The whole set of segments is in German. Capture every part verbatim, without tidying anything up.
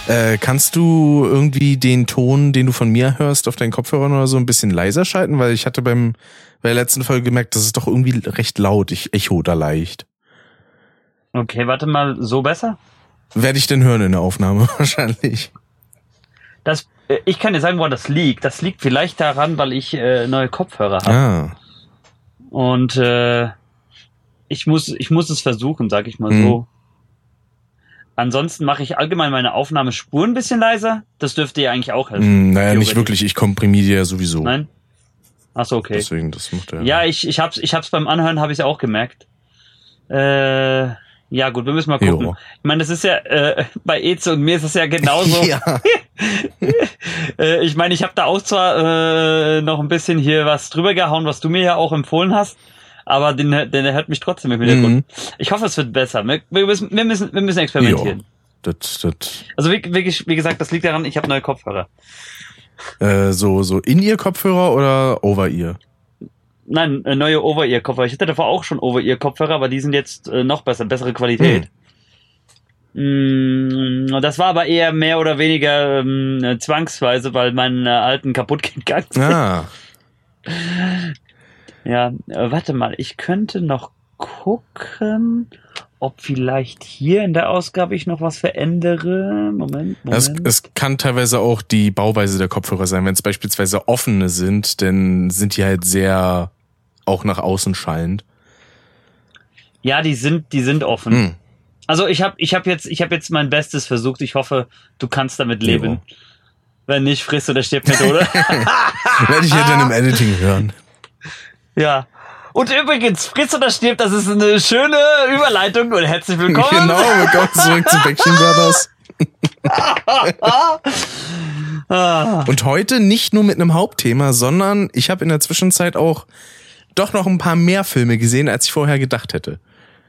Äh, kannst du irgendwie den Ton, den du von mir hörst, auf deinen Kopfhörern oder so ein bisschen leiser schalten? Weil ich hatte beim bei der letzten Folge gemerkt, das ist doch irgendwie recht laut. Ich echo da leicht. Okay, warte mal, so besser? Werde ich denn hören in der Aufnahme wahrscheinlich. Das, äh, ich kann dir sagen, woran das liegt. Das liegt vielleicht daran, weil ich äh, neue Kopfhörer habe. Ah. Und äh, ich muss, ich muss es versuchen, sag ich mal Mhm. so. Ansonsten mache ich allgemein meine Aufnahmespuren ein bisschen leiser. Das dürfte dir eigentlich auch helfen. Hm, naja, nicht Theoretisch. wirklich. Ich komprimiere ja sowieso. Nein? Ach so, okay. Deswegen, das macht er. Ja, ich, ich hab's, ich hab's beim Anhören, habe ich auch gemerkt. Äh, ja gut, wir müssen mal gucken. Jo. Ich meine, das ist ja, äh, bei Eze und mir ist es ja genauso. Ja. äh, ich meine, ich habe da auch zwar äh, noch ein bisschen hier was drüber gehauen, was du mir ja auch empfohlen hast, aber den, den der hört mich trotzdem im Hintergrund. Mhm. Ich hoffe, es wird besser. Wir, wir, müssen, wir, müssen, wir müssen experimentieren. Jo. Das, das, Also wie, wie, wie gesagt, das liegt daran, ich habe neue Kopfhörer. äh, so, so In-Ear-Kopfhörer oder Over-Ear? Nein, äh, neue Over-Ear-Kopfhörer. Ich hatte davor auch schon Over-Ear-Kopfhörer, aber die sind jetzt äh, noch besser, bessere Qualität. Mm, das war aber eher mehr oder weniger ähm, äh, zwangsweise, weil meine alten kaputt gegangen sind. Ah. Ja, äh, warte mal, ich könnte noch gucken, ob vielleicht hier in der Ausgabe ich noch was verändere. Moment, Es, Moment. es kann teilweise auch die Bauweise der Kopfhörer sein. Wenn es beispielsweise offene sind, dann sind die halt sehr auch nach außen schallend. Ja, die sind, die sind offen. Hm. Also ich habe ich hab jetzt, ich habe jetzt mein Bestes versucht. Ich hoffe, du kannst damit leben. Jo. Wenn nicht, frisst oder stirbt Methode. Werde ich ja dann im Editing hören. Ja. Und übrigens, Fritz oder stirbt, das ist eine schöne Überleitung und herzlich willkommen. Genau, willkommen zurück zu Bäckchen Brothers. Und heute nicht nur mit einem Hauptthema, sondern ich habe in der Zwischenzeit auch doch noch ein paar mehr Filme gesehen, als ich vorher gedacht hätte.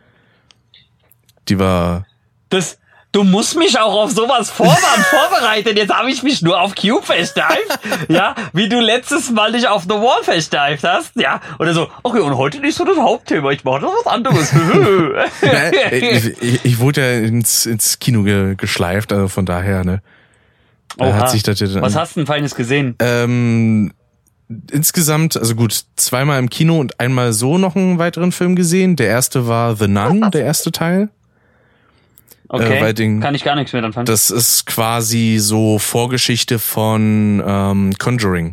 Die war... Das, du musst mich auch auf sowas vorwarnen, vorbereiten. Jetzt habe ich mich nur auf Cube versteift. Ja, wie du letztes Mal dich auf The Wall versteift hast. Ja, oder so, okay, und heute nicht so das Hauptthema. Ich mache noch was anderes. Ja, ich, ich, ich wurde ja ins, ins Kino ge, geschleift, also von daher, ne. Da Oha. hat sich das ja dann, Was hast du denn Feines gesehen? Ähm, insgesamt, also gut, zweimal im Kino und einmal so noch einen weiteren Film gesehen. Der erste war The Nun, der erste Teil. Okay, äh, weil den- kann ich gar nichts mehr anfangen. Das ist quasi so Vorgeschichte von ähm, Conjuring.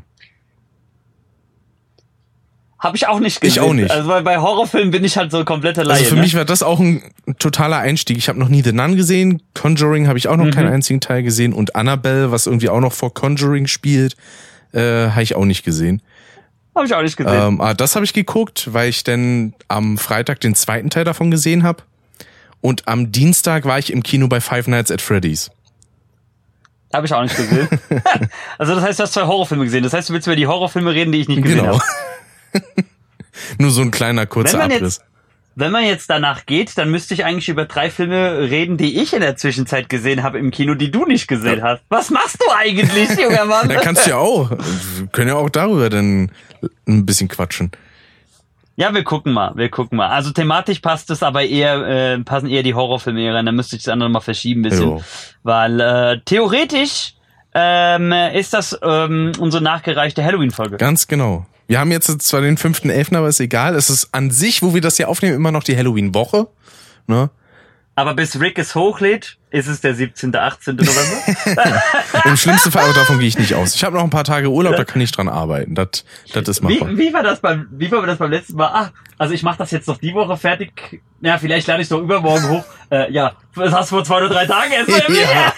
Habe ich auch nicht gesehen. Ich auch nicht. Also weil bei Horrorfilmen bin ich halt so komplette Laie. Also für ne? mich war das auch ein totaler Einstieg. Ich habe noch nie The Nun gesehen. Conjuring habe ich auch noch Mhm. keinen einzigen Teil gesehen. Und Annabelle, was irgendwie auch noch vor Conjuring spielt, äh, habe ich auch nicht gesehen. Habe ich auch nicht gesehen. Ähm, aber das habe ich geguckt, weil ich dann am Freitag den zweiten Teil davon gesehen habe. Und am Dienstag war ich im Kino bei Five Nights at Freddy's. Habe ich auch nicht gesehen. Also das heißt, du hast zwei Horrorfilme gesehen. Das heißt, du willst über die Horrorfilme reden, die ich nicht gesehen Genau. habe. Nur so ein kleiner kurzer Wenn man Abriss. jetzt, wenn man jetzt danach geht, dann müsste ich eigentlich über drei Filme reden, die ich in der Zwischenzeit gesehen habe im Kino, die du nicht gesehen hast. Was machst du eigentlich, junger Mann? Ja, kannst du ja auch. Wir können ja auch darüber dann ein bisschen quatschen. Ja, wir gucken mal, wir gucken mal. Also thematisch passt es, aber eher äh, passen eher die Horrorfilme hier rein. Dann müsste ich das andere mal verschieben ein bisschen. Jo. Weil äh, theoretisch ähm, ist das ähm, unsere nachgereichte Halloween-Folge. Ganz genau. Wir haben jetzt zwar den fünften elften, aber ist egal. Es ist an sich, wo wir das hier aufnehmen, immer noch die Halloween-Woche. Ne? Aber bis Rick es hochlädt, ist es der siebzehnte, achtzehnte November. Im schlimmsten Fall, aber davon gehe ich nicht aus. Ich habe noch ein paar Tage Urlaub, da kann ich dran arbeiten. Das, das ist Wie, machbar. wie war das beim, wie war das beim letzten Mal? Ah, also ich mache das jetzt noch die Woche fertig. Ja, vielleicht lade ich es doch übermorgen hoch. Äh, ja, das hast du vor zwei oder drei Tagen erst Ja.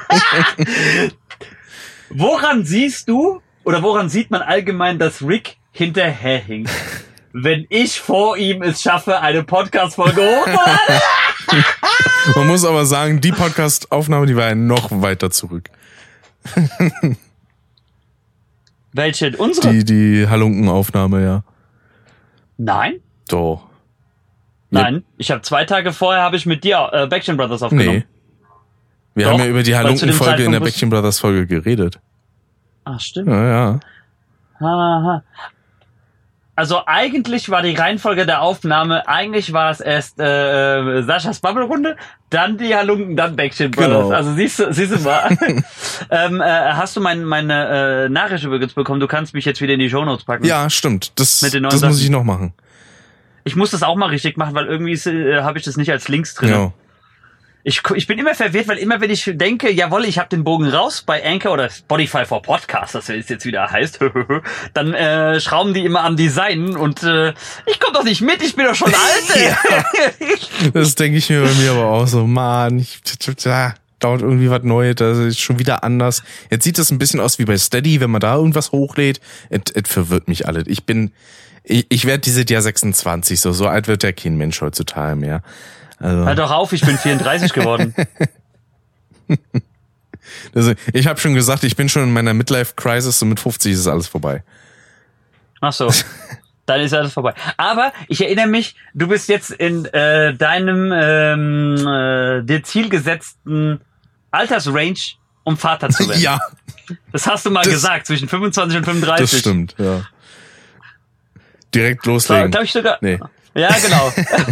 Woran siehst du, oder woran sieht man allgemein, dass Rick hinterherhinkt? Wenn ich vor ihm es schaffe, eine Podcast-Folge hochzuladen? Man muss aber sagen, die Podcast-Aufnahme, die war ja noch weiter zurück. Welche? Unsere? Die, die Halunken-Aufnahme, ja. Nein? Doch. Nein. Ich habe zwei Tage vorher habe ich mit dir äh, Bäckchen Brothers aufgenommen. Nee. Wir Doch, haben ja über die weil zu dem Halunken-Folge in der Zeitpunkt Bäckchen Brothers Folge geredet. Ah, stimmt. Ja, ja. Aha. Also eigentlich war die Reihenfolge der Aufnahme, eigentlich war es erst äh, Saschas Bubble-Runde, dann die Halunken, dann Backstreet Brothers. Genau. Also siehst du, siehst du mal. ähm, äh, hast du mein, meine äh, Nachricht übrigens bekommen? Du kannst mich jetzt wieder in die Shownotes packen. Ja, stimmt. Das, Mit den neuen das muss Sachen. ich noch machen. Ich muss das auch mal richtig machen, weil irgendwie äh, habe ich das nicht als Links drin. Ja. Ich, ich bin immer verwirrt, weil immer wenn ich denke, jawohl, ich habe den Bogen raus bei Anchor oder Spotify for Podcasts, das jetzt wieder heißt, dann äh, schrauben die immer am Design und äh, ich komme doch nicht mit, ich bin doch schon alt. Ja. Das denke ich mir bei mir aber auch so, Mann, ich, da dauert irgendwie was Neues, das ist schon wieder anders. Jetzt sieht das ein bisschen aus wie bei Steady, wenn man da irgendwas hochlädt. Es verwirrt mich alles. Ich bin, ich, ich werde dieses Jahr sechsundzwanzig, so so alt wird ja kein Mensch heutzutage mehr. Also. Hör doch auf, ich bin vierunddreißig geworden. Also, ich habe schon gesagt, ich bin schon in meiner Midlife-Crisis und mit fünfzig ist alles vorbei. Ach so, dann ist alles vorbei. Aber ich erinnere mich, du bist jetzt in äh, deinem ähm, äh, dir zielgesetzten Altersrange, um Vater zu werden. Ja. Das hast du mal das, gesagt, zwischen fünfundzwanzig und fünfunddreißig. Das stimmt, ja. Direkt loslegen. Glaube ich sogar. Nee. Ja, genau.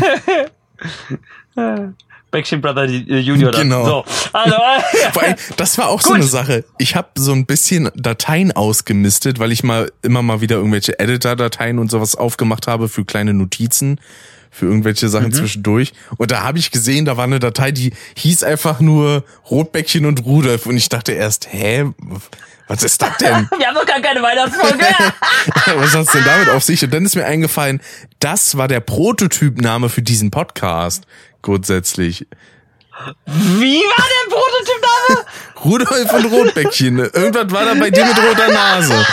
Backstreet Brother Junior. Genau. So, also, Weil, das war auch Gut. so eine Sache. Ich habe so ein bisschen Dateien ausgemistet, weil ich mal immer mal wieder irgendwelche Editor-Dateien und sowas aufgemacht habe für kleine Notizen, für irgendwelche Sachen mhm. zwischendurch. Und da habe ich gesehen, da war eine Datei, die hieß einfach nur Rotbäckchen und Rudolf. Und ich dachte erst, hä, was ist das denn? Wir haben doch gar keine Weihnachtsfolge. Was hat's denn damit auf sich? Und dann ist mir eingefallen, das war der Prototypname für diesen Podcast. Grundsätzlich. Wie war der Prototypname? Rudolf und Rotbäckchen. Irgendwas war da bei dir mit roter Nase.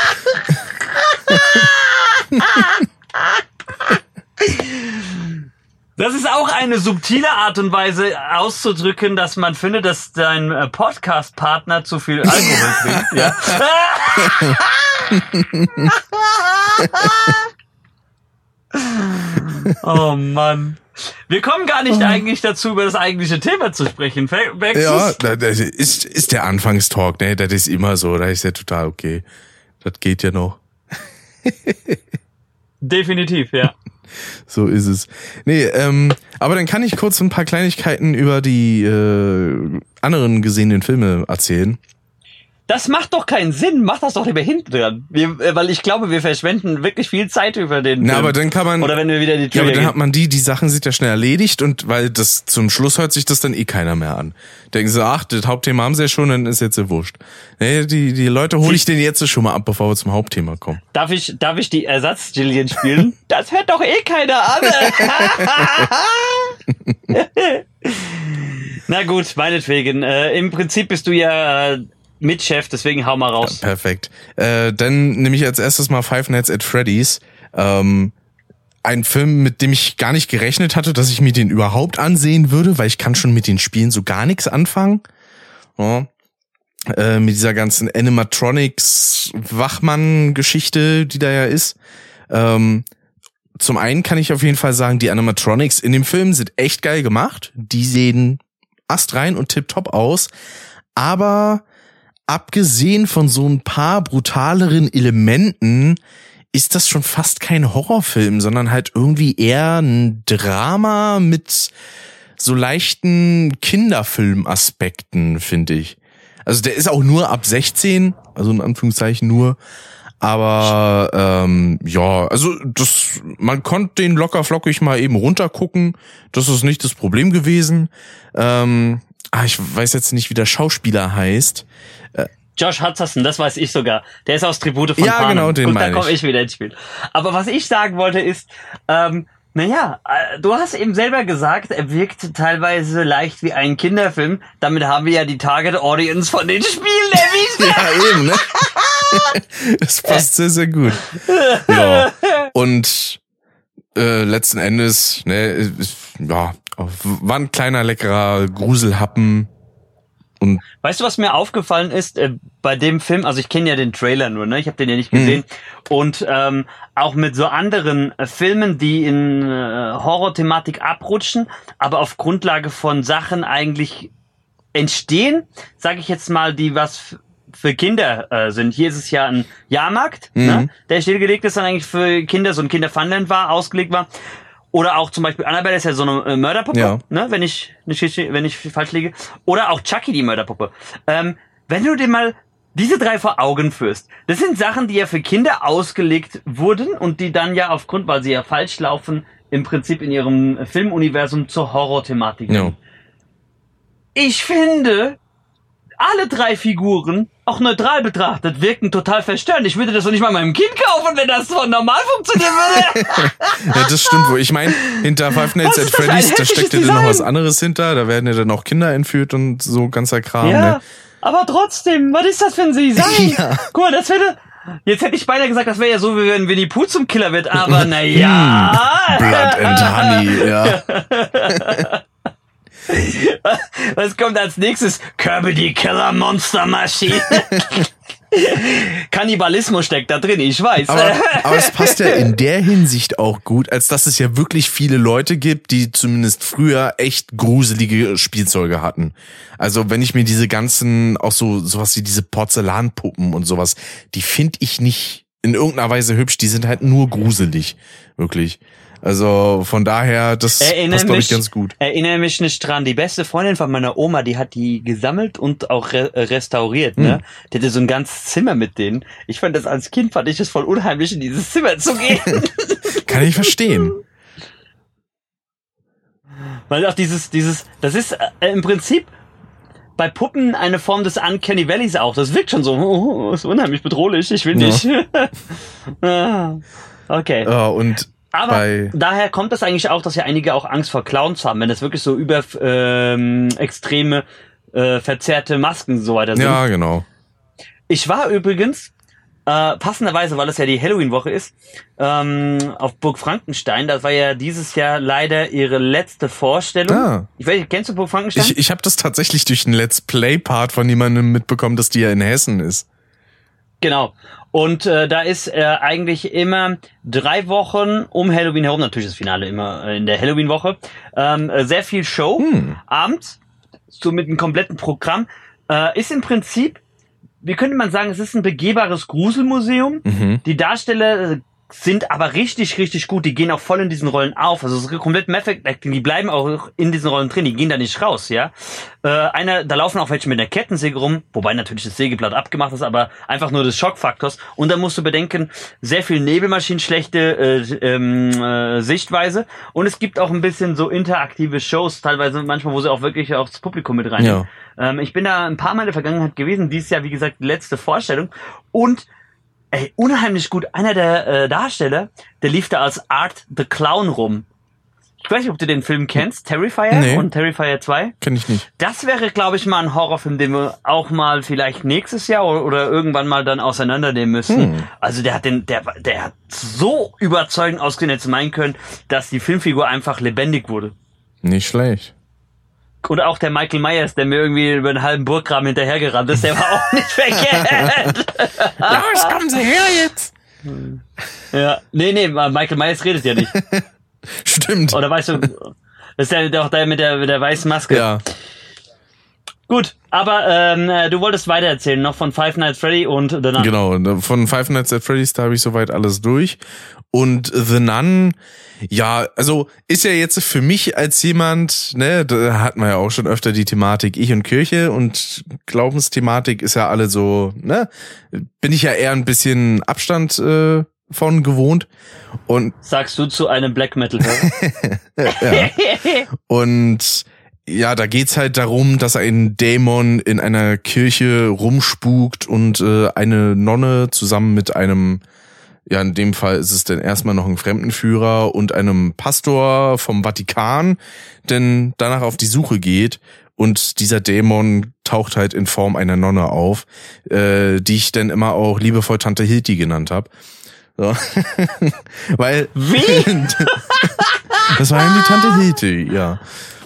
Das ist auch eine subtile Art und Weise auszudrücken, dass man findet, dass dein Podcast-Partner zu viel Alkohol trinkt. Ja. Oh Mann. Wir kommen gar nicht eigentlich dazu, über das eigentliche Thema zu sprechen. Merkst ja, das ist, ist der Anfangstalk, ne? Das ist immer so, das ist ja total okay. Das geht ja noch. Definitiv, ja. So ist es. Nee, ähm, aber dann kann ich kurz ein paar Kleinigkeiten über die äh, anderen gesehenen Filme erzählen. Das macht doch keinen Sinn. Mach das doch lieber hinten dran. Wir, weil ich glaube, wir verschwenden wirklich viel Zeit über den Na, Film. aber dann kann man. Oder wenn wir wieder die Tür Ja, aber dann gehen. hat man die, die Sachen sind ja schnell erledigt und weil das zum Schluss hört sich das dann eh keiner mehr an. Denken sie, ach, das Hauptthema haben sie ja schon, dann ist jetzt ja wurscht. Nee, die, die Leute hole ich denen jetzt schon mal ab, bevor wir zum Hauptthema kommen. Darf ich, darf ich die Ersatz-Jillian spielen? Das hört doch eh keiner an. Na gut, meinetwegen. Äh, im Prinzip bist du ja äh, Mitchef, deswegen hau mal raus. Ja, perfekt. Äh, dann nehme ich als erstes mal Five Nights at Freddy's. Ähm, ein Film, mit dem ich gar nicht gerechnet hatte, dass ich mir den überhaupt ansehen würde, weil ich kann schon mit den Spielen so gar nichts anfangen. Ja. Äh, mit dieser ganzen Animatronics-Wachmann-Geschichte, die da ja ist. Ähm, zum einen kann ich auf jeden Fall sagen, die Animatronics in dem Film sind echt geil gemacht. Die sehen astrein und tipptopp aus. Aber abgesehen von so ein paar brutaleren Elementen ist das schon fast kein Horrorfilm, sondern halt irgendwie eher ein Drama mit so leichten Kinderfilmaspekten, finde ich. Also der ist auch nur ab sechzehn, also in Anführungszeichen nur, aber ähm, ja, also das, man konnte den locker flockig mal eben runtergucken, das ist nicht das Problem gewesen. Ähm, ah, ich weiß jetzt nicht, wie der Schauspieler heißt. Josh Hutcherson, das weiß ich sogar. Der ist aus Tribute von Ja, Panem. genau, den Gut, da meine komme ich. ich wieder ins Spiel. Aber was ich sagen wollte ist, ähm, naja, äh, du hast eben selber gesagt, er wirkt teilweise leicht wie ein Kinderfilm. Damit haben wir ja die Target Audience von den Spielen erwischt. Ja, eben, ne? Das passt sehr, sehr gut. Ja. Und äh, letzten Endes, ne, ist, ja, war ein kleiner, leckerer Gruselhappen. Und weißt du, was mir aufgefallen ist äh, bei dem Film? Also ich kenne ja den Trailer nur, ne? Ich habe den ja nicht gesehen. Mhm. Und ähm, auch mit so anderen äh, Filmen, die in äh, Horror-Thematik abrutschen, aber auf Grundlage von Sachen eigentlich entstehen, sage ich jetzt mal, die was für Kinder äh, sind. Hier ist es ja ein Jahrmarkt, Mhm. ne, der stillgelegt ist, dann eigentlich für Kinder, so ein Kinderfunland war, ausgelegt war. Oder auch zum Beispiel Annabelle ist ja so eine äh, Mörderpuppe, Ja. ne, wenn ich nicht, wenn ich falsch liege. Oder auch Chucky, die Mörderpuppe. Ähm, wenn du dir mal diese drei vor Augen führst, das sind Sachen, die ja für Kinder ausgelegt wurden und die dann ja aufgrund, weil sie ja falsch laufen, im Prinzip in ihrem Filmuniversum zur Horror-Thematik Ja. sind. Ich finde, alle drei Figuren, auch neutral betrachtet, wirken total verstörend. Ich würde das doch nicht mal meinem Kind kaufen, wenn das so normal funktionieren würde. Ja, das stimmt wohl. Ich meine, hinter Five Nights Was at ist das für ein Freddy's, da heftiges steckt ja dann noch Design? was anderes hinter. Da werden ja dann auch Kinder entführt und so ganzer Kram. Ja, Ne? aber trotzdem, was ist das für ein Design? Ja. Guck mal, das wäre... Jetzt hätte ich beinahe gesagt, das wäre ja so, wie wenn Winnie Pooh zum Killer wird, aber naja. Blood and Honey, ja. Was kommt als nächstes? Kirby die Killer Monster Maschine. Kannibalismus steckt da drin, ich weiß. Aber, aber es passt ja in der Hinsicht auch gut, als dass es ja wirklich viele Leute gibt, die zumindest früher echt gruselige Spielzeuge hatten. Also wenn ich mir diese ganzen, auch so sowas wie diese Porzellanpuppen und sowas, die finde ich nicht in irgendeiner Weise hübsch, die sind halt nur gruselig, wirklich. Also von daher, das Erinnere passt, glaube ich, mich- ganz gut. Erinnere mich nicht dran. Die beste Freundin von meiner Oma, die hat die gesammelt und auch re restauriert, ne? Die hatte so ein ganzes Zimmer mit denen. Ich fand das als Kind, fand ich es voll unheimlich, in dieses Zimmer zu gehen. Kann ich verstehen. Weil auch dieses, dieses, das ist äh, im Prinzip bei Puppen eine Form des Uncanny Valleys auch. Das wirkt schon so, oh, ist unheimlich bedrohlich, ich will Ja. nicht. Ah, okay. Ja, und Aber bei, daher kommt das eigentlich auch, dass ja einige auch Angst vor Clowns haben, wenn das wirklich so über ähm, extreme, äh, verzerrte Masken so weiter sind. ja, genau. Ich war übrigens, äh, passenderweise, weil es ja die Halloween-Woche ist, ähm, auf Burg Frankenstein. Das war ja dieses Jahr leider ihre letzte Vorstellung. Ah. Ich weiß nicht, kennst du Burg Frankenstein? Ich, ich habe das tatsächlich durch einen Let's Play-Part von jemandem mitbekommen, dass die ja in Hessen ist. Genau. Und äh, da ist äh, eigentlich immer drei Wochen um Halloween herum, natürlich das Finale immer äh, in der Halloween-Woche, ähm, äh, sehr viel Show, Hm. abends, so mit einem kompletten Programm. Äh, ist im Prinzip, wie könnte man sagen, es ist ein begehbares Gruselmuseum. Mhm. Die Darsteller äh, sind aber richtig, richtig gut. Die gehen auch voll in diesen Rollen auf. Also es ist komplett Method Acting. Die bleiben auch in diesen Rollen drin. Die gehen da nicht raus, ja. Äh, einer, da laufen auch welche mit einer Kettensäge rum, wobei natürlich das Sägeblatt abgemacht ist, aber einfach nur des Schockfaktors. Und dann musst du bedenken, sehr viel Nebelmaschinen, schlechte äh, ähm, äh, Sichtweise. Und es gibt auch ein bisschen so interaktive Shows, teilweise manchmal, wo sie auch wirklich auch das Publikum mit reinnehmen. Ja. Ähm, ich bin da ein paar Mal in der Vergangenheit gewesen. Dieses Jahr, wie gesagt, die letzte Vorstellung. Und ey, unheimlich gut. Einer der äh, Darsteller, der lief da als Art the Clown rum. Ich weiß nicht, ob du den Film kennst, Terrifier Nee. und Terrifier zwei. Kenn ich nicht. Das wäre, glaube ich, mal ein Horrorfilm, den wir auch mal vielleicht nächstes Jahr oder, oder irgendwann mal dann auseinandernehmen müssen. Hm. Also der hat den, der, der hat so überzeugend ausgesehen, hätte meinen können, dass die Filmfigur einfach lebendig wurde. Nicht schlecht. Oder auch der Michael Myers, der mir irgendwie über einen halben Burggraben hinterhergerannt ist, der war auch nicht verkehrt. Los, kommen Sie her jetzt! Ja, nee, nee, Michael Myers redet ja nicht. Stimmt. Oder weißt du, das ist ja doch der mit der, mit der weißen Maske. Ja. Gut, aber ähm, äh, du wolltest weitererzählen, noch von Five Nights Freddy und The Nun. Genau, von Five Nights at Freddy's, da habe ich soweit alles durch. Und The Nun, ja, also ist ja jetzt für mich als jemand, ne, da hatten wir ja auch schon öfter die Thematik Ich und Kirche und Glaubensthematik ist ja alle so, ne, bin ich ja eher ein bisschen Abstand äh, von gewohnt. Und Sagst du zu einem Black Metal Hörer? ja. Und ja, da geht's halt darum, dass ein Dämon in einer Kirche rumspukt und äh, eine Nonne zusammen mit einem, ja, in dem Fall ist es dann erstmal noch ein Fremdenführer und einem Pastor vom Vatikan, denn danach auf die Suche geht. Und dieser Dämon taucht halt in Form einer Nonne auf, äh, die ich dann immer auch liebevoll Tante Hilti genannt habe. So. Weil Wie? das war ja die Tante Hilti, ja.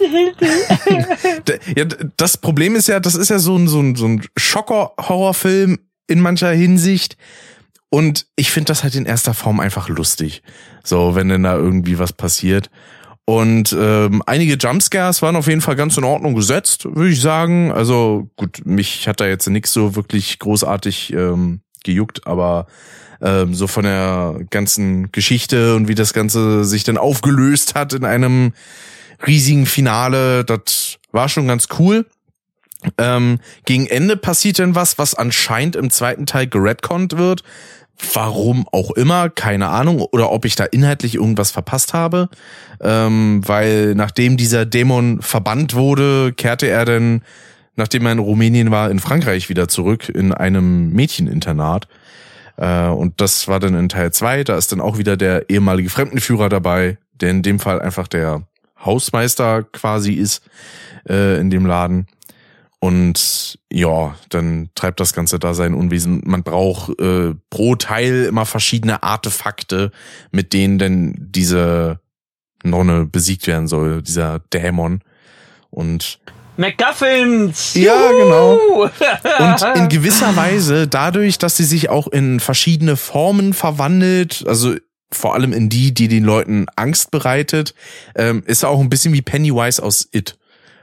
Ja, das Problem ist ja, das ist ja so ein, so ein, so ein Schocker-Horrorfilm in mancher Hinsicht. Und ich finde das halt in erster Form einfach lustig. So, wenn denn da irgendwie was passiert. Und ähm, einige Jumpscares waren auf jeden Fall ganz in Ordnung gesetzt, würde ich sagen. Also gut, mich hat da jetzt nichts so wirklich großartig ähm, gejuckt, aber ähm, so von der ganzen Geschichte und wie das Ganze sich dann aufgelöst hat in einem riesigen Finale, das war schon ganz cool. Ähm, gegen Ende passiert dann was, was anscheinend im zweiten Teil geredconnt wird. Warum auch immer, keine Ahnung, oder ob ich da inhaltlich irgendwas verpasst habe, ähm, weil nachdem dieser Dämon verbannt wurde, kehrte er dann, nachdem er in Rumänien war, in Frankreich wieder zurück in einem Mädcheninternat, äh, und das war dann in Teil zwei, da ist dann auch wieder der ehemalige Fremdenführer dabei, der in dem Fall einfach der Hausmeister quasi ist, äh, in dem Laden. Und ja, dann treibt das Ganze da sein Unwesen. Man braucht äh, pro Teil immer verschiedene Artefakte, mit denen denn diese Nonne besiegt werden soll, dieser Dämon. Und MacGuffins! Ja, genau. Und in gewisser Weise, dadurch, dass sie sich auch in verschiedene Formen verwandelt, also vor allem in die, die den Leuten Angst bereitet, ähm, ist er auch ein bisschen wie Pennywise aus It.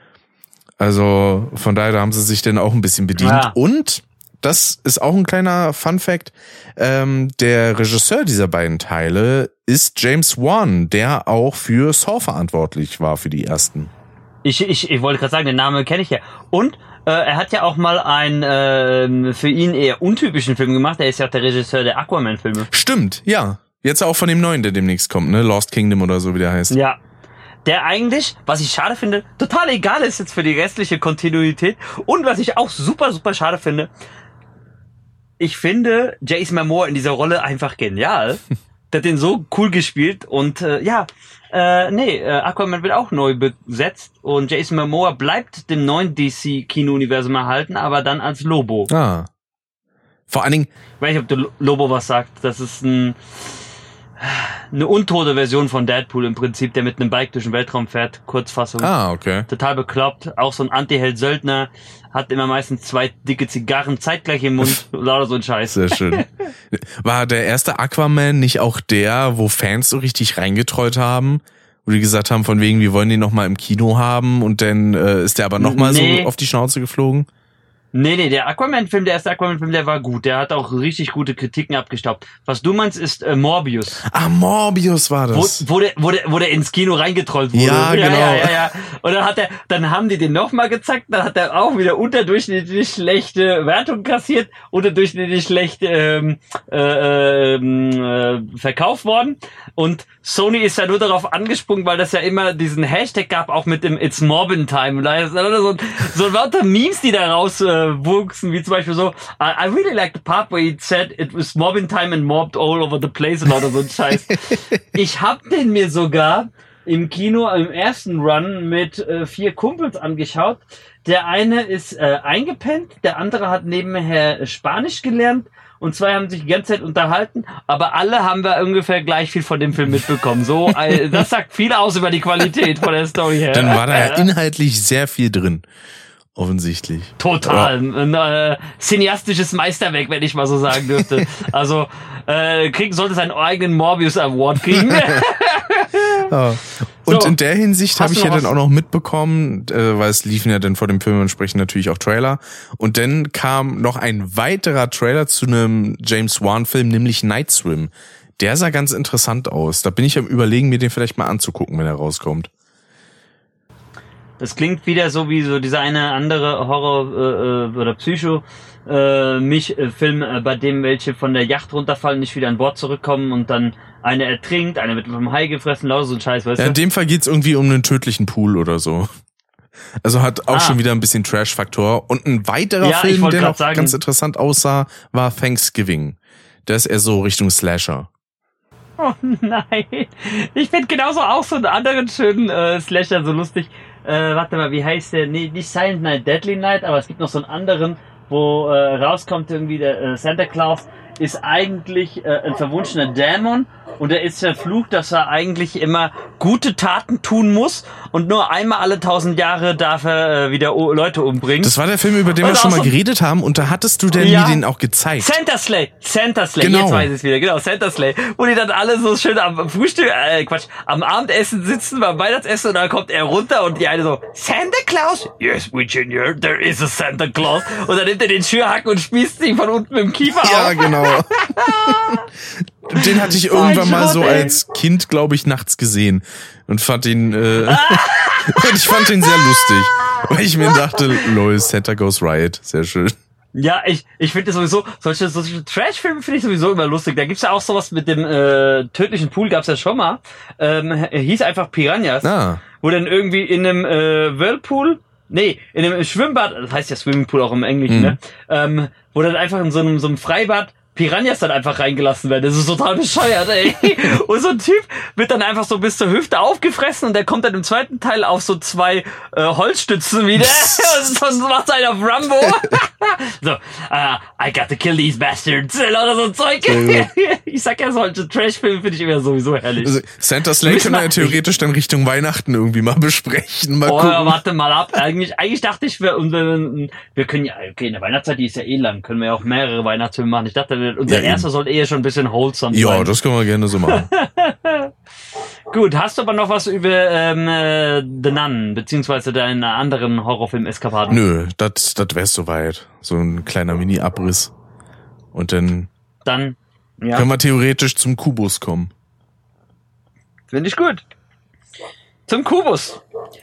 Also von daher, da haben sie sich dann auch ein bisschen bedient. Ja. Und das ist auch ein kleiner Fun-Fact, ähm, der Regisseur dieser beiden Teile ist James Wan, der auch für Saw verantwortlich war für die ersten. Ich, ich, ich wollte gerade sagen, den Namen kenne ich ja. Und äh, er hat ja auch mal einen äh, für ihn eher untypischen Film gemacht. Er ist ja auch der Regisseur der Aquaman-Filme. Stimmt, ja. Jetzt auch von dem neuen, der demnächst kommt, ne? Lost Kingdom oder so, wie der heißt. Ja. Der eigentlich, was ich schade finde, total egal ist jetzt für die restliche Kontinuität. Und was ich auch super, super schade finde, ich finde Jason Momoa in dieser Rolle einfach genial. Der hat den so cool gespielt und äh, ja, äh, nee, äh, Aquaman wird auch neu besetzt und Jason Momoa bleibt dem neuen D C-Kino-Universum erhalten, aber dann als Lobo. Ah. Vor allen Dingen... Ich weiß nicht, ob du Lobo was sagt. Das ist ein... eine untote Version von Deadpool im Prinzip, der mit einem Bike durch den Weltraum fährt, Kurzfassung. Ah, okay. Total bekloppt, auch so ein Anti-Held-Söldner, hat immer meistens zwei dicke Zigarren zeitgleich im Mund, lauter so ein Scheiß. Sehr schön. War der erste Aquaman nicht auch der, wo Fans so richtig reingetrollt haben? Wo die gesagt haben, von wegen, wir wollen den nochmal im Kino haben und dann äh, ist der aber nochmal nee. so auf die Schnauze geflogen? Nee, nee, der Aquaman-Film, der erste Aquaman-Film, der war gut. Der hat auch richtig gute Kritiken abgestaubt. Was du meinst, ist äh, Morbius. Ah, Morbius war das. Wo, wo, der, wo, der, wo der ins Kino reingetrollt wurde. Ja, ja genau. Ja, ja, ja. Und dann hat er, dann haben die den nochmal gezeigt, dann hat er auch wieder unterdurchschnittlich schlechte Wertung kassiert, unterdurchschnittlich schlecht ähm, äh, äh, verkauft worden. Und Sony ist ja nur darauf angesprungen, weil das ja immer diesen Hashtag gab, auch mit dem It's Morbin Time. So, so lauter Memes, die da raus äh, wuchsen, wie zum Beispiel so, I, I really like the part where he said it was Morbin Time and mobbed all over the place und lauter so ein Scheiß. Ich hab den mir sogar im Kino im ersten Run mit äh, vier Kumpels angeschaut. Der eine ist äh, eingepennt, der andere hat nebenher Spanisch gelernt. Und zwei haben sich die ganze Zeit unterhalten, aber alle haben wir ungefähr gleich viel von dem Film mitbekommen. So, äh, das sagt viel aus über die Qualität von der Story her. Dann war da ja inhaltlich sehr viel drin. Offensichtlich. Total. Ja. Ein äh, cineastisches Meisterwerk, wenn ich mal so sagen dürfte. Also, äh, kriegen sollte seinen eigenen Morbius Award kriegen. Ja. Und So, in der Hinsicht habe ich ja noch dann was? auch noch mitbekommen, äh, weil es liefen ja dann vor dem Film entsprechend natürlich auch Trailer. Und dann kam noch ein weiterer Trailer zu einem James Wan-Film, nämlich Night Swim. Der sah ganz interessant aus. Da bin ich am Überlegen, mir den vielleicht mal anzugucken, wenn er rauskommt. Das klingt wieder so wie so dieser eine andere Horror- äh, oder Psycho äh, mich äh, Film, äh, bei dem welche von der Yacht runterfallen, nicht wieder an Bord zurückkommen und dann eine ertrinkt, eine wird vom Hai gefressen, lauter so ein Scheiß, weißt Ja, du? in dem Fall geht's irgendwie um einen tödlichen Pool oder so. Also hat auch Ah. schon wieder ein bisschen Trash-Faktor. Und ein weiterer Ja, ich Film, wollte der grad noch sagen- ganz interessant aussah, war Thanksgiving. Der ist eher so Richtung Slasher. Oh nein. Ich finde genauso auch so einen anderen schönen äh, Slasher so lustig. Äh, warte mal, wie heißt der? Nee, nicht Silent Night, Deadly Night, aber es gibt noch so einen anderen, wo äh, rauskommt irgendwie der äh, Santa Claus ist eigentlich äh, ein verwunschener Dämon und er ist verflucht, dass er eigentlich immer gute Taten tun muss und nur einmal alle tausend Jahre darf er äh, wieder o- Leute umbringen. Das war der Film, über den und wir schon mal so geredet haben und da hattest du denn ja, mir den auch gezeigt. Santa Slay, Santa Slay, genau. Jetzt weiß ich es wieder, genau, Santa Slay, wo die dann alle so schön am Frühstück, äh, Quatsch, am Abendessen sitzen, beim Weihnachtsessen und dann kommt er runter und die eine so, Santa Claus? Yes, Virginia, there is a Santa Claus. Und dann nimmt er den Schürhaken und spießt ihn von unten mit dem Kiefer ja, auf. Genau. Den hatte ich irgendwann mal so als Kind, glaube ich, nachts gesehen und fand ihn, äh, und ich fand ihn sehr lustig, weil ich mir dachte, lol, Santa Goes Riot, sehr schön. Ja, ich ich finde sowieso, solche, solche Trash-Filme finde ich sowieso immer lustig. Da gibt's ja auch sowas mit dem äh, tödlichen Pool, gab's ja schon mal. Ähm, er hieß einfach Piranhas, Ah. wo dann irgendwie in einem äh, Whirlpool, nee, in einem Schwimmbad, das heißt ja Swimmingpool auch im Englischen, Mhm. ne? Ähm, wo dann einfach in so einem so einem Freibad Piranhas dann einfach reingelassen werden. Das ist total bescheuert, ey. Und so ein Typ wird dann einfach so bis zur Hüfte aufgefressen und der kommt dann im zweiten Teil auf so zwei äh, Holzstützen wieder und sonst macht er einen auf Rambo. So, uh, I got to kill these bastards. Oder so ein Zeug. Ich sag ja, solche Trash-Filme finde ich immer sowieso herrlich. Also Santa Slay können wir ja theoretisch dann Richtung Weihnachten irgendwie mal besprechen. Mal oh, gucken. warte mal ab. Eigentlich, eigentlich dachte ich, wir, wir, wir können ja, okay, in der Weihnachtszeit, die ist ja eh lang, können wir ja auch mehrere Weihnachtsfilme machen. Ich dachte, unser Ja, erster soll eher schon ein bisschen wholesome Ja, sein. das können wir gerne so machen. Gut, hast du aber noch was über ähm, äh, The Nun, beziehungsweise deinen anderen Horrorfilm-Eskapaden? Nö, das das wär's soweit. So ein kleiner Mini-Abriss. Und dann Dann, ja, können wir theoretisch zum Kubus kommen. finde ich gut. Zum Kubus.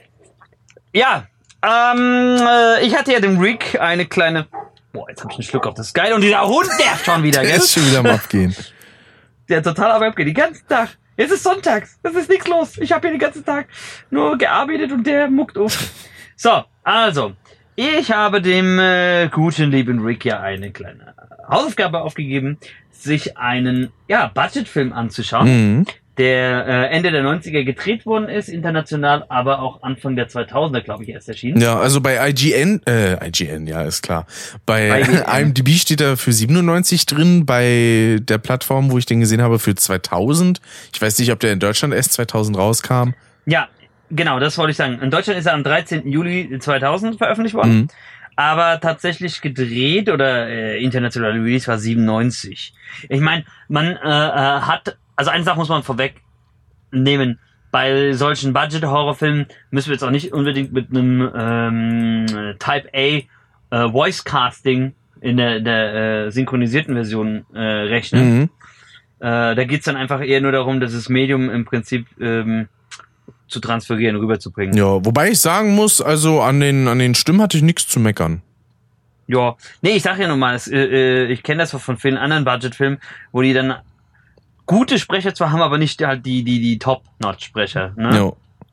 Ja, ähm, äh, ich hatte ja dem Rick eine kleine... Boah, jetzt hab ich einen Schluck auf, das ist geil. Und dieser Hund nervt schon wieder, Der gell? ist schon wieder am Abgehen. Der total am Abgehen, den ganzen Tag. Jetzt ist sonntags, es ist nichts los. Ich habe hier den ganzen Tag nur gearbeitet und der muckt auf. So, also, ich habe dem äh, guten lieben Rick ja eine kleine Hausaufgabe aufgegeben, sich einen, ja, Budgetfilm anzuschauen, Mhm. der äh, Ende der neunziger gedreht worden ist, international, aber auch Anfang der zweitausender, glaube ich, erst erschienen. Ja, also bei I G N, äh, I G N, ja, ist klar. Bei I G N. I M D B steht er für siebenundneunzig drin, bei der Plattform, wo ich den gesehen habe, für zweitausend. Ich weiß nicht, ob der in Deutschland erst zweitausend rauskam. Ja, genau, das wollte ich sagen. In Deutschland ist er am dreizehnten Juli zweitausend veröffentlicht worden. Mhm. Aber tatsächlich gedreht oder äh, international Release war siebenundneunzig. Ich meine, man äh, äh, hat, also eine Sache muss man vorwegnehmen, bei solchen Budget-Horrorfilmen müssen wir jetzt auch nicht unbedingt mit einem ähm, Type A äh, Voice Casting in der, der äh, synchronisierten Version äh, rechnen. Mhm. Äh, da geht's dann einfach eher nur darum, dass das Medium im Prinzip ähm, zu transferieren, rüberzubringen. Ja, wobei ich sagen muss, also an den an den Stimmen hatte ich nichts zu meckern. Ja, nee, ich sag ja nochmal, äh, äh, ich kenne das von vielen anderen Budgetfilmen, wo die dann gute Sprecher zwar haben, aber nicht halt die die die Top-Notch-Sprecher. Ne? Ja.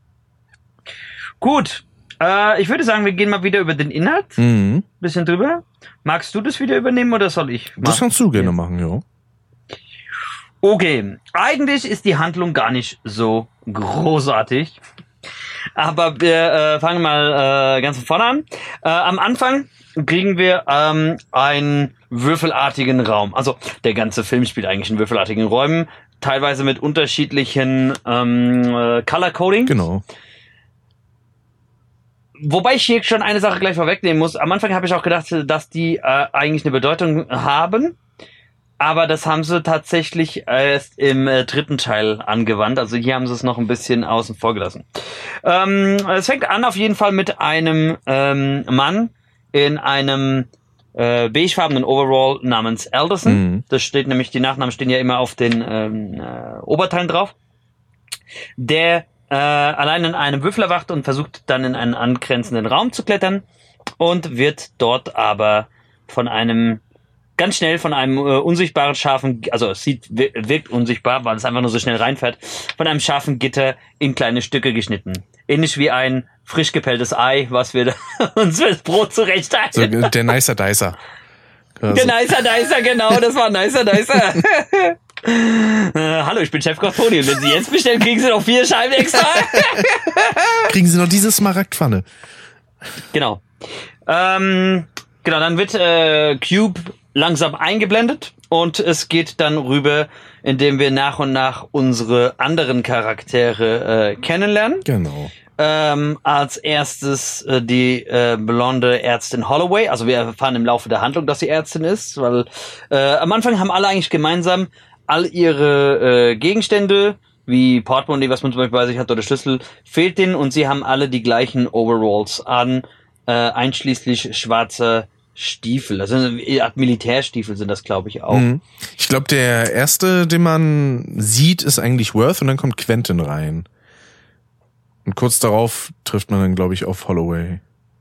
Gut, äh, ich würde sagen, wir gehen mal wieder über den Inhalt, Mhm. bisschen drüber. Magst du das wieder übernehmen oder soll ich? Das machen? kannst du gerne Ja. machen, ja. Okay, eigentlich ist die Handlung gar nicht so großartig. Aber wir äh, fangen mal äh, ganz von vorne an. Äh, am Anfang kriegen wir ähm, einen würfelartigen Raum. Also der ganze Film spielt eigentlich in würfelartigen Räumen, teilweise mit unterschiedlichen ähm, äh, Color Coding. Genau. Wobei ich hier schon eine Sache gleich vorwegnehmen muss. Am Anfang habe ich auch gedacht, dass die äh, eigentlich eine Bedeutung haben. Aber das haben sie tatsächlich erst im äh, dritten Teil angewandt. Also hier haben sie es noch ein bisschen außen vor gelassen. Ähm, es fängt an auf jeden Fall mit einem ähm, Mann in einem äh, beigefarbenen Overall namens Alderson. Mhm. Das steht nämlich, die Nachnamen stehen ja immer auf den ähm, äh, Oberteilen drauf. Der äh, allein in einem Würfel erwacht und versucht dann in einen angrenzenden Raum zu klettern und wird dort aber von einem ganz schnell von einem äh, unsichtbaren scharfen, also es sieht, wirkt unsichtbar, weil es einfach nur so schnell reinfährt, von einem scharfen Gitter in kleine Stücke geschnitten. Ähnlich wie ein frisch gepelltes Ei, was wir da uns fürs Brot zurechthalten. So, der Nicer Dicer. Der Nicer Dicer, genau, das war ein Nicer Dicer. äh, hallo, ich bin Chefkoch Toni und wenn Sie jetzt bestellen, kriegen Sie noch vier Scheiben extra. Kriegen Sie noch diese Smaragdpfanne. Genau. Ähm, genau, dann wird äh, Cube langsam eingeblendet und es geht dann rüber, indem wir nach und nach unsere anderen Charaktere äh, kennenlernen. Genau. Ähm, als erstes äh, die äh, blonde Ärztin Holloway. Also wir erfahren im Laufe der Handlung, dass sie Ärztin ist, weil äh, am Anfang haben alle eigentlich gemeinsam all ihre äh, Gegenstände, wie Portemonnaie, was man zum Beispiel bei sich hat, oder Schlüssel, fehlt denen und sie haben alle die gleichen Overalls an, äh, einschließlich schwarzer Stiefel. Also eine Art Militärstiefel sind das, glaube ich, auch. Mhm. Ich glaube, der erste, den man sieht, ist eigentlich Worth und dann kommt Quentin rein. Und kurz darauf trifft man dann, glaube ich, auf Holloway.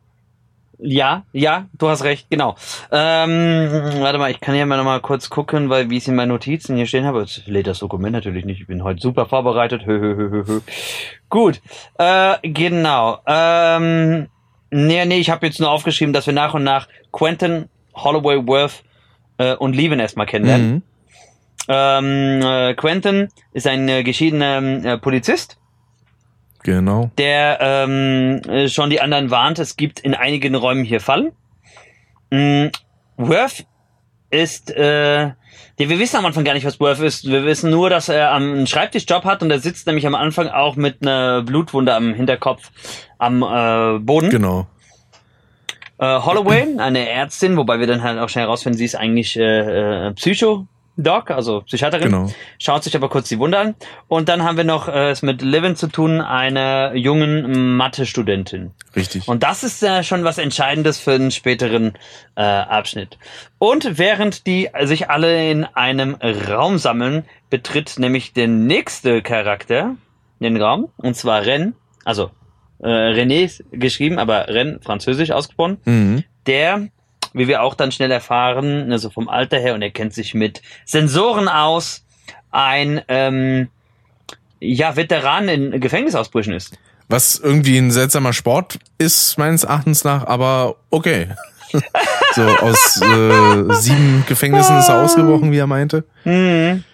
Ja, ja, du hast recht, genau. Ähm, warte mal, ich kann ja mal noch mal kurz gucken, weil wie ich es in meinen Notizen hier stehen habe. Jetzt lädt das Dokument natürlich nicht. Ich bin heute super vorbereitet. Hö, hö, hö, hö, hö. Gut, äh, genau. Ähm, nee, nee, ich habe jetzt nur aufgeschrieben, dass wir nach und nach Quentin, Holloway, Worth äh, und Levin erstmal kennenlernen. Mhm. Ähm, äh, Quentin ist ein äh, geschiedener äh, Polizist. Genau. Der ähm, schon die anderen warnt, es gibt in einigen Räumen hier Fallen. Mm, Worth ist, äh, der, wir wissen am Anfang gar nicht, was Worth ist. Wir wissen nur, dass er einen Schreibtischjob hat und er sitzt nämlich am Anfang auch mit einer Blutwunde am Hinterkopf am äh, Boden. Genau. Äh, Holloway, eine Ärztin, wobei wir dann halt auch schnell herausfinden, sie ist eigentlich äh, äh, Psycho. Doc, also Psychiaterin, Genau. Schaut sich aber kurz die Wunde an. Und dann haben wir noch äh, es mit Levin zu tun, einer jungen Mathe-Studentin. Richtig. Und das ist äh, schon was Entscheidendes für einen späteren äh, Abschnitt. Und während die sich alle in einem Raum sammeln, betritt nämlich der nächste Charakter den Raum, und zwar Ren, also äh, René geschrieben, aber Ren französisch ausgesprochen, Mhm. der, wie wir auch dann schnell erfahren, also vom Alter her, und er kennt sich mit Sensoren aus, ein ähm, ja Veteran in Gefängnisausbrüchen ist. Was irgendwie ein seltsamer Sport ist, meines Erachtens nach, aber okay. So, aus äh, sieben Gefängnissen ist er ausgebrochen, wie er meinte. Mhm.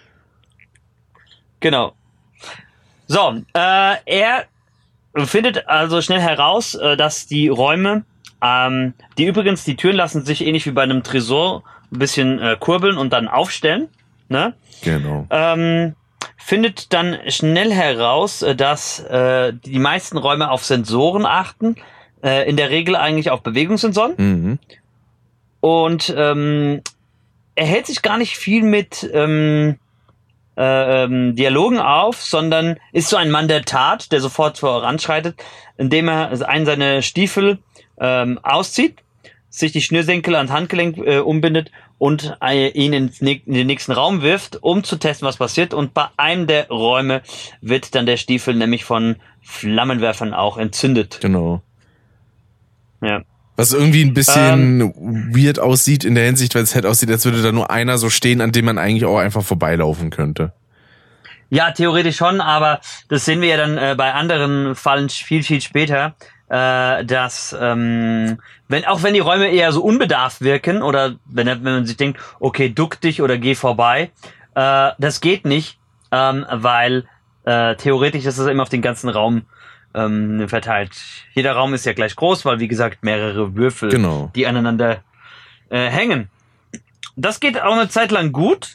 Genau. So, äh, er findet also schnell heraus, äh, dass die Räume, ähm, die übrigens, die Türen lassen sich ähnlich wie bei einem Tresor ein bisschen äh, kurbeln und dann aufstellen, ne? Genau. Ähm, findet dann schnell heraus, äh, dass äh, die meisten Räume auf Sensoren achten, äh, in der Regel eigentlich auf Bewegungssensoren. Mhm. Und ähm, er hält sich gar nicht viel mit ähm, äh, ähm, Dialogen auf, sondern ist so ein Mann der Tat, der sofort voranschreitet, indem er einen seiner Stiefel ähm, auszieht, sich die Schnürsenkel ans Handgelenk äh, umbindet und äh, ihn ins, in den nächsten Raum wirft, um zu testen, was passiert. Und bei einem der Räume wird dann der Stiefel nämlich von Flammenwerfern auch entzündet. Genau. Ja. Was irgendwie ein bisschen ähm, weird aussieht in der Hinsicht, weil es halt aussieht, als würde da nur einer so stehen, an dem man eigentlich auch einfach vorbeilaufen könnte. Ja, theoretisch schon, aber das sehen wir ja dann äh, bei anderen Fallen viel, viel später, äh, dass, ähm, wenn auch wenn die Räume eher so unbedarft wirken oder wenn, wenn man sich denkt, okay, duck dich oder geh vorbei, äh, das geht nicht, ähm, weil äh, theoretisch ist es immer auf den ganzen Raum ähm, verteilt. Jeder Raum ist ja gleich groß, weil wie gesagt mehrere Würfel, genau, die aneinander äh, hängen. Das geht auch eine Zeit lang gut,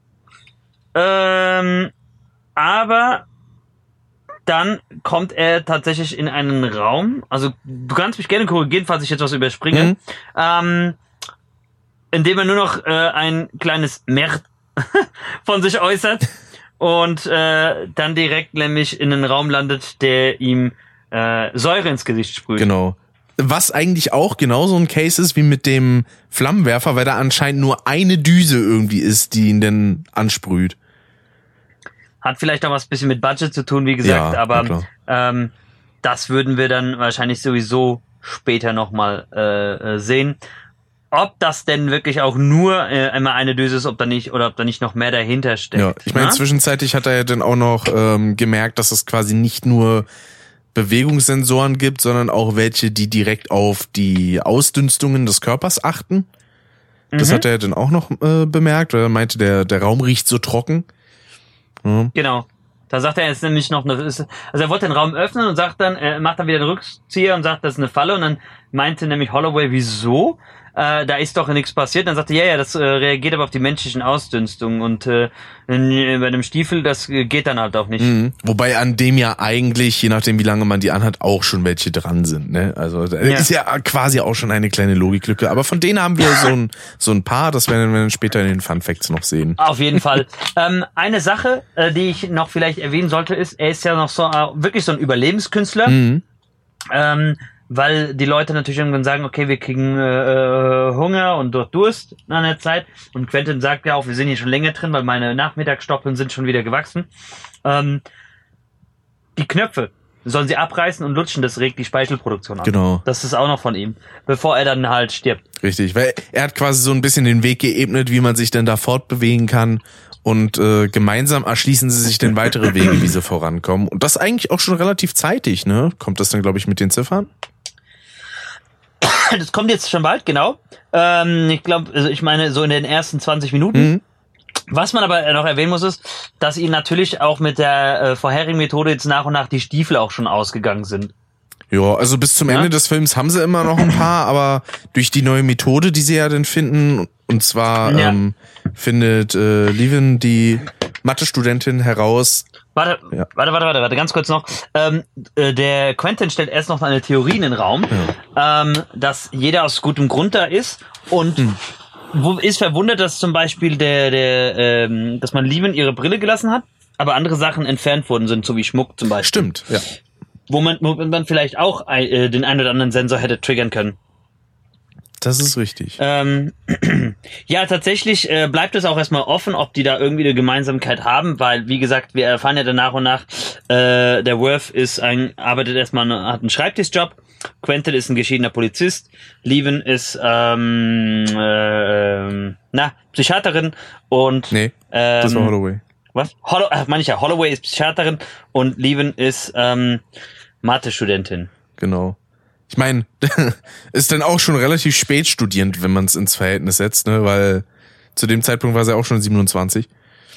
ähm, aber dann kommt er tatsächlich in einen Raum, also du kannst mich gerne korrigieren, falls ich jetzt was überspringe, mhm. ähm, indem er nur noch äh, ein kleines Merd von sich äußert und äh, dann direkt nämlich in einen Raum landet, der ihm äh, Säure ins Gesicht sprüht. Genau. Was eigentlich auch genauso ein Case ist wie mit dem Flammenwerfer, weil da anscheinend nur eine Düse irgendwie ist, die ihn denn ansprüht. Hat vielleicht auch was bisschen mit Budget zu tun, wie gesagt, ja, aber ähm, das würden wir dann wahrscheinlich sowieso später nochmal äh, sehen. Ob das denn wirklich auch nur äh, einmal eine Düse ist, ob da nicht oder ob da nicht noch mehr dahinter steckt. Ja, ich meine, zwischenzeitlich hat er ja dann auch noch ähm, gemerkt, dass es quasi nicht nur Bewegungssensoren gibt, sondern auch welche, die direkt auf die Ausdünstungen des Körpers achten. Das mhm. hat er dann auch noch äh, bemerkt, weil er meinte, der, der Raum riecht so trocken. Ja. Genau. Da sagt er jetzt nämlich noch, eine, also er wollte den Raum öffnen und sagt dann, er macht dann wieder einen Rückzieher und sagt, das ist eine Falle und dann meinte nämlich Holloway, wieso? äh, da ist doch nichts passiert. Dann sagte er, ja, ja, das äh, reagiert aber auf die menschlichen Ausdünstungen und äh, in, bei dem Stiefel, das äh, geht dann halt auch nicht. Mhm. Wobei an dem ja eigentlich, je nachdem wie lange man die anhat, auch schon welche dran sind. Ne? Also da Ja. ist ja quasi auch schon eine kleine Logiklücke. Aber von denen haben wir so ein, so ein paar, das werden wir dann später in den Fun Facts noch sehen. Auf jeden Fall. ähm, eine Sache, äh, die ich noch vielleicht erwähnen sollte, ist, er ist ja noch so äh, wirklich so ein Überlebenskünstler. Mhm. Ähm, weil die Leute natürlich irgendwann sagen, okay, wir kriegen äh, Hunger und dort Durst an der Zeit. Und Quentin sagt ja auch, wir sind hier schon länger drin, weil meine Nachmittagsstoppeln sind schon wieder gewachsen. Ähm, die Knöpfe sollen sie abreißen und lutschen, das regt die Speichelproduktion an. Genau. Das ist auch noch von ihm, bevor er dann halt stirbt. Richtig, weil er hat quasi so ein bisschen den Weg geebnet, wie man sich denn da fortbewegen kann. Und äh, gemeinsam erschließen sie sich dann weitere Wege, wie sie vorankommen. Und das eigentlich auch schon relativ zeitig, ne? Kommt das dann, glaube ich, mit den Ziffern? Das kommt jetzt schon bald, genau. Ähm, ich glaube, also ich meine, so in den ersten zwanzig Minuten. Mhm. Was man aber noch erwähnen muss, ist, dass ihnen natürlich auch mit der äh, vorherigen Methode jetzt nach und nach die Stiefel auch schon ausgegangen sind. Ja, also bis zum Ja? Ende des Films haben sie immer noch ein paar, aber durch die neue Methode, die sie ja dann finden, und zwar Ja. ähm, findet äh, Levin, die Mathe-Studentin, heraus. Warte, Ja. warte, warte, warte, warte, ganz kurz noch. Ähm, äh, der Quentin stellt erst noch eine Theorie in den Raum, ähm, dass jeder aus gutem Grund da ist und Hm. wo ist verwundert, dass zum Beispiel der, der, ähm, dass man Levin ihre Brille gelassen hat, aber andere Sachen entfernt worden sind, so wie Schmuck zum Beispiel. Stimmt, ja. Wo man, wo man vielleicht auch äh, den einen oder anderen Sensor hätte triggern können. Das ist richtig. Ähm, ja, tatsächlich äh, bleibt es auch erstmal offen, ob die da irgendwie eine Gemeinsamkeit haben, weil, wie gesagt, wir erfahren ja dann nach und nach, äh, der Worth ist ein, arbeitet erstmal, hat einen Schreibtischjob, Quentin ist ein geschiedener Polizist, Levin ist, ähm, äh, na, Psychiaterin und, Nee, ähm, das war Holloway. was? Hollow, ach, meine ich ja, Holloway ist Psychiaterin und Levin ist, ähm, Mathe-Studentin. Genau. Ich meine, ist dann auch schon relativ spät studierend, wenn man es ins Verhältnis setzt, ne? Weil zu dem Zeitpunkt war sie auch schon siebenundzwanzig.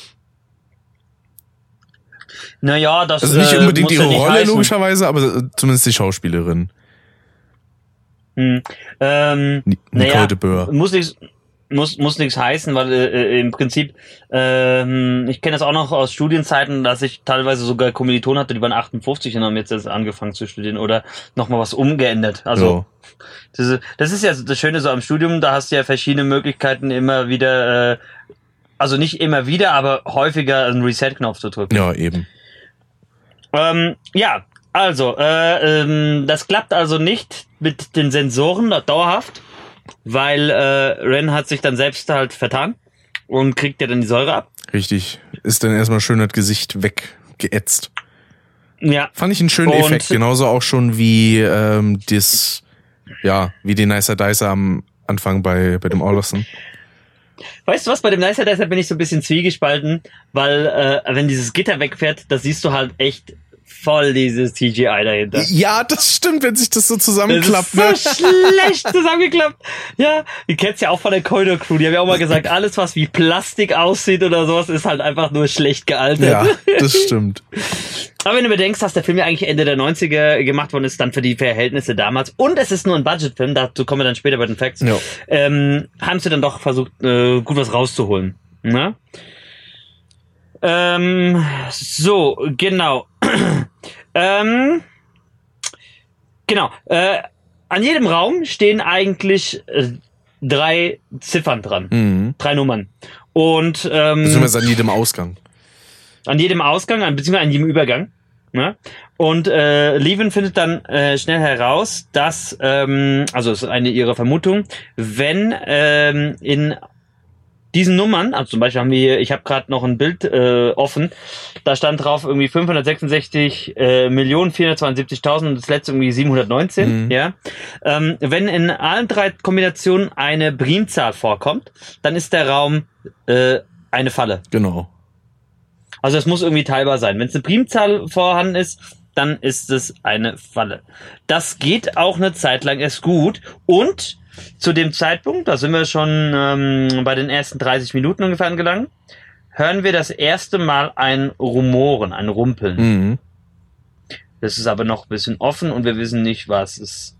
Naja, das Also nicht äh, unbedingt muss ihre ja nicht Rolle, heißen. logischerweise, aber zumindest die Schauspielerin. Hm. Ähm, Ni- Nicole naja, de Boer. muss nichts muss muss nichts heißen, weil äh, im Prinzip ähm, ich kenne das auch noch aus Studienzeiten, dass ich teilweise sogar Kommilitonen hatte, die waren achtundfünfzig und haben jetzt erst angefangen zu studieren oder nochmal was umgeändert. Also das ist, das ist ja das Schöne so am Studium, da hast du ja verschiedene Möglichkeiten immer wieder, äh, also nicht immer wieder, aber häufiger einen Reset-Knopf zu drücken. Ja, eben. Ähm, ja, also, äh, ähm, das klappt also nicht mit den Sensoren dauerhaft, weil äh, Ren hat sich dann selbst halt vertan und kriegt ja dann die Säure ab. Richtig. Ist dann erstmal schön das Gesicht weggeätzt. Ja. Fand ich einen schönen Und- Effekt. Genauso auch schon wie ähm, das, ja, wie die Nicer Dicer am Anfang bei, bei dem Orlowson. Weißt du was, bei dem Nicer Dicer bin ich so ein bisschen zwiegespalten, weil äh, wenn dieses Gitter wegfährt, da siehst du halt echt voll dieses C G I dahinter. Ja, das stimmt, wenn sich das so Das zusammenklappt, ne? ist so schlecht zusammengeklappt. Ja, ihr kennt's ja auch von der Corridor Crew. Die haben ja auch mal gesagt, alles was wie Plastik aussieht oder sowas, ist halt einfach nur schlecht gealtert. Ja, das stimmt. Aber wenn du bedenkst, dass der Film ja eigentlich Ende der neunziger gemacht worden ist, dann für die Verhältnisse damals, und es ist nur ein Budgetfilm, dazu kommen wir dann später bei den Facts, Ja. ähm, haben sie dann doch versucht, äh, gut was rauszuholen. Ne? Ähm, so, genau. ähm, genau. Äh, an jedem Raum stehen eigentlich äh, drei Ziffern dran. Mhm. Drei Nummern. Und ähm, Beziehungsweise an jedem Ausgang. an jedem Ausgang, an- beziehungsweise an jedem Übergang. Ne? Und äh, Levin findet dann äh, schnell heraus, dass, ähm, also es ist eine ihrer Vermutung, wenn ähm, in diesen Nummern, also zum Beispiel haben wir hier, ich habe gerade noch ein Bild äh, offen, da stand drauf irgendwie fünfhundertsechsundsechzig äh, Millionen vierhundertzweiundsiebzigtausend und das letzte irgendwie siebenhundertneunzehn, Mhm. ja. Ähm, wenn in allen drei Kombinationen eine Primzahl vorkommt, dann ist der Raum äh, eine Falle. Genau. Also es muss irgendwie teilbar sein. Wenn es eine Primzahl vorhanden ist, dann ist es eine Falle. Das geht auch eine Zeit lang erst gut. Und zu dem Zeitpunkt, da sind wir schon ähm, bei den ersten dreißig Minuten ungefähr angelangt, hören wir das erste Mal ein Rumoren, ein Rumpeln. Mhm. Das ist aber noch ein bisschen offen und wir wissen nicht, was es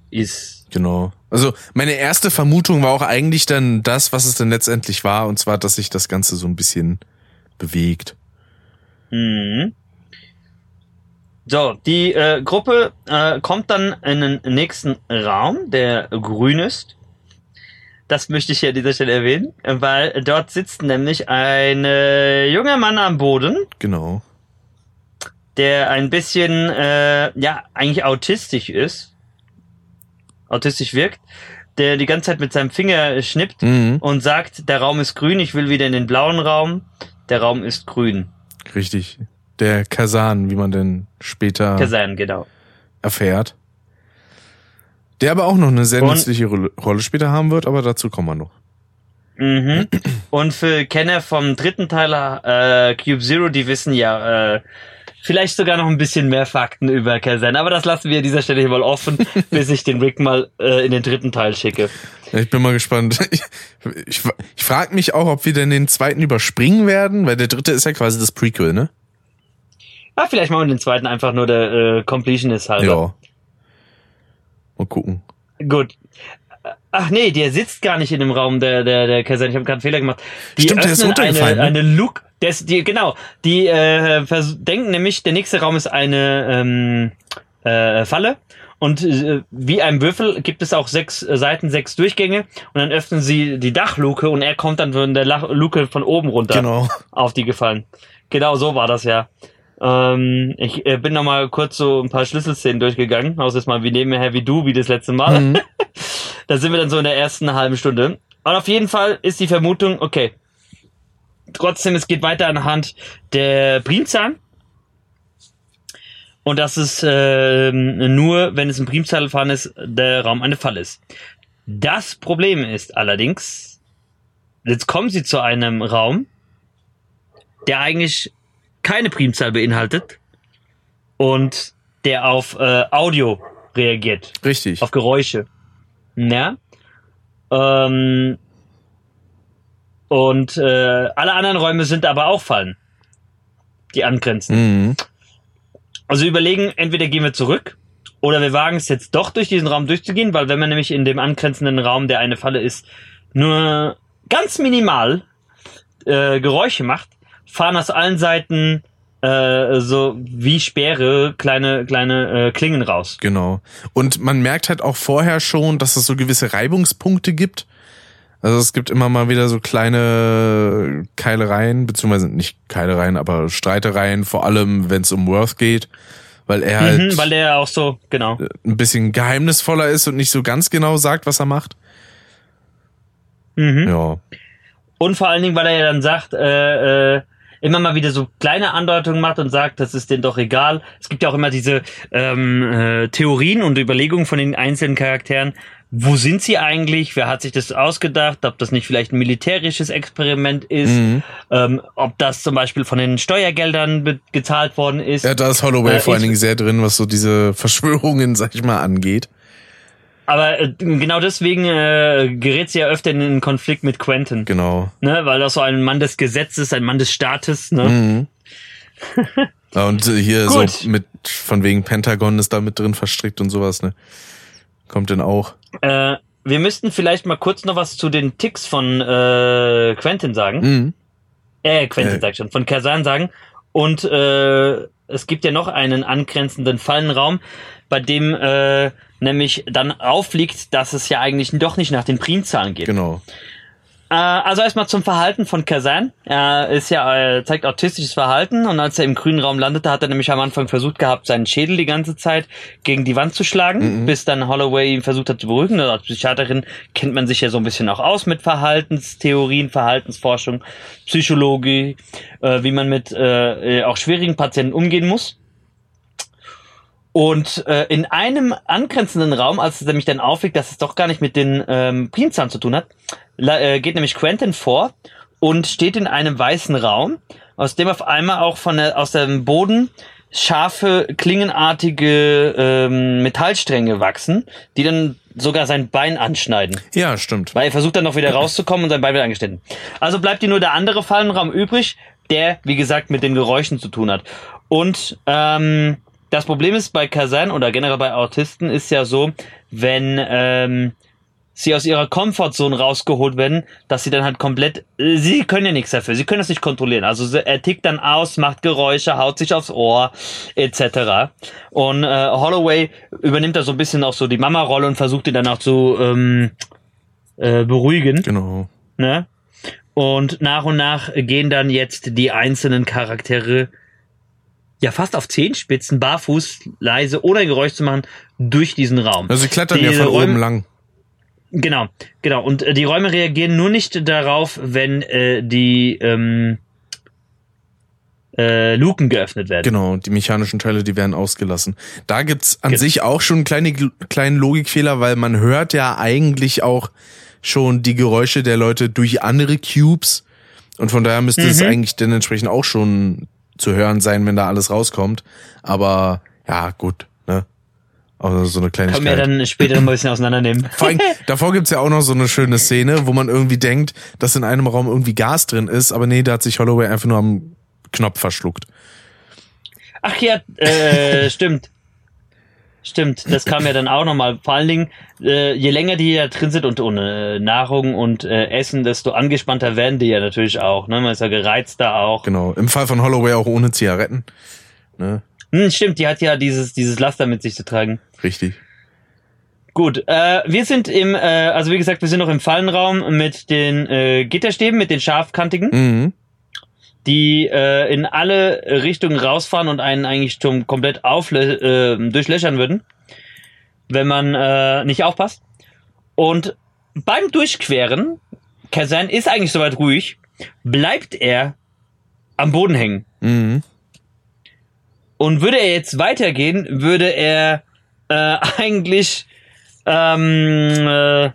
ist. Genau. Also meine erste Vermutung war auch eigentlich dann das, was es dann letztendlich war, und zwar, dass sich das Ganze so ein bisschen bewegt. Mhm. So, die äh, Gruppe äh, kommt dann in den nächsten Raum, der grün ist. Das möchte ich hier an dieser Stelle erwähnen, weil dort sitzt nämlich ein äh, junger Mann am Boden. Genau. Der ein bisschen, äh, ja, eigentlich autistisch ist. Autistisch wirkt. Der die ganze Zeit mit seinem Finger schnippt Mhm. und sagt, der Raum ist grün, ich will wieder in den blauen Raum. Der Raum ist grün. Richtig. Der Kazan, wie man denn später Kazan, genau. erfährt. Der aber auch noch eine sehr Und- nützliche Rolle Rolle später haben wird, aber dazu kommen wir noch. Mhm. Und für Kenner vom dritten Teil äh, Cube Zero, die wissen ja äh, vielleicht sogar noch ein bisschen mehr Fakten über Kazan. Aber das lassen wir an dieser Stelle hier mal offen, bis ich den Rick mal äh, in den dritten Teil schicke. Ja, ich bin mal gespannt. Ich, ich, ich frage mich auch, ob wir denn den zweiten überspringen werden, weil der dritte ist ja quasi das Prequel, ne? Ja, vielleicht machen wir den zweiten einfach nur der äh, Completionist halber. Ja. Mal gucken. Gut. Ach nee, der sitzt gar nicht in dem Raum der der der Kazan. Ich habe gerade einen Fehler gemacht. Die Stimmt, der ist öffnen runtergefallen, eine, ne? eine Luke. Der ist, die, genau. Die äh, vers- denken nämlich, der nächste Raum ist eine ähm, äh, Falle. Und äh, wie ein Würfel gibt es auch sechs äh, Seiten, sechs Durchgänge. Und dann öffnen sie die Dachluke und er kommt dann von der Lach- Luke von oben runter Genau. auf die gefallen. Genau so war das ja. Ähm, ich äh, bin noch mal kurz so ein paar Schlüsselszenen durchgegangen. Außer jetzt mal wie nebenher wie du, wie das letzte Mal. Mhm. Da sind wir dann so in der ersten halben Stunde. Und auf jeden Fall ist die Vermutung, okay, trotzdem, es geht weiter anhand der Primzahlen. Und dass es äh, nur, wenn es ein Primzahl vorhanden ist, der Raum eine Falle ist. Das Problem ist allerdings, jetzt kommen sie zu einem Raum, der eigentlich keine Primzahl beinhaltet und der auf äh, Audio reagiert, Richtig. auf Geräusche. Ja. Ähm, und äh, alle anderen Räume sind aber auch Fallen, die angrenzen. Mhm. Also überlegen, entweder gehen wir zurück oder wir wagen es jetzt doch durch diesen Raum durchzugehen, weil wenn man nämlich in dem angrenzenden Raum, der eine Falle ist, nur ganz minimal äh, Geräusche macht, fahren aus allen Seiten äh, so wie Speere kleine kleine äh, Klingen raus. Genau. Und man merkt halt auch vorher schon, dass es so gewisse Reibungspunkte gibt. Also es gibt immer mal wieder so kleine Keilereien, beziehungsweise nicht Keilereien, aber Streitereien, vor allem wenn es um Worth geht, weil er halt Mhm, weil der auch so, genau. ein bisschen geheimnisvoller ist und nicht so ganz genau sagt, was er macht. Mhm. Ja. Und vor allen Dingen, weil er ja dann sagt, äh, äh, immer mal wieder so kleine Andeutungen macht und sagt, das ist denen doch egal. Es gibt ja auch immer diese ähm, äh, Theorien und Überlegungen von den einzelnen Charakteren. Wo sind sie eigentlich? Wer hat sich das ausgedacht? Ob das nicht vielleicht ein militärisches Experiment ist? Mhm. Ähm, ob das zum Beispiel von den Steuergeldern be- gezahlt worden ist? Ja, da ist Holloway Äh, vor allen ich- Dingen sehr drin, was so diese Verschwörungen, sag ich mal, angeht. Aber äh, genau deswegen äh, gerät sie ja öfter in einen Konflikt mit Quentin. Genau. Ne? Weil das so ein Mann des Gesetzes, ein Mann des Staates. Ne? Mhm. Ja, und äh, hier Gut. so mit, von wegen Pentagon ist da mit drin verstrickt und sowas, ne? Kommt denn auch. Äh, wir müssten vielleicht mal kurz noch was zu den Ticks von äh, Quentin sagen. Mhm. Äh, Quentin Äh. sag ich schon, von Kazan sagen. Und äh, es gibt ja noch einen angrenzenden Fallenraum, bei dem äh, nämlich dann auffliegt, dass es ja eigentlich doch nicht nach den Primzahlen geht. Genau. Äh, also erstmal zum Verhalten von Kazan. Er ist ja, äh, zeigt autistisches Verhalten und als er im grünen Raum landete, hat er nämlich am Anfang versucht gehabt, seinen Schädel die ganze Zeit gegen die Wand zu schlagen, Mhm. bis dann Holloway ihn versucht hat zu beruhigen. Als Psychiaterin kennt man sich ja so ein bisschen auch aus mit Verhaltenstheorien, Verhaltensforschung, Psychologie, äh, wie man mit äh, auch schwierigen Patienten umgehen muss. Und äh, in einem angrenzenden Raum, als es nämlich dann aufliegt, dass es doch gar nicht mit den ähm, Primzahlen zu tun hat, la- äh, geht nämlich Quentin vor und steht in einem weißen Raum, aus dem auf einmal auch von der, aus dem Boden scharfe, klingenartige ähm, Metallstränge wachsen, die dann sogar sein Bein anschneiden. Ja, stimmt. Weil er versucht dann noch wieder rauszukommen und sein Bein wird angeschnitten. Also bleibt hier nur der andere Fallenraum übrig, der, wie gesagt, mit den Geräuschen zu tun hat. Und ähm, das Problem ist bei Kazan oder generell bei Autisten ist ja so, wenn ähm, sie aus ihrer Comfortzone rausgeholt werden, dass sie dann halt komplett, äh, sie können ja nichts dafür, sie können das nicht kontrollieren. Also er tickt dann aus, macht Geräusche, haut sich aufs Ohr, et cetera. Und äh, Holloway übernimmt da so ein bisschen auch so die Mama-Rolle und versucht ihn dann auch zu ähm, äh, beruhigen. Genau. Ne? Und nach und nach gehen dann jetzt die einzelnen Charaktere ja fast auf Zehenspitzen, barfuß, leise, ohne Geräusch zu machen, durch diesen Raum. Also sie klettern die ja von Räume, oben lang. Genau, genau. Und äh, die Räume reagieren nur nicht darauf, wenn äh, die ähm, äh, Luken geöffnet werden. Genau, die mechanischen Teile, die werden ausgelassen. Da gibt's an Ge- sich auch schon kleine kleinen Logikfehler, weil man hört ja eigentlich auch schon die Geräusche der Leute durch andere Cubes. Und von daher müsste mhm. es eigentlich dann entsprechend auch schon zu hören sein, wenn da alles rauskommt. Aber ja, gut, ne? Also so eine Kleinigkeit. Können wir dann später noch ein bisschen auseinandernehmen. Vor allem, davor gibt's ja auch noch so eine schöne Szene, wo man irgendwie denkt, dass in einem Raum irgendwie Gas drin ist, aber nee, da hat sich Holloway einfach nur am Knopf verschluckt. Ach ja, äh, stimmt. Stimmt, das kam ja dann auch nochmal. Vor allen Dingen, äh, je länger die da drin sind und ohne äh, Nahrung und äh, Essen, desto angespannter werden die ja natürlich auch. Ne? Man ist ja gereizter auch. Genau, im Fall von Holloway auch ohne Zigaretten. Ne? Hm, stimmt, die hat ja dieses dieses Laster mit sich zu tragen. Richtig. Gut, äh, wir sind im, äh, also wie gesagt, wir sind noch im Fallenraum mit den äh, Gitterstäben, mit den scharfkantigen, Mhm. die äh, in alle Richtungen rausfahren und einen eigentlich zum komplett auflö- äh, durchlöchern würden, wenn man äh, nicht aufpasst. Und beim Durchqueren, Kazan ist eigentlich soweit ruhig, bleibt er am Boden hängen. Mhm. Und würde er jetzt weitergehen, würde er äh, eigentlich ähm, äh,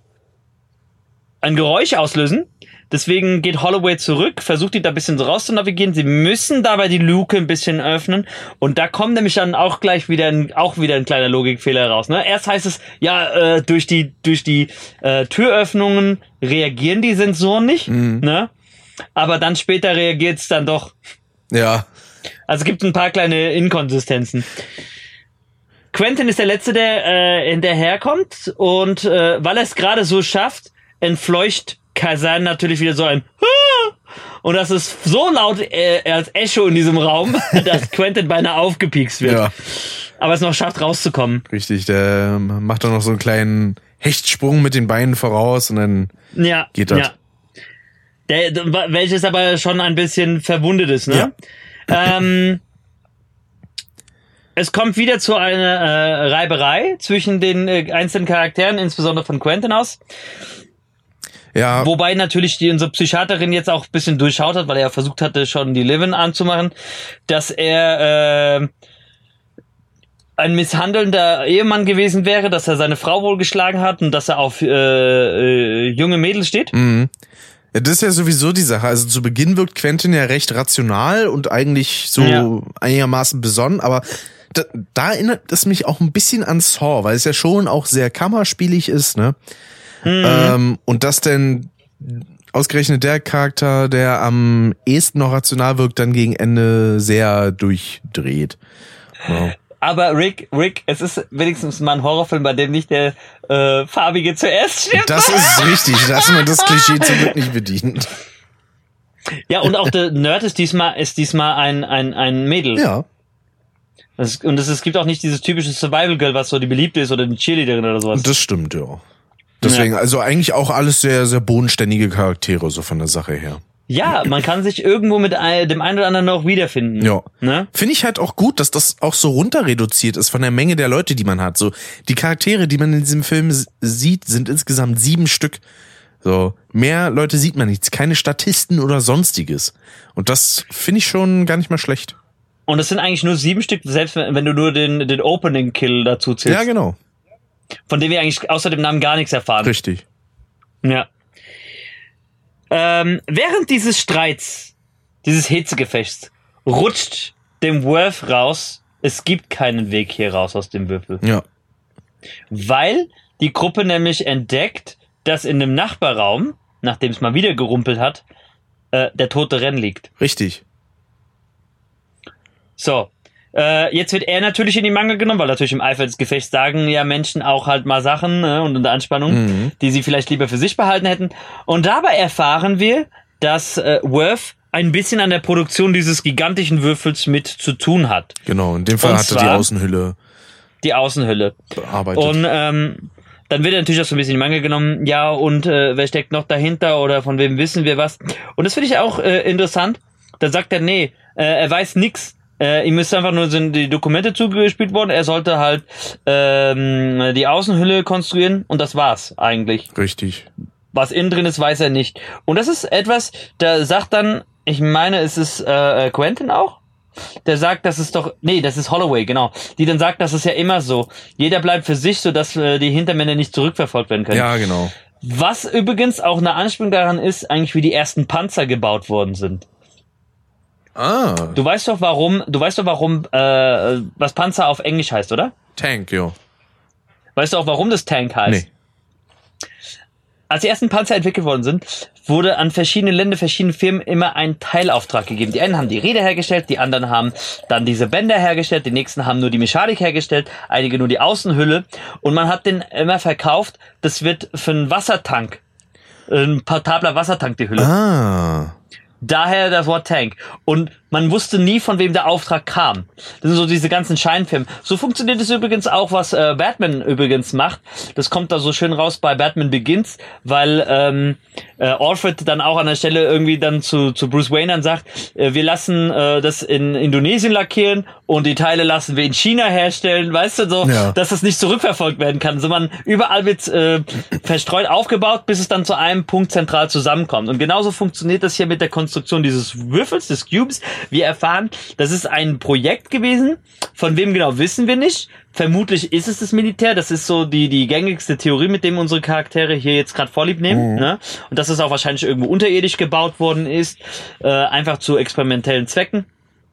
ein Geräusch auslösen. Deswegen geht Holloway zurück, versucht ihn da ein bisschen rauszunavigieren. Sie müssen dabei die Luke ein bisschen öffnen. Und da kommt nämlich dann auch gleich wieder ein, auch wieder ein kleiner Logikfehler raus. Ne? Erst heißt es, ja, äh, durch die, durch die äh, Türöffnungen reagieren die Sensoren nicht. Mhm. Ne? Aber dann später reagiert es dann doch. Ja. Also es gibt ein paar kleine Inkonsistenzen. Quentin ist der Letzte, der äh, hinterherkommt. Und äh, weil er es gerade so schafft, entfleucht Kazan natürlich wieder so ein und das ist so laut äh, als Echo in diesem Raum, dass Quentin beinahe aufgepiekst wird. Ja. Aber es noch schafft, rauszukommen. Richtig, der macht dann noch so einen kleinen Hechtsprung mit den Beinen voraus und dann ja, geht das. Ja. Der, welches aber schon ein bisschen verwundet ist, ne? Ja. Ähm, es kommt wieder zu einer äh, Reiberei zwischen den äh, einzelnen Charakteren, insbesondere von Quentin aus. Ja. Wobei natürlich die unsere Psychiaterin jetzt auch ein bisschen durchschaut hat, weil er ja versucht hatte, schon die Livin anzumachen, dass er äh, ein misshandelnder Ehemann gewesen wäre, dass er seine Frau wohl geschlagen hat und dass er auf äh, äh, junge Mädels steht. Mhm. Ja, das ist ja sowieso die Sache. Also zu Beginn wirkt Quentin ja recht rational und eigentlich so ja. einigermaßen besonnen, aber da, da erinnert es mich auch ein bisschen an Saw, weil es ja schon auch sehr kammerspielig ist, ne? Mhm. Ähm, und dass denn ausgerechnet der Charakter, der am ehesten noch rational wirkt, dann gegen Ende sehr durchdreht. Wow. Aber Rick, Rick, es ist wenigstens mal ein Horrorfilm, bei dem nicht der äh, Farbige zuerst stirbt. Das ist richtig, dass man das Klischee zum Glück nicht bedient. Ja, und auch der Nerd ist diesmal ist diesmal ein ein ein Mädel. Ja. Das, und es, es gibt auch nicht dieses typische Survival Girl, was so die Beliebte ist oder die Cheerleaderin oder sowas. Das stimmt, ja. Deswegen, ja. also eigentlich auch alles sehr, sehr bodenständige Charaktere, so von der Sache her. Ja, man kann sich irgendwo mit ein, dem einen oder anderen noch wiederfinden. Ja. Ne? Finde ich halt auch gut, dass das auch so runter reduziert ist von der Menge der Leute, die man hat. So, die Charaktere, die man in diesem Film sieht, sind insgesamt sieben Stück. So, mehr Leute sieht man nicht. Keine Statisten oder sonstiges. Und das finde ich schon gar nicht mal schlecht. Und es sind eigentlich nur sieben Stück, selbst wenn du nur den, den Opening Kill dazu zählst. Ja, genau. Von dem wir eigentlich außer dem Namen gar nichts erfahren. Richtig. Ja. Ähm, während dieses Streits, dieses Hitzegefechts, rutscht dem Worth raus, es gibt keinen Weg hier raus aus dem Würfel. Ja. Weil die Gruppe nämlich entdeckt, dass in dem Nachbarraum, nachdem es mal wieder gerumpelt hat, äh, der tote Ren liegt. Richtig. So. Äh, jetzt wird er natürlich in die Mangel genommen, weil natürlich im Eifer des Gefechts sagen ja Menschen auch halt mal Sachen äh, und unter Anspannung, mhm. die sie vielleicht lieber für sich behalten hätten. Und dabei erfahren wir, dass äh, Worf ein bisschen an der Produktion dieses gigantischen Würfels mit zu tun hat. Genau, in dem Fall und hatte die Außenhülle die Außenhülle bearbeitet. Und ähm, dann wird er natürlich auch so ein bisschen in die Mangel genommen. Ja, und äh, wer steckt noch dahinter oder von wem wissen wir was? Und das finde ich auch äh, interessant. Da sagt er, nee, äh, er weiß nix. Äh, ihm ist einfach nur sind die Dokumente zugespielt worden. Er sollte halt ähm, die Außenhülle konstruieren und das war's eigentlich. Richtig. Was innen drin ist, weiß er nicht. Und das ist etwas, da sagt dann, ich meine, es ist äh, Quentin auch, der sagt, das ist doch, nee, das ist Holloway, genau, die dann sagt, das ist ja immer so. Jeder bleibt für sich, sodass äh, die Hintermänner nicht zurückverfolgt werden können. Ja, genau. Was übrigens auch eine Anspielung daran ist, eigentlich wie die ersten Panzer gebaut worden sind. Ah. Du weißt doch warum, du weißt doch warum, äh, was Panzer auf Englisch heißt, oder? Tank, jo. Weißt du auch, warum das Tank heißt? Nee. Als die ersten Panzer entwickelt worden sind, wurde an verschiedene Länder, verschiedene Firmen immer ein Teilauftrag gegeben. Die einen haben die Räder hergestellt, die anderen haben dann diese Bänder hergestellt, die nächsten haben nur die Mechanik hergestellt, einige nur die Außenhülle. Und man hat den immer verkauft, das wird für einen Wassertank, ein portabler Wassertank, die Hülle. Ah. Daher das Wort Tank. Und man wusste nie, von wem der Auftrag kam. Das sind so diese ganzen Scheinfilme. So funktioniert es übrigens auch, was äh, Batman übrigens macht. Das kommt da so schön raus bei Batman Begins, weil ähm, äh, Alfred dann auch an der Stelle irgendwie dann zu, zu Bruce Wayne dann sagt, äh, wir lassen äh, das in Indonesien lackieren und die Teile lassen wir in China herstellen. Weißt du, so, ja. Dass das nicht zurückverfolgt werden kann. Sondern überall wird äh, verstreut aufgebaut, bis es dann zu einem Punkt zentral zusammenkommt. Und genauso funktioniert das hier mit der Konstruktion dieses Würfels, des Cubes. Wir erfahren, das ist ein Projekt gewesen. Von wem genau wissen wir nicht. Vermutlich ist es das Militär. Das ist so die die gängigste Theorie, mit dem unsere Charaktere hier jetzt gerade vorlieb nehmen. Mhm. Ne? Und dass es auch wahrscheinlich irgendwo unterirdisch gebaut worden ist. Äh, einfach zu experimentellen Zwecken.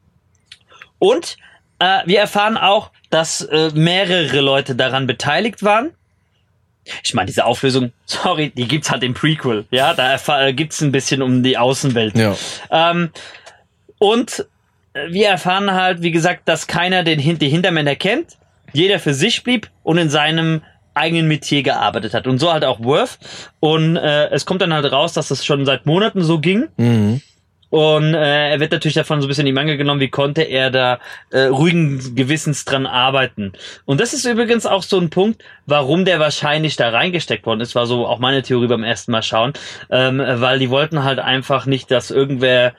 Und äh, wir erfahren auch, dass äh, mehrere Leute daran beteiligt waren. Ich meine, diese Auflösung, sorry, die gibt's halt im Prequel. Ja, da erfahr- äh, gibt's ein bisschen um die Außenwelt. Ja. Ähm, und wir erfahren halt, wie gesagt, dass keiner den die Hintermänner kennt, jeder für sich blieb und in seinem eigenen Metier gearbeitet hat. Und so halt auch Worf. Und äh, es kommt dann halt raus, dass das schon seit Monaten so ging. Mhm. Und äh, er wird natürlich davon so ein bisschen in die Mangel genommen, wie konnte er da äh, ruhigen Gewissens dran arbeiten. Und das ist übrigens auch so ein Punkt, warum der wahrscheinlich da reingesteckt worden ist, war so auch meine Theorie beim ersten Mal schauen, ähm, weil die wollten halt einfach nicht, dass irgendwer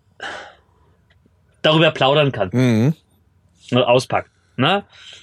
darüber plaudern kann. Mhm. Und auspackt. Ne?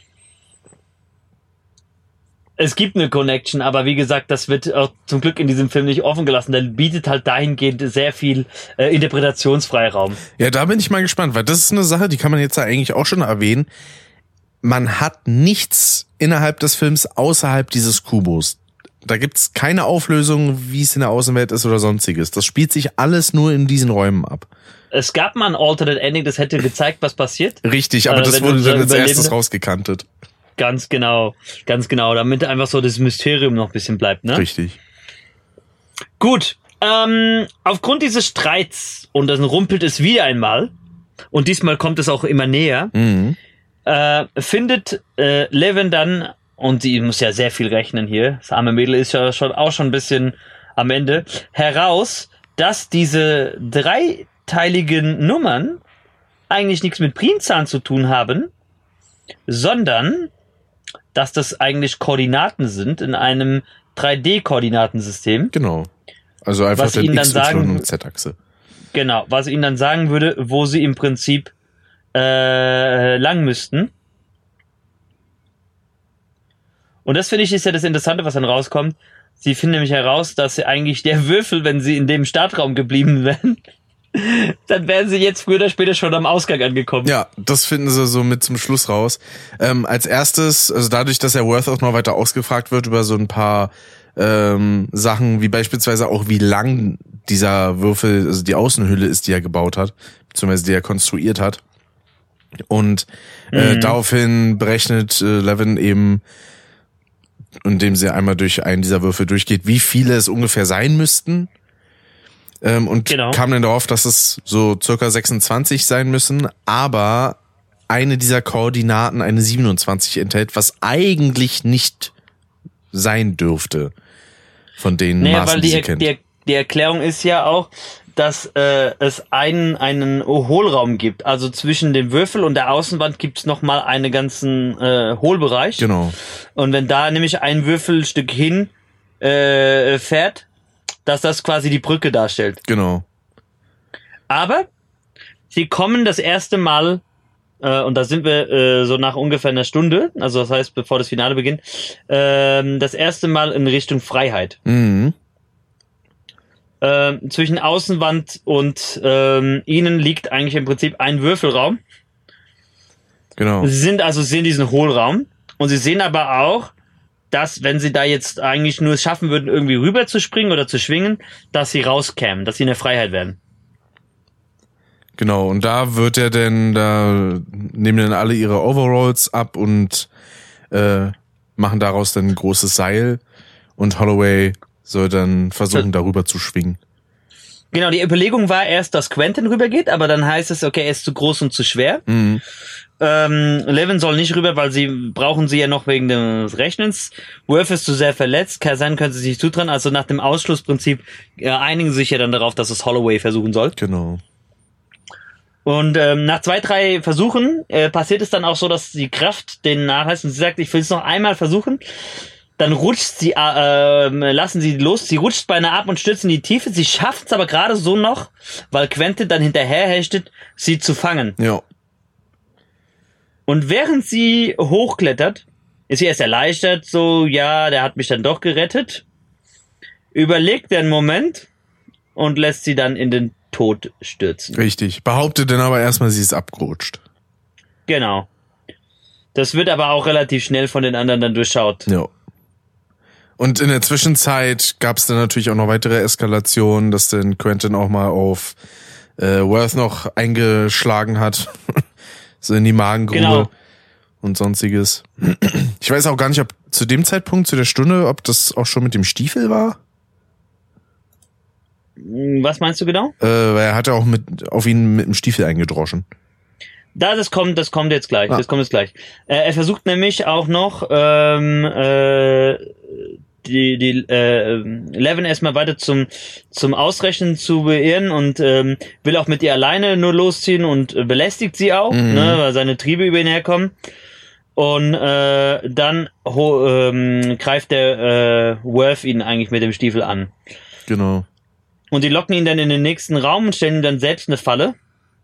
Es gibt eine Connection, aber wie gesagt, das wird auch zum Glück in diesem Film nicht offen gelassen. Der bietet halt dahingehend sehr viel äh, Interpretationsfreiraum. Ja, da bin ich mal gespannt, weil das ist eine Sache, die kann man jetzt ja eigentlich auch schon erwähnen. Man hat nichts innerhalb des Films außerhalb dieses Kubus. Da gibt's keine Auflösung, wie es in der Außenwelt ist oder sonstiges. Das spielt sich alles nur in diesen Räumen ab. Es gab mal ein Alternate Ending, das hätte gezeigt, was passiert. Richtig, aber äh, das wurde dann als erstes rausgekantet. Ganz genau, ganz genau, damit einfach so das Mysterium noch ein bisschen bleibt, ne? Richtig. Gut, ähm, aufgrund dieses Streits, und dann rumpelt es wieder einmal, und diesmal kommt es auch immer näher, mhm. äh, findet äh, Levin dann, und sie muss ja sehr viel rechnen hier, das arme Mädel ist ja schon auch schon ein bisschen am Ende, heraus, dass diese dreiteiligen Nummern eigentlich nichts mit Primzahlen zu tun haben, sondern dass das eigentlich Koordinaten sind in einem drei D-Koordinatensystem. Genau. Also einfach was den ihnen dann X, Y sagen, und Z-Achse. Genau, was ihnen dann sagen würde, wo sie im Prinzip äh, lang müssten. Und das finde ich ist ja das Interessante, was dann rauskommt. Sie finden nämlich heraus, dass sie eigentlich der Würfel, wenn sie in dem Startraum geblieben wären, dann wären sie jetzt früher oder später schon am Ausgang angekommen. Ja, das finden sie so mit zum Schluss raus. Ähm, als erstes, also dadurch, dass der Worf auch noch weiter ausgefragt wird über so ein paar ähm, Sachen, wie beispielsweise auch wie lang dieser Würfel, also die Außenhülle ist, die er gebaut hat, beziehungsweise die er konstruiert hat. Und äh, mhm. daraufhin berechnet äh, Levin eben, indem sie einmal durch einen dieser Würfel durchgeht, wie viele es ungefähr sein müssten. Ähm, und genau. kam dann darauf, dass es so circa sechsundzwanzig sein müssen, aber eine dieser Koordinaten eine siebenundzwanzig enthält, was eigentlich nicht sein dürfte von den naja, Maßen, weil die die, sie kennt. Die, die Erklärung ist ja auch, dass äh, es einen einen Hohlraum gibt. Also zwischen dem Würfel und der Außenwand gibt's noch mal einen ganzen äh, Hohlbereich. Genau. Und wenn da nämlich ein Würfelstück hin äh, fährt, dass das quasi die Brücke darstellt. Genau. Aber sie kommen das erste Mal, äh, und da sind wir äh, so nach ungefähr einer Stunde, also das heißt, bevor das Finale beginnt, äh, das erste Mal in Richtung Freiheit. Mhm. Äh, zwischen Außenwand und äh, ihnen liegt eigentlich im Prinzip ein Würfelraum. Genau. Sie sind also sehen diesen Hohlraum und sie sehen aber auch, dass, wenn sie da jetzt eigentlich nur es schaffen würden, irgendwie rüber zu springen oder zu schwingen, dass sie rauskämen, dass sie in der Freiheit werden. Genau, und da wird er denn, da nehmen dann alle ihre Overalls ab und äh, machen daraus dann ein großes Seil und Holloway soll dann versuchen, darüber zu schwingen. Genau, die Überlegung war erst, dass Quentin rübergeht, aber dann heißt es, okay, er ist zu groß und zu schwer. Mhm. Ähm, Levin soll nicht rüber, weil sie brauchen sie ja noch wegen des Rechnens. Worf ist zu sehr verletzt, Kazan können sie sich zutrauen. Also nach dem Ausschlussprinzip äh, einigen sie sich ja dann darauf, dass es Holloway versuchen soll. Genau. Und ähm, nach zwei, drei Versuchen äh, passiert es dann auch so, dass die Kraft denen nachlässt und sie sagt, ich will es noch einmal versuchen. Dann rutscht sie, äh, äh, lassen sie los, sie rutscht beinahe ab und stürzt in die Tiefe. Sie schafft es aber gerade so noch, weil Quentin dann hinterher hechtet, sie zu fangen. Ja. Und während sie hochklettert, ist sie erst erleichtert, so, ja, der hat mich dann doch gerettet. Überlegt er einen Moment und lässt sie dann in den Tod stürzen. Richtig. Behauptet dann aber erstmal, sie ist abgerutscht. Genau. Das wird aber auch relativ schnell von den anderen dann durchschaut. Ja. Und in der Zwischenzeit gab es dann natürlich auch noch weitere Eskalationen, dass dann Quentin auch mal auf äh, Worth noch eingeschlagen hat. So in die Magengrube Genau. und sonstiges. Ich weiß auch gar nicht, ob zu dem Zeitpunkt, zu der Stunde, ob das auch schon mit dem Stiefel war. Was meinst du genau? Äh, weil er hat ja auch mit auf ihn mit dem Stiefel eingedroschen. Da, das kommt, das kommt jetzt gleich. Ah. Das kommt jetzt gleich. Äh, er versucht nämlich auch noch ähm, äh, die die äh, Levin erstmal weiter zum zum Ausrechnen zu beirren und ähm, will auch mit ihr alleine nur losziehen und äh, belästigt sie auch, Mhm. ne, weil seine Triebe über ihn herkommen. Und äh, dann ho, ähm, greift der äh, Worth ihn eigentlich mit dem Stiefel an. Genau. Und die locken ihn dann in den nächsten Raum und stellen ihm dann selbst eine Falle.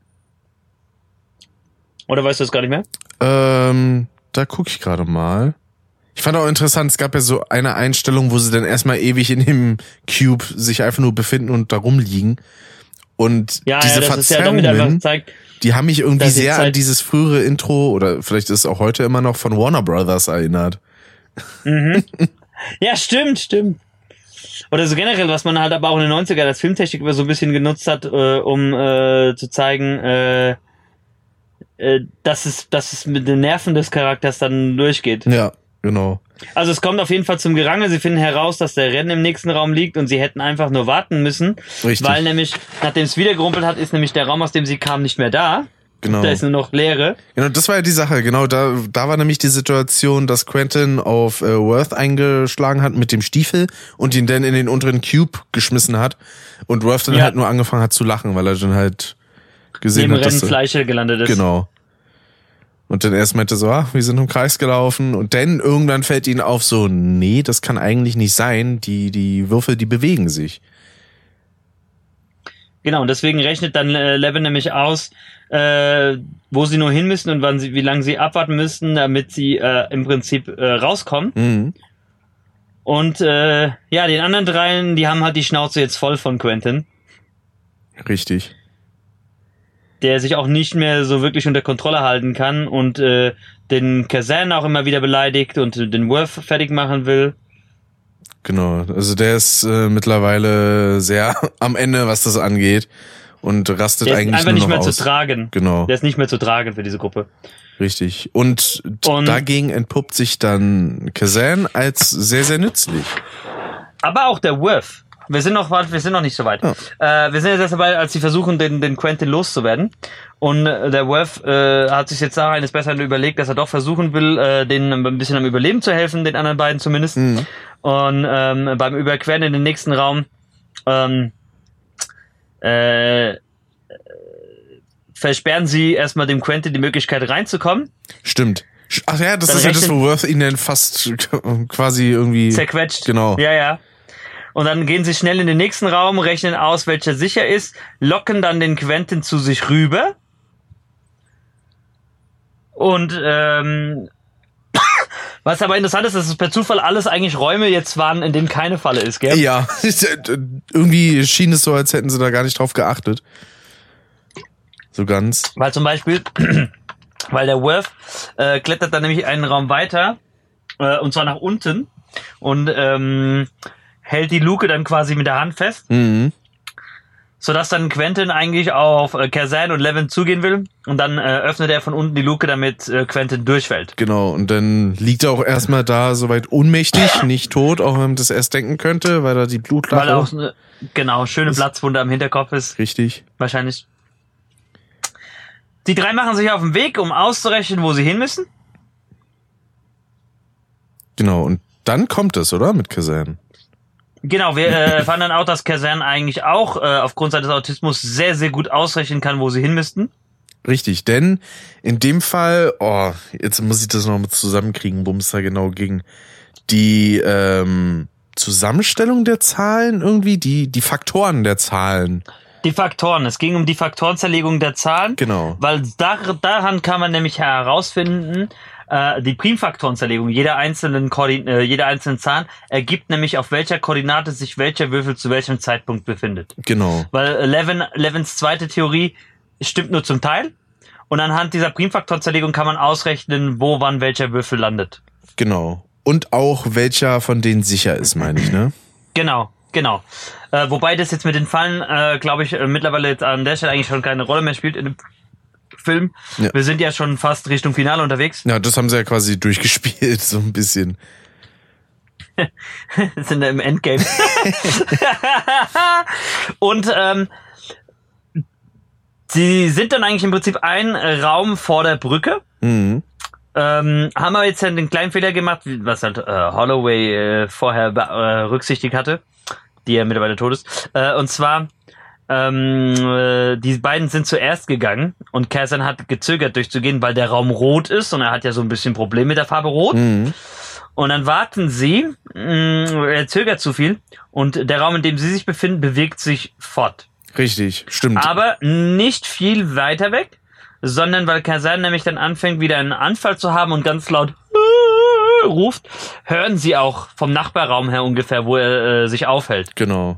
Oder weißt du das gar nicht mehr? Ähm, da gucke ich gerade mal. Ich fand auch interessant, es gab ja so eine Einstellung, wo sie dann erstmal ewig in dem Cube sich einfach nur befinden und da rumliegen. Und Ja, diese ja, das ist ja damit einfach Verzerrungen, gezeigt. die haben mich irgendwie dass die sehr an Zeit- dieses frühere Intro, oder vielleicht ist es auch heute immer noch, von Warner Brothers erinnert. Ja, stimmt, stimmt. Oder so generell, was man halt aber auch in den neunziger als Filmtechnik immer so ein bisschen genutzt hat, äh, um äh, zu zeigen, äh, äh, dass es, dass es mit den Nerven des Charakters dann durchgeht. Ja, genau. Also es kommt auf jeden Fall zum Gerangel. Sie finden heraus, dass der Rennen im nächsten Raum liegt und sie hätten einfach nur warten müssen. Richtig. Weil nämlich, nachdem es wieder gerumpelt hat, ist nämlich der Raum, aus dem sie kam, nicht mehr da. Genau. Da ist nur noch Leere. Genau, das war ja die Sache. Genau, da, da war nämlich die Situation, dass Quentin auf äh, Worth eingeschlagen hat mit dem Stiefel und ihn dann in den unteren Cube geschmissen hat. Und Worth dann Ja. halt nur angefangen hat zu lachen, weil er dann halt gesehen Neben hat, dass Rennen er- Fleischer gelandet ist. Genau. Und dann erst meinte so, ach, wir sind im Kreis gelaufen. Und dann irgendwann fällt ihnen auf so, nee, das kann eigentlich nicht sein. Die, die Würfel, die bewegen sich. Genau, und deswegen rechnet dann äh, Levin nämlich aus, äh, wo sie nur hin müssen und wann sie, wie lange sie abwarten müssen, damit sie äh, im Prinzip äh, rauskommen. Mhm. Und äh, ja, den anderen dreien, die haben halt die Schnauze jetzt voll von Quentin, Richtig. der sich auch nicht mehr so wirklich unter Kontrolle halten kann und äh, den Kazan auch immer wieder beleidigt und äh, den Worth fertig machen will. Genau. Also der ist äh, mittlerweile sehr am Ende, was das angeht. Und rastet Der ist eigentlich einfach nur nicht noch mehr aus. zu tragen. Genau. Der ist nicht mehr zu tragen für diese Gruppe. Richtig. Und, Und- dagegen entpuppt sich dann Kazan als sehr, sehr nützlich. Aber auch der Worth. wir sind noch, wir sind noch nicht so weit. Oh. Äh, wir sind jetzt erst dabei, als sie versuchen, den, den Quentin loszuwerden. Und äh, der Worf äh, hat sich jetzt da eines Besseren überlegt, dass er doch versuchen will, äh, denen ein bisschen am Überleben zu helfen, den anderen beiden zumindest. Mhm. Und ähm, beim Überqueren in den nächsten Raum ähm, äh, versperren sie erstmal dem Quentin die Möglichkeit reinzukommen. Stimmt. Ach ja, das Dann ist ja das, wo Worf ihn dann fast quasi irgendwie... zerquetscht. Genau. Ja, ja. Und dann gehen sie schnell in den nächsten Raum, rechnen aus, welcher sicher ist, locken dann den Quentin zu sich rüber. Und ähm, was aber interessant ist, dass es per Zufall alles eigentlich Räume jetzt waren, in denen keine Falle ist, gell? Ja, irgendwie schien es so, als hätten sie da gar nicht drauf geachtet. So ganz. Weil zum Beispiel... Weil der Worf äh, klettert dann nämlich einen Raum weiter, äh, und zwar nach unten, und ähm, hält die Luke dann quasi mit der Hand fest, mhm. sodass dann Quentin eigentlich auf äh, Kazan und Levin zugehen will, und dann äh, öffnet er von unten die Luke, damit äh, Quentin durchfällt. Genau, und dann liegt er auch erstmal da soweit ohnmächtig, nicht tot, auch wenn man das erst denken könnte, weil da die Blutlache... Weil auch, äh, genau, schöne Platzwunde am Hinterkopf ist. Richtig. Wahrscheinlich. Die drei machen sich auf den Weg, um auszurechnen, wo sie hin müssen. Genau, und dann kommt es, oder? Mit Kazan. Genau, wir äh, erfahren dann auch, dass Kazan eigentlich auch äh, aufgrund seines Autismus sehr, sehr gut ausrechnen kann, wo sie hin müssten. Richtig, denn in dem Fall, oh, jetzt muss ich das noch mit zusammenkriegen, worum es da genau ging. Die ähm, Zusammenstellung der Zahlen irgendwie, die die Faktoren der Zahlen. Die Faktoren. Es ging um die Faktorenzerlegung der Zahlen. Genau. Weil da, daran kann man nämlich herausfinden, äh, die Primfaktorenzerlegung jeder einzelnen Koordin- äh, jeder einzelnen Zahl ergibt nämlich, auf welcher Koordinate sich welcher Würfel zu welchem Zeitpunkt befindet. Genau. Weil Levin, Levins zweite Theorie stimmt nur zum Teil. Und anhand dieser Primfaktorzerlegung kann man ausrechnen, wo wann welcher Würfel landet. Genau. Und auch welcher von denen sicher ist, meine ich, ne? Genau. Genau. Äh, wobei das jetzt mit den Fallen, äh, glaube ich, äh, mittlerweile jetzt an der Stelle eigentlich schon keine Rolle mehr spielt in dem Film. Ja. Wir sind ja schon fast Richtung Finale unterwegs. Ja, das haben sie ja quasi durchgespielt, so ein bisschen. Sind ja im Endgame. Und ähm, sie sind dann eigentlich im Prinzip ein Raum vor der Brücke. Mhm. Ähm, haben wir jetzt den kleinen Fehler gemacht, was halt äh, Holloway äh, vorher äh, rücksichtigt hatte, die ja mittlerweile tot ist. Äh, und zwar, ähm, äh, die beiden sind zuerst gegangen und Kazan hat gezögert durchzugehen, weil der Raum rot ist und er hat ja so ein bisschen Problem mit der Farbe rot. Mhm. Und dann warten sie, mh, er zögert zu viel und der Raum, in dem sie sich befinden, bewegt sich fort. Richtig, stimmt. Aber nicht viel weiter weg, sondern weil Kazan nämlich dann anfängt, wieder einen Anfall zu haben und ganz laut ruft, hören sie auch vom Nachbarraum her ungefähr, wo er äh, sich aufhält. Genau.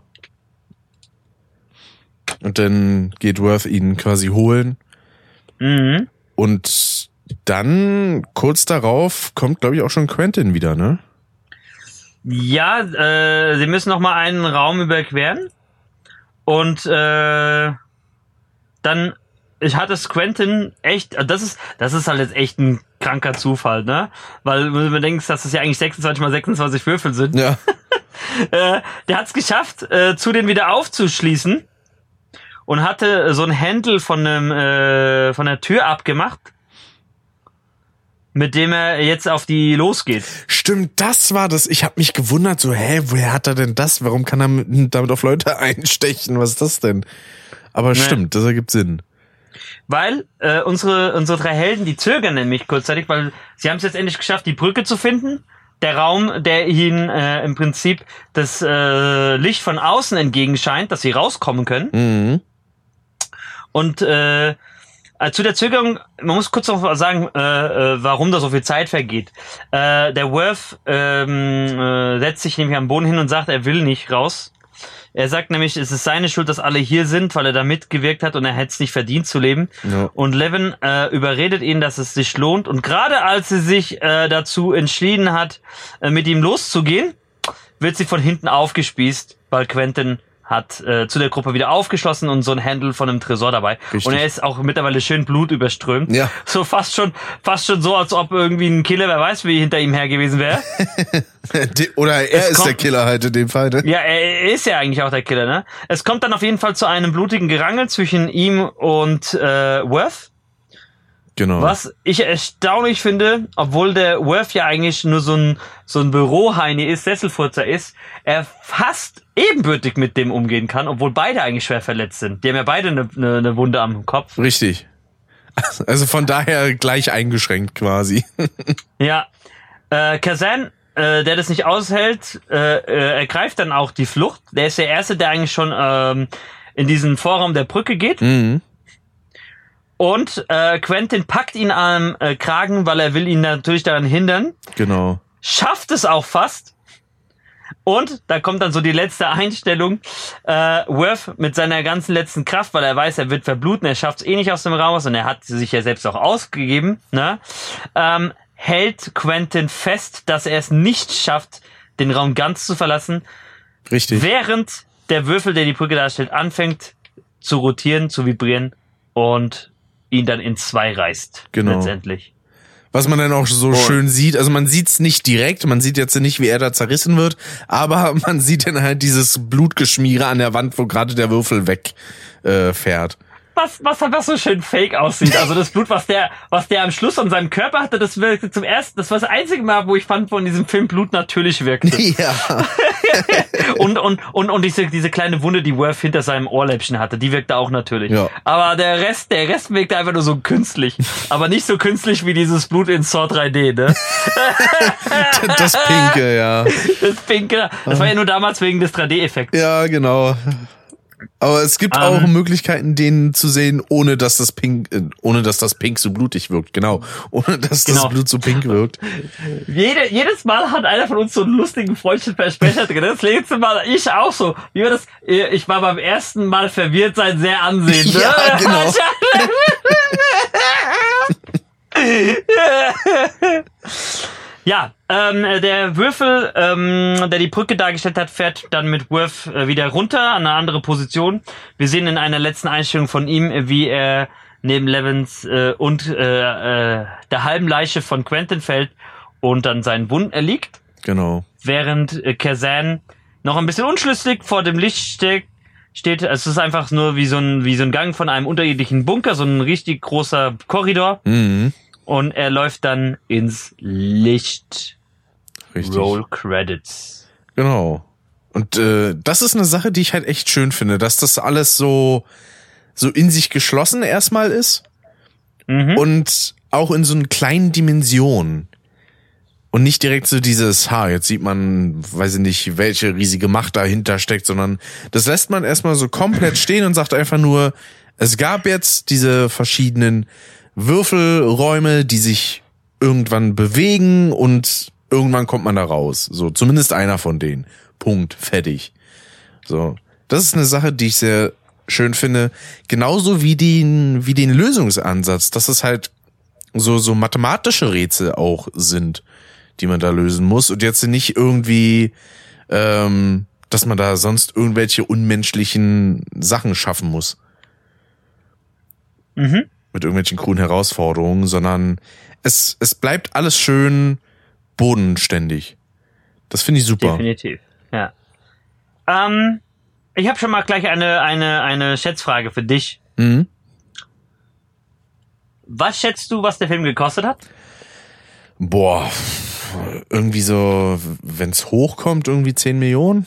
Und dann geht Worf ihn quasi holen. Mhm. Und dann, kurz darauf, kommt, glaube ich, auch schon Quentin wieder, ne? Ja, äh, sie müssen noch mal einen Raum überqueren. Und äh, dann ich hatte es Quentin echt, das ist, das ist halt jetzt echt ein kranker Zufall, ne? Weil wenn man denkt, dass es ja eigentlich sechsundzwanzig mal sechsundzwanzig Würfel sind. Ja. äh, der hat es geschafft, äh, zu den wieder aufzuschließen und hatte so ein Handle von einem, äh, von der Tür abgemacht, mit dem er jetzt auf die losgeht. Stimmt, das war das. Ich habe mich gewundert, so, hä, woher hat er denn das? Warum kann er mit, damit auf Leute einstechen? Was ist das denn? Aber nee. Stimmt, das ergibt Sinn. Weil äh, unsere unsere drei Helden, die zögern nämlich kurzzeitig, weil sie haben es jetzt endlich geschafft, die Brücke zu finden. Der Raum, der ihnen äh, im Prinzip das äh, Licht von außen entgegenscheint, dass sie rauskommen können. Mhm. Und äh, zu der Zögerung, man muss kurz noch sagen, äh, äh, warum da so viel Zeit vergeht. Äh, der Worf ähm, äh, setzt sich nämlich am Boden hin und sagt, er will nicht raus. Er sagt nämlich, es ist seine Schuld, dass alle hier sind, weil er da mitgewirkt hat und er hätte es nicht verdient zu leben. Ja. Und Levin äh, überredet ihn, dass es sich lohnt. Und gerade als sie sich äh, dazu entschieden hat, äh, mit ihm loszugehen, wird sie von hinten aufgespießt, weil Quentin hat äh, zu der Gruppe wieder aufgeschlossen und so ein Handle von einem Tresor dabei. Richtig. Und er ist auch mittlerweile schön blutüberströmt. Ja. So fast schon, fast schon so, als ob irgendwie ein Killer, wer weiß, wie hinter ihm her gewesen wäre. Oder er Es ist kommt, der Killer halt in dem Fall. Ne? Ja, er ist ja eigentlich auch der Killer, ne? Es kommt dann auf jeden Fall zu einem blutigen Gerangel zwischen ihm und äh, Worth. Genau. Was ich erstaunlich finde, obwohl der Worth ja eigentlich nur so ein so ein Büroheini ist, Sesselfurzer ist, er fast ebenbürtig mit dem umgehen kann, obwohl beide eigentlich schwer verletzt sind. Die haben ja beide eine, eine, eine Wunde am Kopf. Richtig. Also von daher gleich eingeschränkt quasi. Ja, äh, Kazan, äh, der das nicht aushält, äh, äh, ergreift dann auch die Flucht. Der ist der Erste, der eigentlich schon ähm, in diesen Vorraum der Brücke geht. Mhm. Und äh, Quentin packt ihn am äh, Kragen, weil er will ihn natürlich daran hindern. Genau. Schafft es auch fast. Und da kommt dann so die letzte Einstellung. Äh, Worth mit seiner ganzen letzten Kraft, weil er weiß, er wird verbluten, er schafft es eh nicht aus dem Raum und er hat sich ja selbst auch ausgegeben, ne? Ähm, hält Quentin fest, dass er es nicht schafft, den Raum ganz zu verlassen. Richtig. Während der Würfel, der die Brücke darstellt, anfängt zu rotieren, zu vibrieren und ihn dann in zwei reißt. Genau. Letztendlich. Was man dann auch so oh. schön sieht, also man sieht's nicht direkt, man sieht jetzt nicht, wie er da zerrissen wird, aber man sieht dann halt dieses Blutgeschmiere an der Wand, wo gerade der Würfel weg äh, fährt. Was, was einfach so schön fake aussieht. Also das Blut, was der, was der am Schluss an seinem Körper hatte, das wirkte zum ersten, das war das einzige Mal, wo ich fand, von diesem Film Blut natürlich wirkte. Ja. und, und, und, und diese, diese kleine Wunde, die Worth hinter seinem Ohrläppchen hatte, die wirkte auch natürlich. Ja. Aber der Rest, der Rest wirkte einfach nur so künstlich. Aber nicht so künstlich wie dieses Blut in Saw drei D, ne? Das Pinke, ja. Das Pinke. Das war ja nur damals wegen des drei D-Effekts. Ja, genau. Aber es gibt um, auch Möglichkeiten, den zu sehen, ohne dass das Pink, äh, ohne dass das Pink so blutig wirkt. Genau. Ohne dass genau. das Blut so pink wirkt. Jede, jedes Mal hat einer von uns so einen lustigen Freundschaftsversprecher drin. Das letzte Mal ich auch so. Wie war das? Ich war beim ersten Mal verwirrt sein sehr ansehen. Ne? Ja, genau. Ja, ähm, der Würfel, ähm, der die Brücke dargestellt hat, fährt dann mit Worth äh, wieder runter an eine andere Position. Wir sehen in einer letzten Einstellung von ihm, wie er neben Levins äh, und äh, äh, der halben Leiche von Quentin fällt und dann seinen Wunden erliegt. Genau. Während äh, Kazan noch ein bisschen unschlüssig vor dem Licht steht. steht. Es ist einfach nur wie so ein wie so ein Gang von einem unterirdischen Bunker, so ein richtig großer Korridor. Mhm. Und er läuft dann ins Licht. Richtig. Roll Credits. Genau. Und äh, das ist eine Sache, die ich halt echt schön finde, dass das alles so so in sich geschlossen erstmal ist Mhm. und auch in so einer kleinen Dimension. Und nicht direkt so dieses, ha, jetzt sieht man, weiß ich nicht, welche riesige Macht dahinter steckt, sondern das lässt man erstmal so komplett stehen und sagt einfach nur, es gab jetzt diese verschiedenen Würfelräume, die sich irgendwann bewegen und irgendwann kommt man da raus. So, zumindest einer von denen. Punkt. Fertig. So. Das ist eine Sache, die ich sehr schön finde. Genauso wie den, wie den Lösungsansatz, dass es halt so, so mathematische Rätsel auch sind, die man da lösen muss und jetzt nicht irgendwie, ähm, dass man da sonst irgendwelche unmenschlichen Sachen schaffen muss. Mhm. Mit irgendwelchen kruden Herausforderungen, sondern es, es bleibt alles schön bodenständig. Das finde ich super. Definitiv, ja. Ähm, ich habe schon mal gleich eine, eine, eine Schätzfrage für dich. Mhm. Was schätzt du, was der Film gekostet hat? Boah, irgendwie so, wenn's hochkommt, irgendwie zehn Millionen?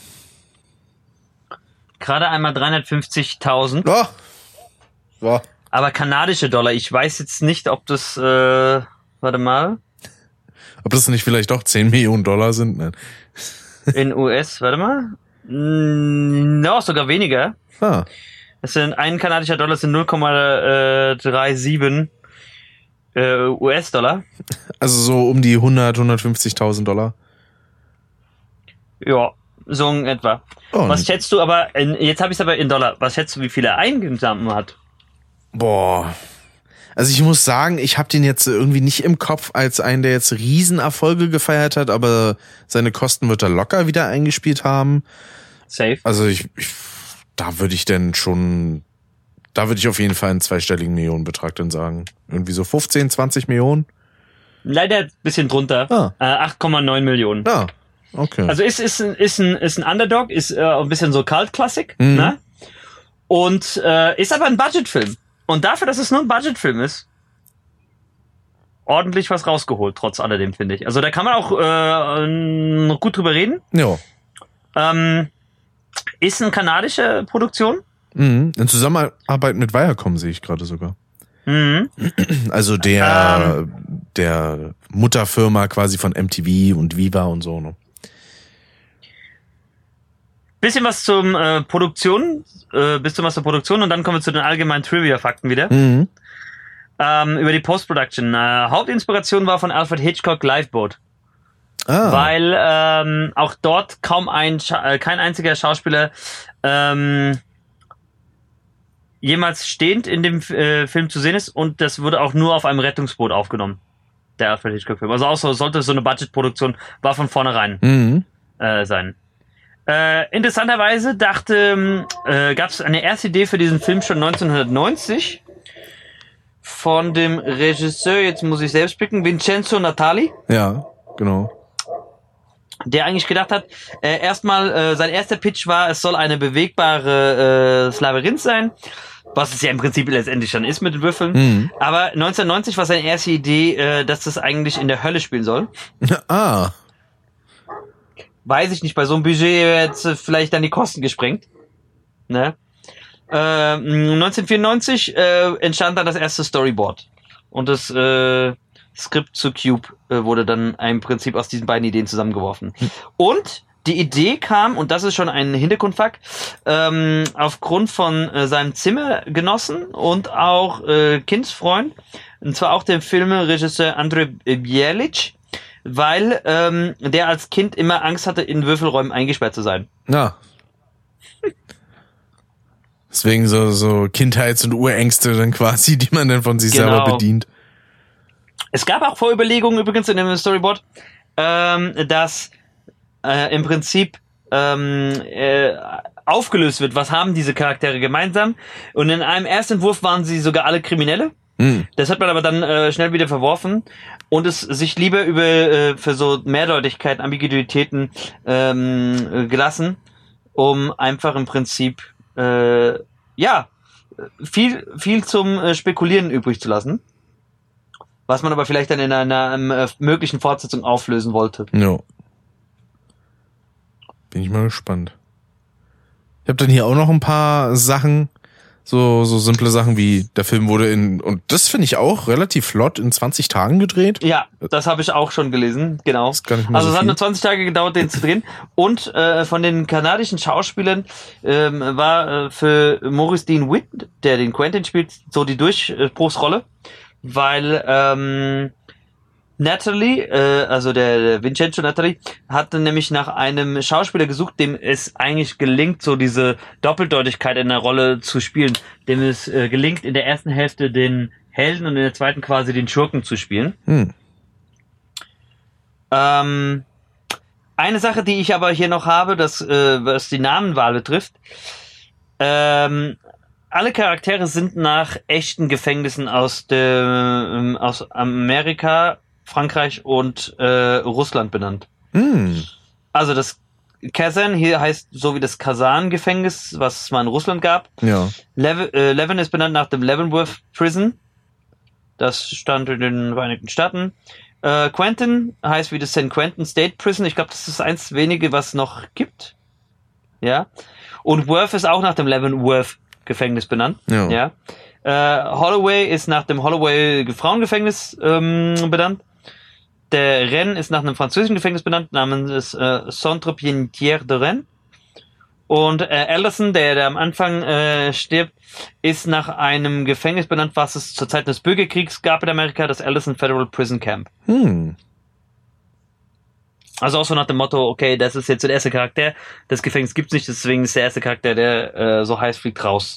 Gerade einmal dreihundertfünfzigtausend. Oh. Oh. Aber kanadische Dollar. Ich weiß jetzt nicht, ob das, äh, warte mal. Ob das nicht vielleicht doch zehn Millionen Dollar sind? Nein. In U S, warte mal. No, sogar weniger. Ah. Das sind, ein kanadischer Dollar sind null Komma siebenunddreißig äh, U S-Dollar. Also so um die hundert, hundertfünfzigtausend Dollar. Ja, so in etwa. Oh, Was nicht. schätzt du aber, in, jetzt habe ich es aber in Dollar, was schätzt du, wie viel er eingesammelt hat? Boah. Also ich muss sagen, ich habe den jetzt irgendwie nicht im Kopf als einen, der jetzt Riesenerfolge gefeiert hat, aber seine Kosten wird er locker wieder eingespielt haben. Safe. Also ich, ich da würde ich denn schon, da würde ich auf jeden Fall einen zweistelligen Millionenbetrag dann sagen. Irgendwie so fünfzehn, zwanzig Millionen? Leider ein bisschen drunter. Ah. Äh, acht Komma neun Millionen. Ah, okay. Also ist, ist, ist, ein, ist ein Underdog, ist äh, ein bisschen so Cult-Klassik, Mhm. ne? Und äh, ist aber ein Budgetfilm. Und dafür, dass es nur ein Budgetfilm ist, ordentlich was rausgeholt, trotz alledem, finde ich. Also da kann man auch äh, noch gut drüber reden. Ja. Ähm, ist eine kanadische Produktion. Mhm. In Zusammenarbeit mit Viacom sehe ich gerade sogar. Mhm. Also der, der Mutterfirma quasi von M T V und Viva und so, ne? Bisschen was zum äh, Produktion, äh, bisschen was zur Produktion und dann kommen wir zu den allgemeinen Trivia-Fakten wieder. Mhm. Ähm, über die Post-Production. Äh, Hauptinspiration war von Alfred Hitchcock Lifeboat. Ah. Weil ähm, auch dort kaum ein, Scha- äh, kein einziger Schauspieler ähm, jemals stehend in dem äh, Film zu sehen ist und das wurde auch nur auf einem Rettungsboot aufgenommen. Der Alfred Hitchcock-Film. Also auch so, sollte so eine Budgetproduktion war von vornherein Mhm. äh, sein. Äh, interessanterweise dachte, äh, gab es eine erste Idee für diesen Film schon neunzehnhundertneunzig von dem Regisseur, jetzt muss ich selbst picken, Vincenzo Natali, Ja, genau. der eigentlich gedacht hat, äh, erstmal, äh, sein erster Pitch war, es soll eine bewegbare äh, Labyrinth sein, was es ja im Prinzip letztendlich dann ist mit den Würfeln. Mhm. Aber neunzehnhundertneunzig war seine erste Idee, äh, dass das eigentlich in der Hölle spielen soll. Ah. Weiß ich nicht, bei so einem Budget jetzt äh, vielleicht dann die Kosten gesprengt. Ne? Äh, neunzehnhundertvierundneunzig äh, entstand dann das erste Storyboard. Und das äh, Skript zu Cube äh, wurde dann im Prinzip aus diesen beiden Ideen zusammengeworfen. Und die Idee kam, und das ist schon ein Hintergrundfakt, ähm, aufgrund von äh, seinem Zimmergenossen und auch äh, Kindsfreund, und zwar auch dem Filmregisseur Andrzej Bielicz, weil ähm, der als Kind immer Angst hatte, in Würfelräumen eingesperrt zu sein. Ja. Deswegen so, so Kindheits- und Urängste dann quasi, die man dann von sich Genau. selber bedient. Es gab auch Vorüberlegungen übrigens in dem Storyboard, ähm, dass äh, im Prinzip ähm, äh, aufgelöst wird, was haben diese Charaktere gemeinsam. Und in einem Erstentwurf waren sie sogar alle Kriminelle. Mhm. Das hat man aber dann äh, schnell wieder verworfen und es sich lieber über äh, für so Mehrdeutigkeiten, Ambiguitäten ähm, äh, gelassen, um einfach im Prinzip äh, ja viel viel zum äh, Spekulieren übrig zu lassen, was man aber vielleicht dann in einer ähm, äh, möglichen Fortsetzung auflösen wollte. Ja. Bin ich mal gespannt. Ich habe dann hier auch noch ein paar Sachen. So, so simple Sachen wie, der Film wurde in, und das finde ich auch relativ flott, in zwanzig Tagen gedreht. Ja, das habe ich auch schon gelesen, genau. Das ist gar nicht mal Also so es hat viel. nur zwanzig Tage gedauert, den zu drehen. Und äh, von den kanadischen Schauspielern ähm, war äh, für Maurice Dean Witt, der den Quentin spielt, so die Durchbruchsrolle, weil ähm, Natalie, äh, also der, der Vincenzo Natali, hatte nämlich nach einem Schauspieler gesucht, dem es eigentlich gelingt, so diese Doppeldeutigkeit in der Rolle zu spielen, dem es äh, gelingt, in der ersten Hälfte den Helden und in der zweiten quasi den Schurken zu spielen. Hm. Ähm, eine Sache, die ich aber hier noch habe, das, äh, was die Namenwahl betrifft, ähm, alle Charaktere sind nach echten Gefängnissen aus der, ähm, aus Amerika, Frankreich und äh, Russland benannt. Hm. Also das Kazan hier heißt so wie das Kasan-Gefängnis, was es mal in Russland gab. Ja. Lev- äh, Levin ist benannt nach dem Leavenworth Prison. Das stand in den Vereinigten Staaten. Äh, Quentin heißt wie das Saint Quentin State Prison. Ich glaube, das ist eins wenige, was noch gibt. Ja. Und Worth ist auch nach dem Leavenworth Gefängnis benannt. Ja. Ja. Äh, Holloway ist nach dem Holloway Frauengefängnis ähm, benannt. Der Rennes ist nach einem französischen Gefängnis benannt, namens äh, Centre Pénitentiaire de Rennes. Und äh, Alderson, der, der am Anfang äh, stirbt, ist nach einem Gefängnis benannt, was es zur Zeit des Bürgerkriegs gab in Amerika, das Alderson Federal Prison Camp. Hm. Also auch so nach dem Motto, okay, das ist jetzt der erste Charakter, das Gefängnis gibt's nicht, deswegen ist der erste Charakter, der äh, so heiß fliegt, raus.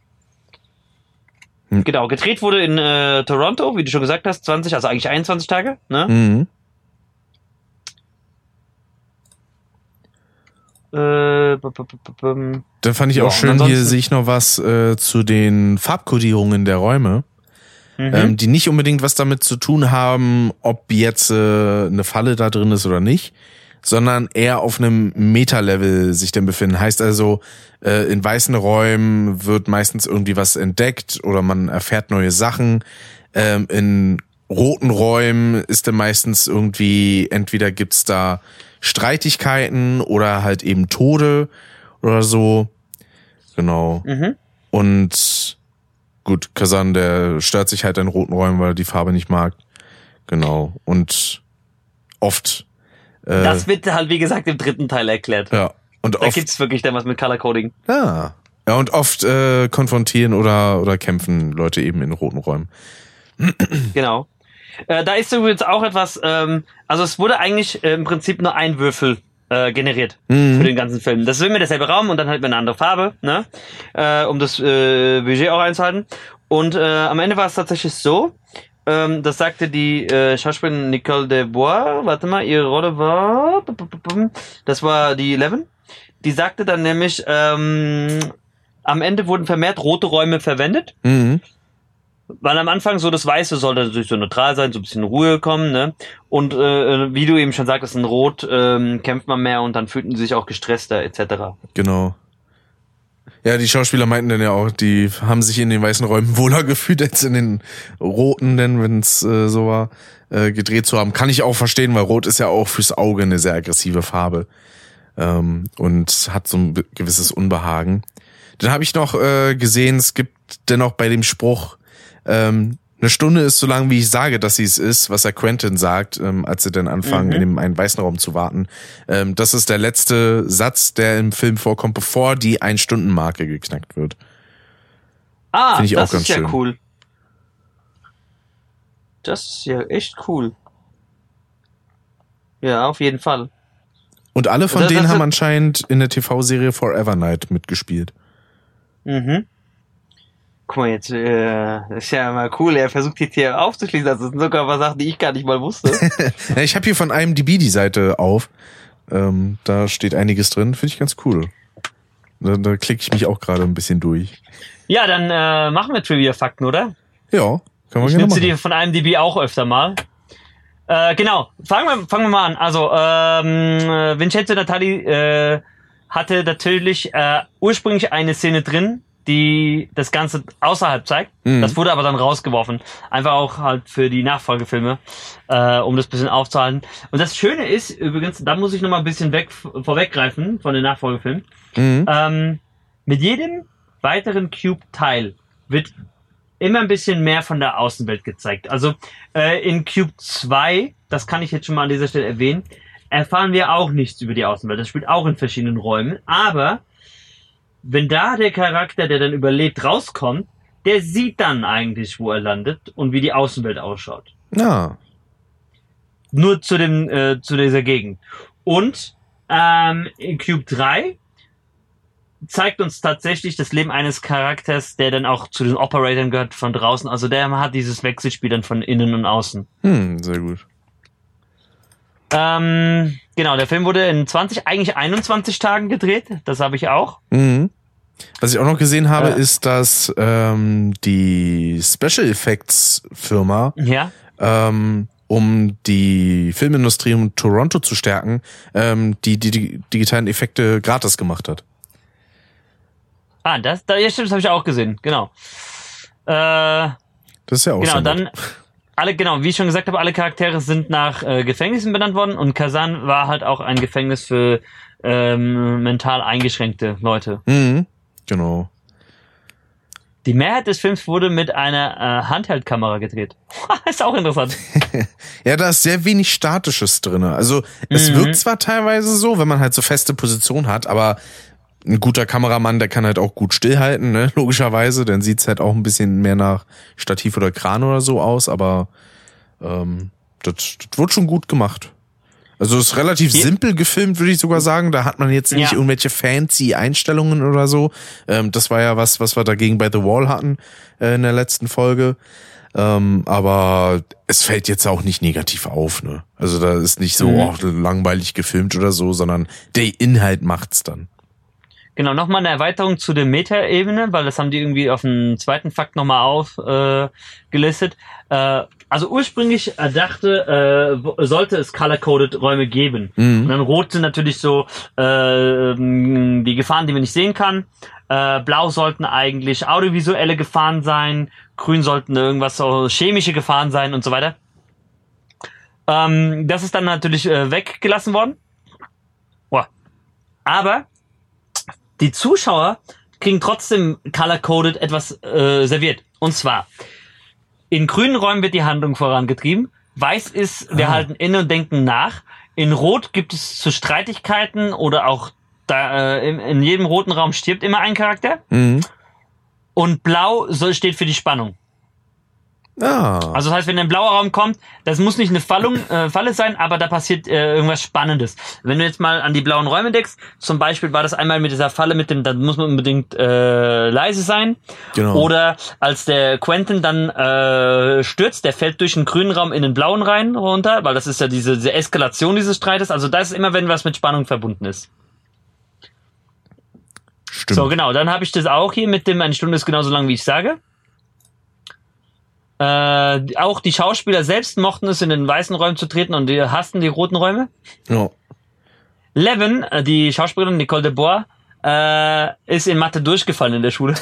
Hm. Genau, gedreht wurde in äh, Toronto, wie du schon gesagt hast, zwanzig, also eigentlich einundzwanzig Tage, ne? Mhm. Äh, b- b- b- b- Dann fand ich Ja, auch und schön, ansonsten- hier sehe ich noch was äh, zu den Farbkodierungen der Räume, Mhm. ähm, die nicht unbedingt was damit zu tun haben, ob jetzt äh, eine Falle da drin ist oder nicht, sondern eher auf einem Meta-Level sich denn befinden. Heißt also, äh, in weißen Räumen wird meistens irgendwie was entdeckt oder man erfährt neue Sachen. Ähm, in roten Räumen ist dann meistens irgendwie, entweder gibt's da Streitigkeiten oder halt eben Tode oder so. Genau. Mhm. Und gut, Kazan, der stört sich halt in roten Räumen, weil er die Farbe nicht mag. Genau. Und oft äh, Das wird halt, wie gesagt, im dritten Teil erklärt. ja. Und Da oft gibt's wirklich dann was mit Color Coding. ja. Ja, und oft äh, konfrontieren oder oder kämpfen Leute eben in roten Räumen. Genau. Äh, da ist übrigens auch etwas, ähm, also es wurde eigentlich äh, im Prinzip nur ein Würfel äh, generiert Mhm. für den ganzen Film. Das ist immer derselbe Raum und dann halt mit einer anderen Farbe, ne? Äh, um das äh, Budget auch einzuhalten. Und äh, am Ende war es tatsächlich so, ähm, das sagte die äh, Schauspielerin Nicole Dubois, warte mal, ihre Rolle war, das war die Eleven. Die sagte dann nämlich, ähm, am Ende wurden vermehrt rote Räume verwendet. Mhm. Weil am Anfang so das Weiße sollte natürlich so neutral sein, so ein bisschen Ruhe kommen, ne? Und äh, wie du eben schon sagtest, in Rot ähm, kämpft man mehr und dann fühlten sie sich auch gestresster et cetera. Genau. Ja, die Schauspieler meinten dann ja auch, die haben sich in den weißen Räumen wohler gefühlt als in den roten, denn wenn es äh, so war, äh, gedreht zu haben. Kann ich auch verstehen, weil Rot ist ja auch fürs Auge eine sehr aggressive Farbe ähm, und hat so ein gewisses Unbehagen. Dann habe ich noch äh, gesehen, es gibt dennoch bei dem Spruch, ähm, eine Stunde ist so lang, wie ich sage, dass sie es ist, was er Quentin sagt, ähm, als sie dann anfangen, Mhm. in dem einen weißen Raum zu warten. Ähm, das ist der letzte Satz, der im Film vorkommt, bevor die Ein-Stunden-Marke geknackt wird. Ah, Find ich das auch ganz ist ja schön. cool. Das ist ja echt cool. Ja, auf jeden Fall. Und alle von Das- denen das- haben anscheinend in der T V-Serie Forever Night mitgespielt. Mhm. Guck mal jetzt, äh, das ist ja mal cool, er versucht jetzt hier aufzuschließen, das sind sogar was Sachen, die ich gar nicht mal wusste. Ja, ich habe hier von I M D B die Seite auf. Ähm, da steht einiges drin, finde ich ganz cool. Da, da klicke ich mich auch gerade ein bisschen durch. Ja, dann äh, machen wir Trivia-Fakten, oder? Ja, kann man Ich gerne nutze machen. die von I M D B auch öfter mal. Äh, genau, fangen wir, fangen wir mal an. Also, ähm, äh, Vincenzo Natali äh, hatte natürlich äh, ursprünglich eine Szene drin, die das Ganze außerhalb zeigt. Mhm. Das wurde aber dann rausgeworfen. Einfach auch halt für die Nachfolgefilme, äh, um das bisschen aufzuhalten. Und das Schöne ist, übrigens, da muss ich nochmal ein bisschen weg, vorweggreifen von den Nachfolgefilmen. Mhm. Ähm, mit jedem weiteren Cube-Teil wird immer ein bisschen mehr von der Außenwelt gezeigt. Also äh, in Cube zwei, das kann ich jetzt schon mal an dieser Stelle erwähnen, erfahren wir auch nichts über die Außenwelt. Das spielt auch in verschiedenen Räumen. Aber wenn da der Charakter, der dann überlebt, rauskommt, der sieht dann eigentlich, wo er landet und wie die Außenwelt ausschaut. Ja. Nur zu dem äh, zu dieser Gegend. Und ähm, in Cube drei zeigt uns tatsächlich das Leben eines Charakters, der dann auch zu den Operatoren gehört von draußen. Also der hat dieses Wechselspiel dann von innen und außen. Hm, sehr gut. Ähm, genau, der Film wurde in zwanzig, eigentlich einundzwanzig Tagen gedreht. Das habe ich auch. Mhm. Was ich auch noch gesehen habe, Ja. ist, dass ähm, die Special Effects Firma, Ja. ähm, um die Filmindustrie in Toronto zu stärken, ähm, die, die die digitalen Effekte gratis gemacht hat. Ah, das, da, ja, stimmt, das habe ich auch gesehen. Genau. Äh, Das ist ja auch genau, sehr dann nett. alle, genau, wie ich schon gesagt habe, alle Charaktere sind nach äh, Gefängnissen benannt worden und Kazan war halt auch ein Gefängnis für ähm, mental eingeschränkte Leute. Mhm. Genau. Die Mehrheit des Films wurde mit einer äh, Handheldkamera gedreht. Ist auch interessant. Ja, da ist sehr wenig Statisches drinne. Also es Mhm. wirkt zwar teilweise so, wenn man halt so feste Position hat, aber ein guter Kameramann, der kann halt auch gut stillhalten, ne? Logischerweise. Dann sieht's halt auch ein bisschen mehr nach Stativ oder Kran oder so aus, aber ähm, das, das wird schon gut gemacht. Also es ist relativ Hier. simpel gefilmt, würde ich sogar sagen. Da hat man jetzt nicht Ja. irgendwelche fancy Einstellungen oder so. Ähm, das war ja was, was wir dagegen bei The Wall hatten äh, in der letzten Folge. Ähm, aber es fällt jetzt auch nicht negativ auf, ne? Also da ist nicht so Mhm. oh, langweilig gefilmt oder so, sondern der Inhalt macht's dann. Genau, nochmal eine Erweiterung zu der Meta-Ebene, weil das haben die irgendwie auf dem zweiten Fakt nochmal aufgelistet. Äh, gelistet. äh, also ursprünglich erdachte, äh, sollte es color-coded Räume geben. Mhm. Und dann rot sind natürlich so äh, die Gefahren, die man nicht sehen kann. Äh, blau sollten eigentlich audiovisuelle Gefahren sein. Grün sollten irgendwas so chemische Gefahren sein und so weiter. Ähm, das ist dann natürlich äh, weggelassen worden. Boah. Aber die Zuschauer kriegen trotzdem color-coded etwas äh, serviert. Und zwar, in grünen Räumen wird die Handlung vorangetrieben. Weiß ist, wir Ah. halten inne und denken nach. In Rot gibt es zu Streitigkeiten oder auch da, äh, in, in jedem roten Raum stirbt immer ein Charakter. Mhm. Und Blau soll, steht für die Spannung. Ah. Also das heißt, wenn ein blauer Raum kommt, das muss nicht eine Fallung, äh, Falle sein, aber da passiert äh, irgendwas Spannendes. Wenn du jetzt mal an die blauen Räume denkst, zum Beispiel war das einmal mit dieser Falle mit dem, dann muss man unbedingt äh, leise sein. Genau. Oder als der Quentin dann äh, stürzt, der fällt durch den grünen Raum in den blauen rein runter, weil das ist ja diese, diese Eskalation dieses Streites. Also das ist immer, wenn was mit Spannung verbunden ist. Stimmt. So, genau. Dann habe ich das auch hier mit dem, eine Stunde ist genauso lang, wie ich sage. Äh, auch die Schauspieler selbst mochten es, in den weißen Räumen zu treten und die hassten die roten Räume. Ja. Levin, äh, die Schauspielerin Nicole de Boer, äh, ist in Mathe durchgefallen in der Schule.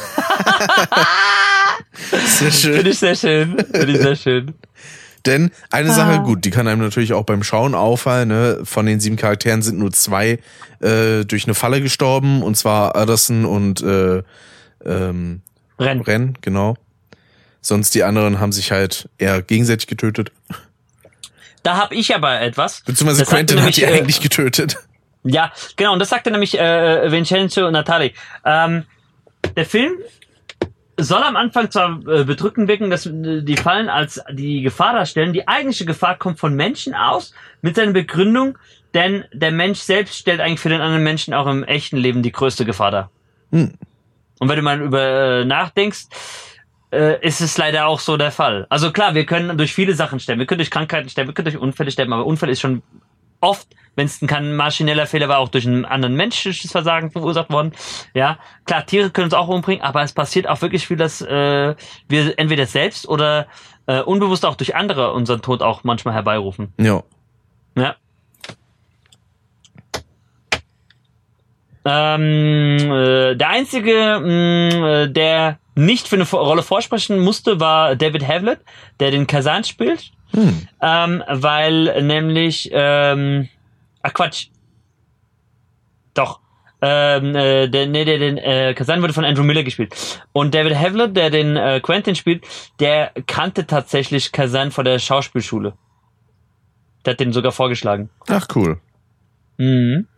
Sehr schön. Finde ich sehr schön. Finde ich sehr schön. Denn eine Sache, gut, die kann einem natürlich auch beim Schauen auffallen, ne? Von den sieben Charakteren sind nur zwei äh, durch eine Falle gestorben, und zwar Anderson und äh, ähm, Renn. Renn, genau. Sonst die anderen haben sich halt eher gegenseitig getötet. Da habe ich aber etwas. Beziehungsweise Das sagte Quentin hat nämlich, die äh, eigentlich getötet. Ja, genau, und das sagte nämlich äh, Vincenzo Natali. Ähm, der Film soll am Anfang zwar äh, bedrückend wirken, dass äh, die Fallen als die Gefahr darstellen. Die eigentliche Gefahr kommt von Menschen aus, mit seiner Begründung, denn der Mensch selbst stellt eigentlich für den anderen Menschen auch im echten Leben die größte Gefahr dar. Hm. Und wenn du mal über äh, nachdenkst, äh, ist es leider auch so der Fall. Also klar, wir können durch viele Sachen sterben. Wir können durch Krankheiten sterben, wir können durch Unfälle sterben, aber Unfall ist schon oft, wenn es kein maschineller Fehler war, auch durch einen anderen menschliches Versagen verursacht worden. Ja, klar, Tiere können uns auch umbringen, aber es passiert auch wirklich viel, dass äh, wir entweder selbst oder äh, unbewusst auch durch andere unseren Tod auch manchmal herbeirufen. Ja. Ja. Ähm, äh, der einzige, mh, äh, der nicht für eine Vor- Rolle vorsprechen musste, war David Havlet, der den Kazan spielt. Hm. Ähm, weil nämlich, ähm, ach Quatsch. Doch. Ähm, äh, der, nee, der, den, äh, Kazan wurde von Andrew Miller gespielt. Und David Havlet, der den äh, Quentin spielt, der kannte tatsächlich Kazan von der Schauspielschule. Der hat den sogar vorgeschlagen. Ach, cool. Mhm.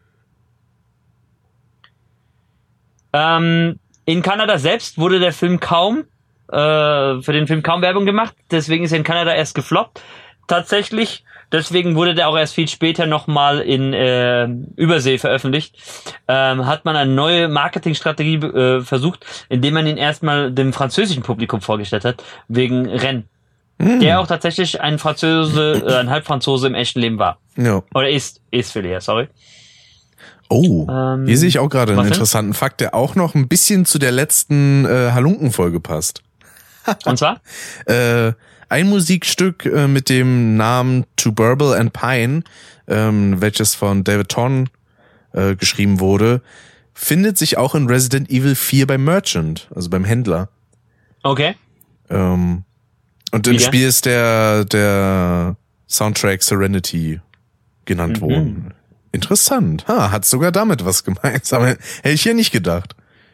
Ähm, in Kanada selbst wurde der Film kaum, äh, für den Film kaum Werbung gemacht, deswegen ist er in Kanada erst gefloppt. Tatsächlich, deswegen wurde der auch erst viel später nochmal in äh, Übersee veröffentlicht. Ähm, hat man eine neue Marketingstrategie äh, versucht, indem man ihn erstmal dem französischen Publikum vorgestellt hat, wegen Rennes. Hm. Der auch tatsächlich ein Franzose, äh, ein Halbfranzose im echten Leben war. Ja. Oder ist, ist Philia, sorry. Oh, Ähm, hier sehe ich auch gerade einen was denn? interessanten Fakt, der auch noch ein bisschen zu der letzten äh, Halunken-Folge passt. Und zwar? Äh, ein Musikstück äh, mit dem Namen To Burble and Pine, ähm, welches von David Thorne äh, geschrieben wurde, findet sich auch in Resident Evil vier beim Merchant, also beim Händler. Okay. Ähm, und im Wieder? Spiel ist der, der Soundtrack Serenity genannt Mhm. worden. Interessant. Ha, hat sogar damit was gemeinsam. Hätte ich ja nicht gedacht.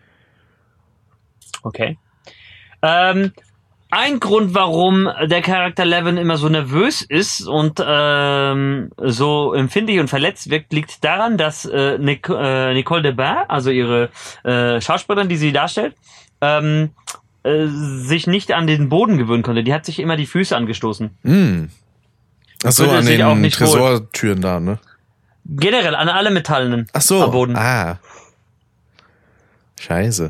Okay. Ähm, ein Grund, warum der Charakter Levin immer so nervös ist und ähm, so empfindlich und verletzt wirkt, liegt daran, dass äh, Nic- äh, Nicole Debin, also ihre äh, Schauspielerin, die sie darstellt, ähm, äh, sich nicht an den Boden gewöhnen konnte. Die hat sich immer die Füße angestoßen. Hm. Ach so, Fühlte an sich auch den nicht wohl. Tresortüren da, ne? Generell an alle Metallenen. Ach so. Am Boden. Ah. Scheiße.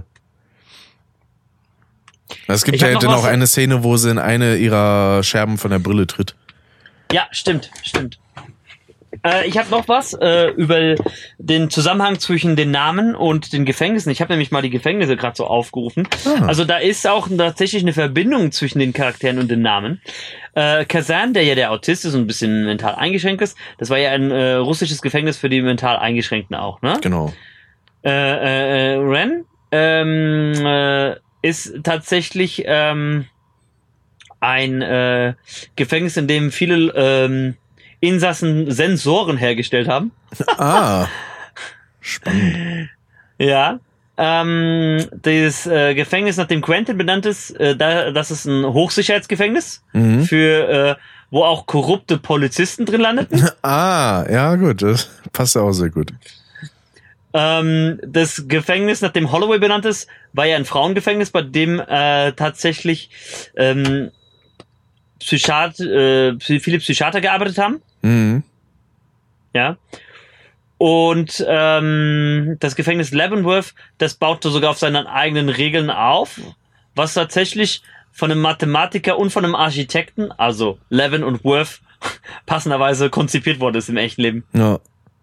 Es gibt Ich ja hab noch dann auch was- eine Szene, wo sie in eine ihrer Scherben von der Brille tritt. Ja, stimmt, stimmt. Äh, ich habe noch was äh, über den Zusammenhang zwischen den Namen und den Gefängnissen. Ich habe nämlich mal die Gefängnisse gerade so aufgerufen. Ah. Also da ist auch tatsächlich eine Verbindung zwischen den Charakteren und den Namen. Äh, Kazan, der ja der Autist ist und ein bisschen mental eingeschränkt ist, das war ja ein äh, russisches Gefängnis für die mental Eingeschränkten auch, ne? Genau. Äh, äh, äh, Ren ähm, äh, ist tatsächlich ähm, ein äh, Gefängnis, in dem viele ähm, Insassen Sensoren hergestellt haben. Ah. Spannend. Ja. Ähm, das äh, Gefängnis, nach dem Quentin benannt ist, äh, da, das ist ein Hochsicherheitsgefängnis, Mhm. für äh, wo auch korrupte Polizisten drin landeten. Ah, ja gut, das passt ja auch sehr gut. Ähm, das Gefängnis, nach dem Holloway benannt ist, war ja ein Frauengefängnis, bei dem äh, tatsächlich ähm, Psychiat äh, psy- viele Psychiater gearbeitet haben. Mhm. Ja. Und ähm, das Gefängnis Leavenworth, das baute sogar auf seinen eigenen Regeln auf, was tatsächlich von einem Mathematiker und von einem Architekten, also Levin und Worth, passenderweise konzipiert worden ist im echten Leben. Ja.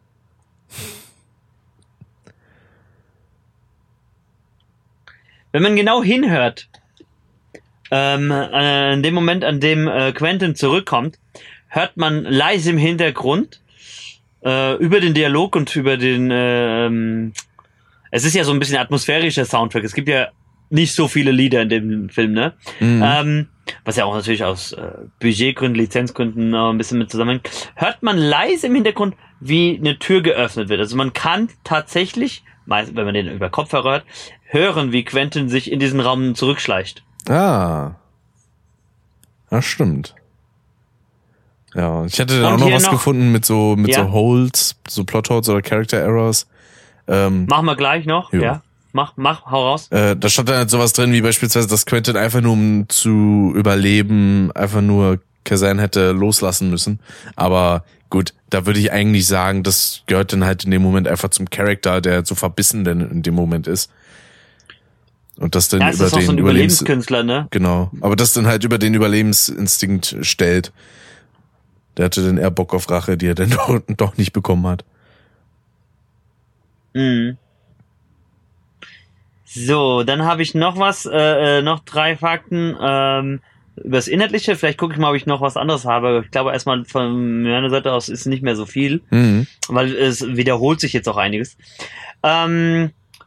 Wenn man genau hinhört, ähm, äh, in dem Moment, an dem äh, Quentin zurückkommt, hört man leise im Hintergrund äh, über den Dialog und über den ähm, es ist ja so ein bisschen atmosphärischer Soundtrack. Es gibt ja nicht so viele Lieder in dem Film, ne? Mhm. Ähm, was ja auch natürlich aus äh, Budgetgründen, Lizenzgründen äh, ein bisschen mit zusammenhängt. Hört man leise im Hintergrund, wie eine Tür geöffnet wird. Also man kann tatsächlich, meist, wenn man den über Kopfhörer hört, hören, wie Quentin sich in diesen Raum zurückschleicht. Ah. Das stimmt. Ja, ich hatte dann Und auch noch hier was noch- gefunden mit so mit Ja. so Holes, so Plotholes oder Character Errors. Ähm, Machen wir gleich noch, Jo. ja. Mach, mach, hau raus. äh, da stand dann halt sowas drin, wie beispielsweise, dass Quentin einfach nur um zu überleben, einfach nur Kazan hätte loslassen müssen. Aber gut, da würde ich eigentlich sagen, das gehört dann halt in dem Moment einfach zum Charakter, der so verbissen denn in dem Moment ist. Und das dann Ja, es über ist auch den so ein Überlebens... Überlebenskünstler, ne? Genau. Aber das dann halt über den Überlebensinstinkt stellt. Der hatte dann eher Bock auf Rache, die er dann doch, doch nicht bekommen hat. Mhm. So, dann habe ich noch was, äh, äh, noch drei Fakten ähm, über das Inhaltliche. Vielleicht gucke ich mal, ob ich noch was anderes habe. Ich glaube, erstmal von meiner Seite aus ist nicht mehr so viel, Mhm. weil es wiederholt sich jetzt auch einiges. Ähm,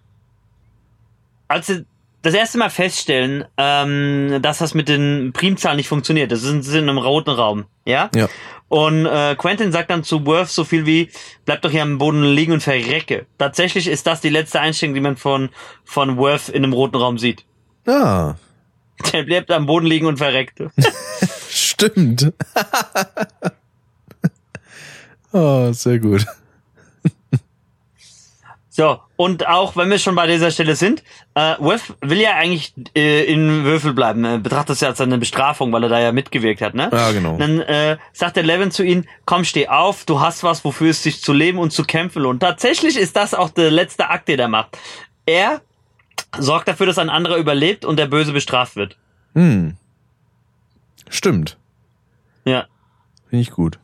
als sie das erste Mal feststellen, ähm, dass das mit den Primzahlen nicht funktioniert, das sind sie in einem roten Raum, ja? Ja. Und äh, Quentin sagt dann zu Worth so viel wie, bleib doch hier am Boden liegen und verrecke. Tatsächlich ist das die letzte Einstellung, die man von von Worth in einem roten Raum sieht. Ah, Der bleibt am Boden liegen und verreckt. stimmt. Oh, sehr gut. So, und auch wenn wir schon bei dieser Stelle sind, äh, Worth will ja eigentlich äh, in Würfel bleiben. Er betrachtet es ja als eine Bestrafung, weil er da ja mitgewirkt hat, ne? Ja, genau. Dann äh, sagt der Levin zu ihm, komm, steh auf, du hast was, wofür es sich zu leben und zu kämpfen lohnt. Tatsächlich ist das auch der letzte Akt, den er macht. Er sorgt dafür, dass ein anderer überlebt und der Böse bestraft wird. Hm. Stimmt. Ja. Finde ich gut.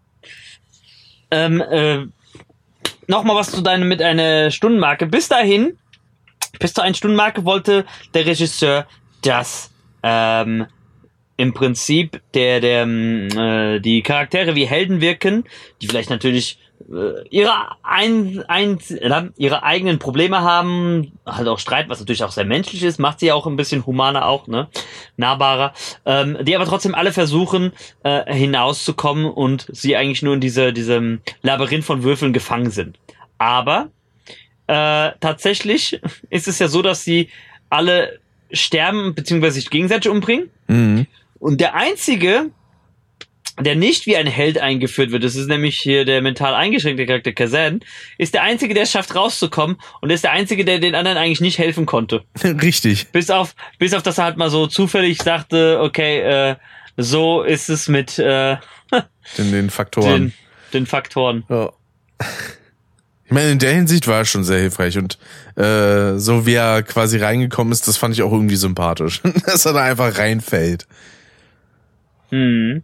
Ähm, äh, Nochmal was zu deinem mit einer Stundenmarke. Bis dahin, bis zur einen Stundenmarke wollte der Regisseur, dass ähm, im Prinzip der der äh, die Charaktere wie Helden wirken, die vielleicht natürlich äh, ihre ein, ein, äh, ihre eigenen Probleme haben, halt auch Streit, was natürlich auch sehr menschlich ist, macht sie auch ein bisschen humaner auch, ne, nahbarer, ähm, die aber trotzdem alle versuchen äh, hinauszukommen und sie eigentlich nur in diese diesem Labyrinth von Würfeln gefangen sind. Aber äh, tatsächlich ist es ja so, dass sie alle sterben beziehungsweise sich gegenseitig umbringen. Mhm. Und der einzige, der nicht wie ein Held eingeführt wird, das ist nämlich hier der mental eingeschränkte Charakter Kazan, ist der einzige, der es schafft rauszukommen und ist der einzige, der den anderen eigentlich nicht helfen konnte. Richtig. Bis auf, bis auf, dass er halt mal so zufällig sagte, okay, äh, so ist es mit äh, Den, den Faktoren. den, den Faktoren. Ja. Ich meine, in der Hinsicht war er schon sehr hilfreich und äh, so wie er quasi reingekommen ist, das fand ich auch irgendwie sympathisch, dass er da einfach reinfällt. Hm.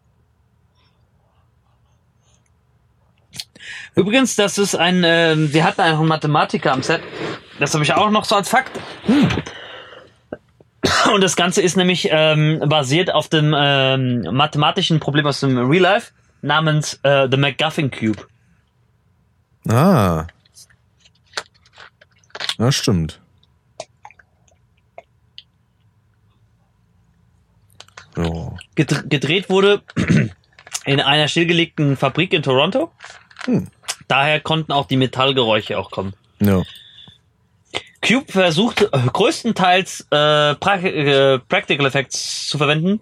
Übrigens, das ist ein, äh, wir hatten einen Mathematiker am Set, das habe ich auch noch so als Fakt. Hm. Und das Ganze ist nämlich ähm, basiert auf dem ähm, mathematischen Problem aus dem Real Life namens äh, The McGuffin Cube. Ah. Ja, stimmt. Jo. Gedre- gedreht wurde in einer stillgelegten Fabrik in Toronto. Hm. Daher konnten auch die Metallgeräusche auch kommen. Ja. Cube versucht äh, größtenteils äh, pra- äh, Practical Effects zu verwenden,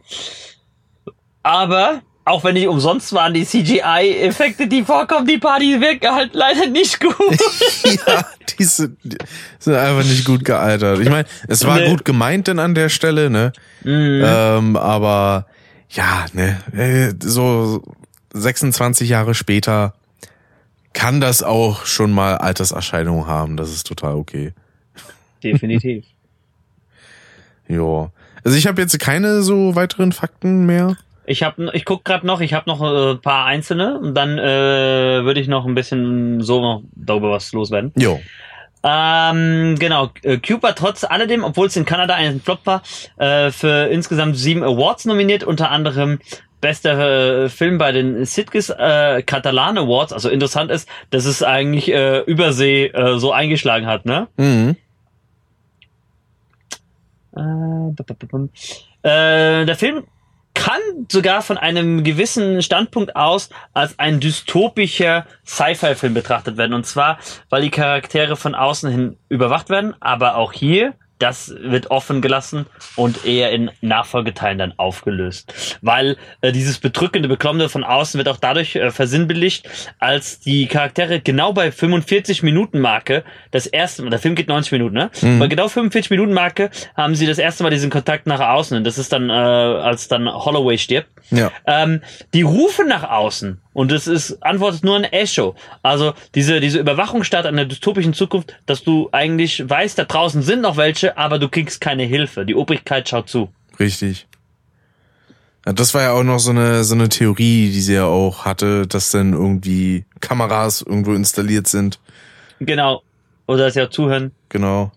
aber auch wenn nicht umsonst waren die C G I-Effekte, die vorkommen, die Party wirken halt leider nicht gut. Ja, die sind, die sind einfach nicht gut gealtert. Ich meine, es war Nee. gut gemeint denn an der Stelle, ne? Mhm. Ähm, aber ja, ne, äh, so sechsundzwanzig Jahre später kann das auch schon mal Alterserscheinungen haben. Das ist total okay. Definitiv. Ja. Also ich habe jetzt keine so weiteren Fakten mehr. Ich hab, ich guck gerade noch, ich habe noch ein äh, paar einzelne und dann äh, würde ich noch ein bisschen so noch darüber was loswerden. Jo. Ähm, genau, äh, Cube war trotz alledem, obwohl es in Kanada ein Flop war, äh, für insgesamt sieben Awards nominiert, unter anderem bester äh, Film bei den Sitges äh, Catalan Awards. Also interessant ist, dass es eigentlich äh, Übersee äh, so eingeschlagen hat, ne? Mhm. Äh, b- b- b- äh, der Film kann sogar von einem gewissen Standpunkt aus als ein dystopischer Sci-Fi-Film betrachtet werden. Und zwar, weil die Charaktere von außen hin überwacht werden, aber auch hier, das wird offen gelassen und eher in Nachfolgeteilen dann aufgelöst. Weil äh, dieses bedrückende, beklommene von außen wird auch dadurch äh, versinnbildlicht, als die Charaktere genau bei fünfundvierzig Minuten Marke das erste Mal, der Film geht neunzig Minuten, ne? Mhm. Bei genau fünfundvierzig Minuten Marke haben sie das erste Mal diesen Kontakt nach außen. Und das ist dann, äh, als dann Holloway stirbt. Ja. Ähm, die rufen nach außen und es ist antwortet nur ein Echo. Also diese diese Überwachungsstaat einer dystopischen Zukunft, dass du eigentlich weißt, da draußen sind noch welche, aber du kriegst keine Hilfe. Die Obrigkeit schaut zu. Richtig. Ja, das war ja auch noch so eine so eine Theorie, die sie ja auch hatte, dass dann irgendwie Kameras irgendwo installiert sind. Genau. Oder dass sie auch zuhören. Genau.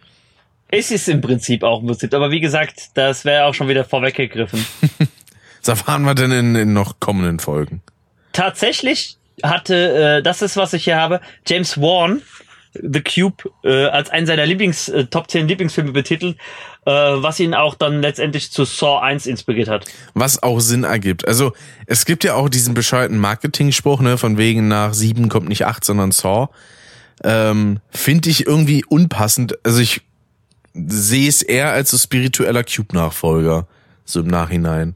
Es ist im Prinzip auch im Prinzip. Aber wie gesagt, das wäre auch schon wieder vorweggegriffen. Das erfahren wir denn in, in noch kommenden Folgen. Tatsächlich hatte, äh, das ist, was ich hier habe, James Wan The Cube äh, als einen seiner Lieblings äh, Top zehn Lieblingsfilme betitelt, äh, was ihn auch dann letztendlich zu Saw eins inspiriert hat. Was auch Sinn ergibt. Also es gibt ja auch diesen bescheuerten Marketing-Spruch, ne, von wegen nach sieben kommt nicht acht, sondern Saw. Ähm, finde ich irgendwie unpassend. Also ich sehe es eher als so spiritueller Cube-Nachfolger, so im Nachhinein.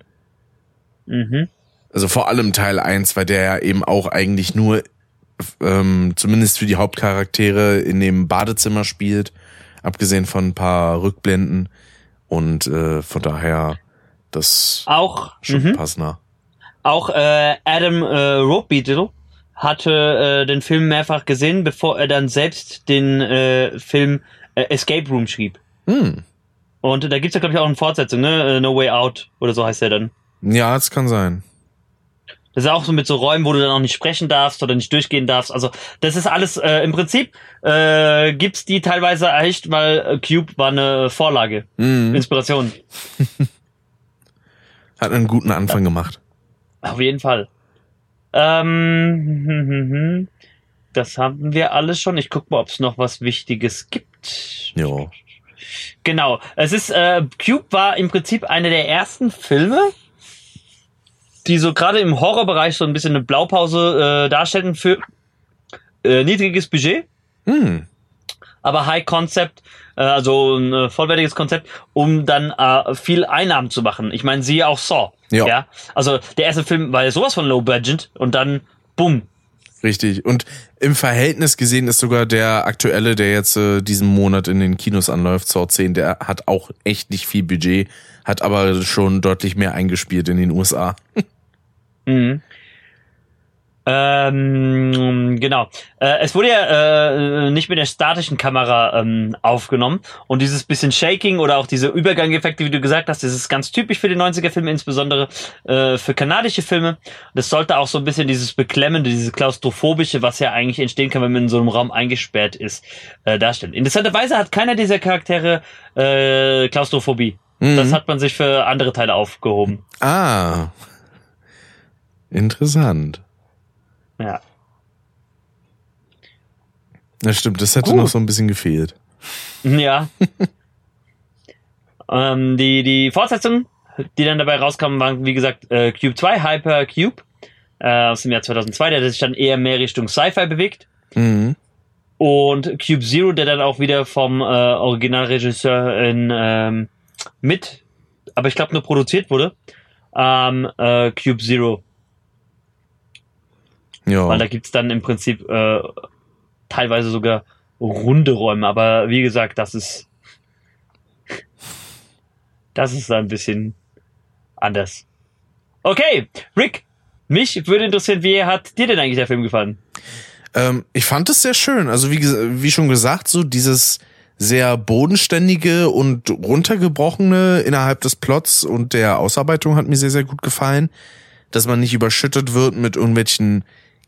Mhm. Also vor allem Teil eins, weil der ja eben auch eigentlich nur, ähm, zumindest für die Hauptcharaktere, in dem Badezimmer spielt, abgesehen von ein paar Rückblenden. Und äh, von daher das Auch schon mhm. passender. Auch äh, Adam äh, Ropebeetle hatte äh, den Film mehrfach gesehen, bevor er dann selbst den äh, Film äh, Escape Room schrieb. Hm. Und da gibt's ja, glaube ich, auch eine Fortsetzung, ne? No Way Out oder so heißt er dann. Ja, das kann sein. Das ist auch so mit so Räumen, wo du dann auch nicht sprechen darfst oder nicht durchgehen darfst. Also das ist alles, äh, im Prinzip äh, gibt's die teilweise echt, weil äh, Cube war eine Vorlage, Mhm. Inspiration. Hat einen guten Anfang gemacht. Auf jeden Fall. Ähm, das haben wir alles schon. Ich guck mal, ob es noch was Wichtiges gibt. Jo. Genau. Es ist, äh, Cube war im Prinzip einer der ersten Filme, die so gerade im Horrorbereich so ein bisschen eine Blaupause äh, darstellen für äh, niedriges Budget, Hm. aber High Concept, äh, also ein äh, vollwertiges Konzept, um dann äh, viel Einnahmen zu machen. Ich meine, siehe auch Saw. Ja. Ja. Also der erste Film war ja sowas von Low Budget und dann bumm. Richtig. Und im Verhältnis gesehen ist sogar der aktuelle, der jetzt äh, diesen Monat in den Kinos anläuft, Saw zehn, der hat auch echt nicht viel Budget, hat aber schon deutlich mehr eingespielt in den U S A. Mhm. Ähm, Genau. Äh, es wurde ja äh, nicht mit der statischen Kamera ähm, aufgenommen und dieses bisschen Shaking oder auch diese Übergangeffekte, wie du gesagt hast, das ist ganz typisch für die neunziger-Filme, insbesondere äh, für kanadische Filme. Das sollte auch so ein bisschen dieses Beklemmende, dieses Klaustrophobische, was ja eigentlich entstehen kann, wenn man in so einem Raum eingesperrt ist, äh, darstellen. Interessanterweise hat keiner dieser Charaktere äh, Klaustrophobie. Mhm. Das hat man sich für andere Teile aufgehoben. Ah, interessant. Ja. Das stimmt, das hätte Gut. noch so ein bisschen gefehlt. Ja. ähm, die, die Fortsetzungen, die dann dabei rauskamen, waren, wie gesagt, äh, Cube zwei, Hypercube, äh, aus dem Jahr zweitausendzwei, der sich dann eher mehr Richtung Sci-Fi bewegt. Mhm. Und Cube Zero, der dann auch wieder vom äh, Originalregisseur in, ähm, mit, aber ich glaube nur produziert wurde, ähm, äh, Cube Zero. Ja. Weil da gibt's dann im Prinzip äh, teilweise sogar runde Räume, aber wie gesagt, das ist das ist ein bisschen anders. Okay, Rick, mich würde interessieren, wie hat dir denn eigentlich der Film gefallen? Ähm, ich fand es sehr schön. Also wie, wie schon gesagt, so dieses sehr bodenständige und runtergebrochene innerhalb des Plots und der Ausarbeitung hat mir sehr, sehr gut gefallen. Dass man nicht überschüttet wird mit irgendwelchen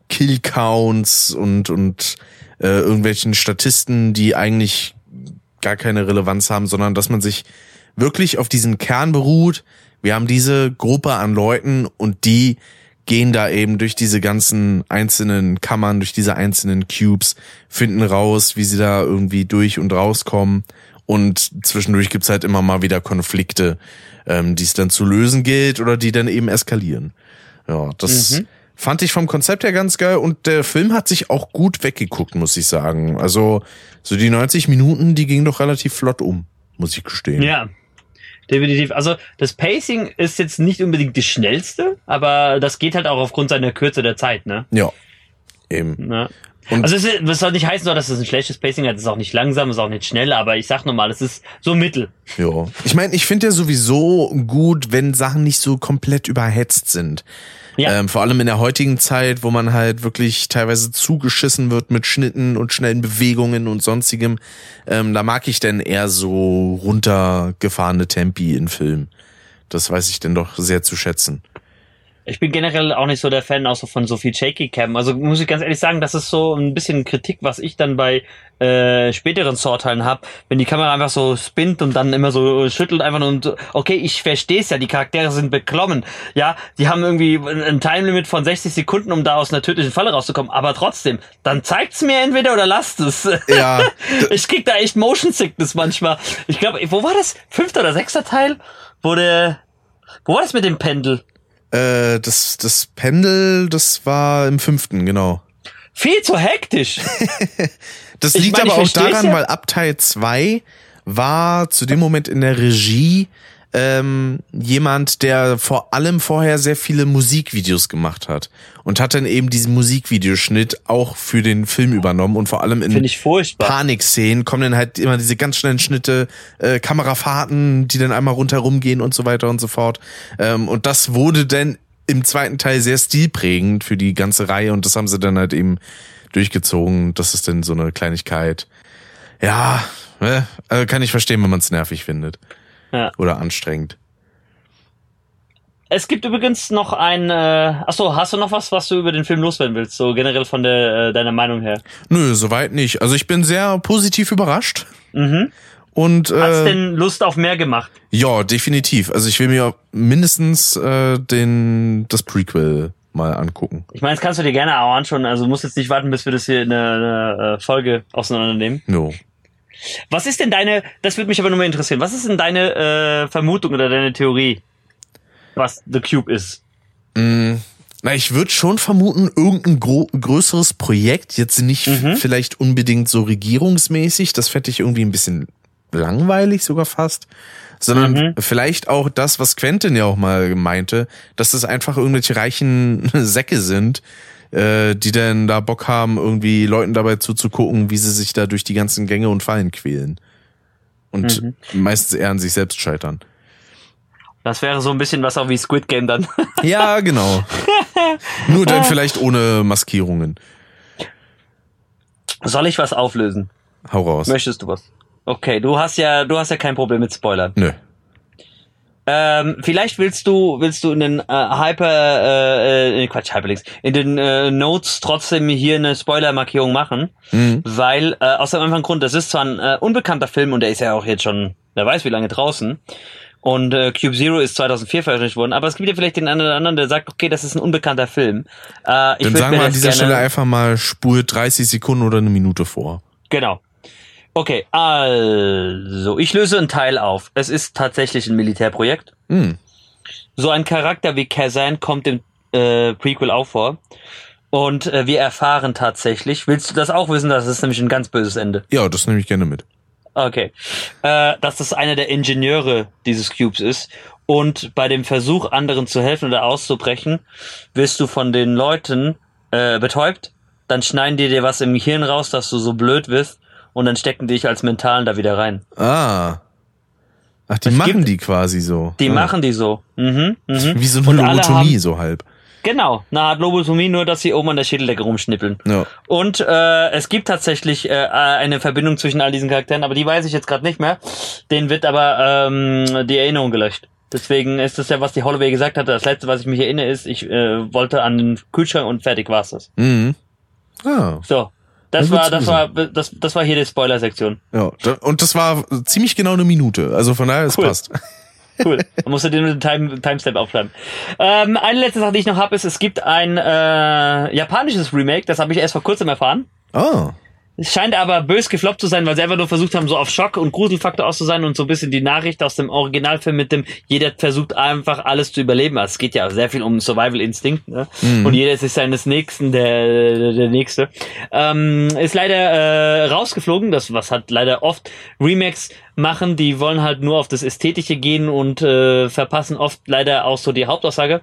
Killcounts und und äh, irgendwelchen Statisten, die eigentlich gar keine Relevanz haben, sondern dass man sich wirklich auf diesen Kern beruht. Wir haben diese Gruppe an Leuten und die gehen da eben durch diese ganzen einzelnen Kammern, durch diese einzelnen Cubes, finden raus, wie sie da irgendwie durch und rauskommen und zwischendurch gibt's halt immer mal wieder Konflikte, ähm, die es dann zu lösen gilt oder die dann eben eskalieren. Ja, das mhm. fand ich vom Konzept her ganz geil und der Film hat sich auch gut weggeguckt, muss ich sagen. Also so die neunzig Minuten, die gingen doch relativ flott um, muss ich gestehen. Ja, definitiv. Also das Pacing ist jetzt nicht unbedingt das schnellste, aber das geht halt auch aufgrund seiner Kürze der Zeit, ne? Ja, eben. Ja. Und also es, ist, es soll nicht heißen, dass es ein schlechtes Pacing hat, es ist auch nicht langsam, es ist auch nicht schnell, aber ich sag nochmal, es ist so mittel. Ja, ich meine, ich finde ja sowieso gut, wenn Sachen nicht so komplett überhetzt sind. Ja. Ähm, vor allem in der heutigen Zeit, wo man halt wirklich teilweise zugeschissen wird mit Schnitten und schnellen Bewegungen und sonstigem. Ähm, da mag ich denn eher so runtergefahrene Tempi in Filmen. Das weiß ich denn doch sehr zu schätzen. Ich bin generell auch nicht so der Fan auch so von so viel Shaky Cam. Also muss ich ganz ehrlich sagen, das ist so ein bisschen Kritik, was ich dann bei äh, späteren Saw-Teilen habe, wenn die Kamera einfach so spinnt und dann immer so schüttelt einfach nur und okay, ich verstehe es ja, die Charaktere sind beklommen. Ja, die haben irgendwie ein Timelimit von sechzig Sekunden, um da aus einer tödlichen Falle rauszukommen, aber trotzdem, dann zeigt's mir entweder oder lasst es. Ja. Ich krieg da echt Motion Sickness manchmal. Ich glaube, wo war das? Fünfter oder sechster Teil? Wo der Wo war das mit dem Pendel? Äh, das, das Pendel, das war im fünften, genau. Viel zu hektisch. Das ich liegt mein, aber auch daran, ja. weil ab Teil zwei war zu dem Moment in der Regie ähm, jemand, der vor allem vorher sehr viele Musikvideos gemacht hat und hat dann eben diesen Musikvideoschnitt auch für den Film übernommen und vor allem in Panikszenen kommen dann halt immer diese ganz schnellen Schnitte, äh, Kamerafahrten, die dann einmal rundherum gehen und so weiter und so fort. Ähm, und das wurde dann im zweiten Teil sehr stilprägend für die ganze Reihe und das haben sie dann halt eben durchgezogen. Das ist dann so eine Kleinigkeit. Ja, äh, also kann ich verstehen, wenn man es nervig findet. Ja. Oder anstrengend. Es gibt übrigens noch ein, äh, achso, hast du noch was, was du über den Film loswerden willst, so generell von der, äh, deiner Meinung her? Nö, soweit nicht. Also ich bin sehr positiv überrascht. Mhm. Und, äh, hat's denn Lust auf mehr gemacht? Ja, definitiv. Also ich will mir mindestens äh, den das Prequel mal angucken. Ich meine, das kannst du dir gerne auch anschauen, also du musst jetzt nicht warten, bis wir das hier in einer, einer Folge auseinandernehmen. No. Was ist denn deine, das würde mich aber nur mal interessieren, was ist denn deine äh, Vermutung oder deine Theorie, was The Cube ist? Mm, na, ich würde schon vermuten, irgendein gro- größeres Projekt, jetzt nicht mhm. f- vielleicht unbedingt so regierungsmäßig, das fände ich irgendwie ein bisschen langweilig sogar fast, sondern mhm. vielleicht auch das, was Quentin ja auch mal meinte, dass das einfach irgendwelche reichen Säcke sind, die dann da Bock haben, irgendwie Leuten dabei zuzugucken, wie sie sich da durch die ganzen Gänge und Fallen quälen. Und mhm. meistens eher an sich selbst scheitern. Das wäre so ein bisschen was auch wie Squid Game dann. Ja, genau. Nur dann vielleicht ohne Maskierungen. Soll ich was auflösen? Hau raus. Möchtest du was? Okay, du hast ja, du hast ja kein Problem mit Spoilern. Nö. Ähm, vielleicht willst du, willst du in den äh, Hyper, äh, äh, Quatsch, Hyperlinks, in den äh, Notes trotzdem hier eine Spoiler-Markierung machen, mhm. weil äh, aus dem einfachen Grund, das ist zwar ein äh, unbekannter Film und der ist ja auch jetzt schon, wer weiß wie lange draußen. Und äh, Cube Zero ist zweitausendvier veröffentlicht worden, aber es gibt ja vielleicht den einen oder anderen, der sagt, okay, das ist ein unbekannter Film. Äh, ich Dann sagen wir an dieser Stelle einfach mal, spur dreißig Sekunden oder eine Minute vor. Genau. Okay, also, ich löse einen Teil auf. Es ist tatsächlich ein Militärprojekt. Mm. So ein Charakter wie Kazan kommt im äh, Prequel auch vor. Und äh, wir erfahren tatsächlich, willst du das auch wissen? Das ist nämlich ein ganz böses Ende. Ja, das nehme ich gerne mit. Okay. Äh, dass das einer der Ingenieure dieses Cubes ist. Und bei dem Versuch, anderen zu helfen oder auszubrechen, wirst du von den Leuten äh, betäubt. Dann schneiden die dir was im Hirn raus, dass du so blöd wirst. Und dann stecken die dich als Mentalen da wieder rein. Ah. Ach, die es machen gibt, die quasi so. Die ah. machen die so. Mhm, mhm. Wie so eine Lobotomie, so halb. Genau, eine Art Lobotomie, nur dass sie oben an der Schädeldecke rumschnippeln. Ja. Und äh, es gibt tatsächlich äh, eine Verbindung zwischen all diesen Charakteren, aber die weiß ich jetzt gerade nicht mehr. Denen wird aber ähm, die Erinnerung gelöscht. Deswegen ist das ja, was die Holloway gesagt hatte. Das letzte, was ich mich erinnere, ist, ich äh, wollte an den Kühlschrank und fertig war's das. Mhm. Ah. So. Das war, das war, das, das war hier die Spoiler-Sektion. Ja, und das war ziemlich genau eine Minute. Also von daher, es cool. passt. Cool. Man musste dir nur den Time, Timestamp aufschreiben. Ähm, eine letzte Sache, die ich noch habe, ist, es gibt ein äh, japanisches Remake. Das habe ich erst vor kurzem erfahren. Oh. Es scheint aber bös gefloppt zu sein, weil sie einfach nur versucht haben, so auf Schock und Gruselfaktor aus zu sein und so ein bisschen die Nachricht aus dem Originalfilm mit dem, jeder versucht einfach alles zu überleben. Also es geht ja sehr viel um Survival-Instinkt, ne? Mhm. Und jeder ist seines Nächsten der, der, der Nächste. Ähm, ist leider äh, rausgeflogen, das was halt leider oft Remakes machen, die wollen halt nur auf das Ästhetische gehen und äh, verpassen oft leider auch so die Hauptaussage.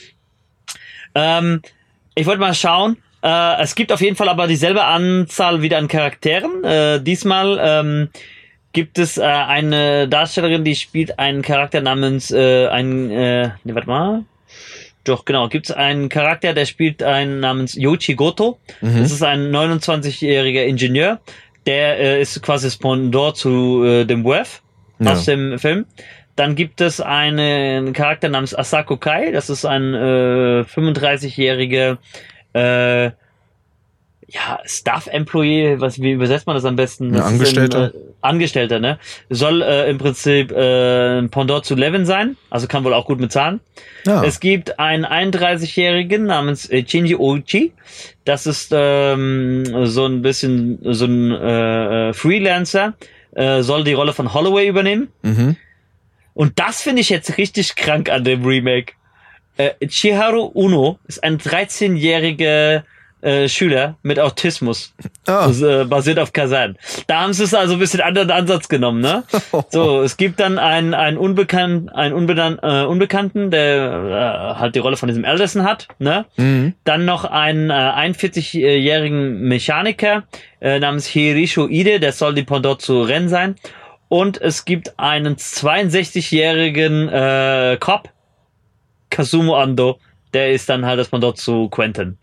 Ähm, ich wollte mal schauen. Uh, es gibt auf jeden Fall aber dieselbe Anzahl wieder an Charakteren. Uh, diesmal ähm, gibt es äh, eine Darstellerin, die spielt einen Charakter namens äh, ein äh, ne, warte mal. Doch, genau, gibt es einen Charakter, der spielt einen namens Yoichi Goto. Mhm. Das ist ein neunundzwanzigjähriger Ingenieur. Der äh, ist quasi das Pendant zu äh, dem W E F ja. aus dem Film. Dann gibt es einen Charakter namens Asako Kai. Das ist ein äh, fünfunddreißigjähriger Äh, ja, Staff-Employee, was, wie übersetzt man das am besten? Das ja, Angestellter. Ein, äh, Angestellter, ne? Soll äh, im Prinzip äh, ein Pendant zu Levin sein, also kann wohl auch gut mit Zahlen. Ja. Es gibt einen einunddreißigjährigen namens äh, Shinji Oichi. Das ist ähm, so ein bisschen so ein äh, Freelancer, äh, soll die Rolle von Holloway übernehmen. Mhm. Und das finde ich jetzt richtig krank an dem Remake. Äh, Chiharu Uno ist ein dreizehnjähriger äh, Schüler mit Autismus. Oh. Das, äh, basiert auf Kazan. Da haben sie es also ein bisschen anderen Ansatz genommen, ne? So, es gibt dann einen, einen Unbekannt, einen Unbedan äh, Unbekannten, der äh, halt die Rolle von diesem Anderson hat, ne? Mhm. Dann noch einen äh, einundvierzigjährigen Mechaniker äh, namens Hirisho Ide, der soll die Pendant zu Ren sein. Und es gibt einen zweiundsechzigjährigen äh, Cop, Kazumo Ando, der ist dann halt das Pendant zu Quentin.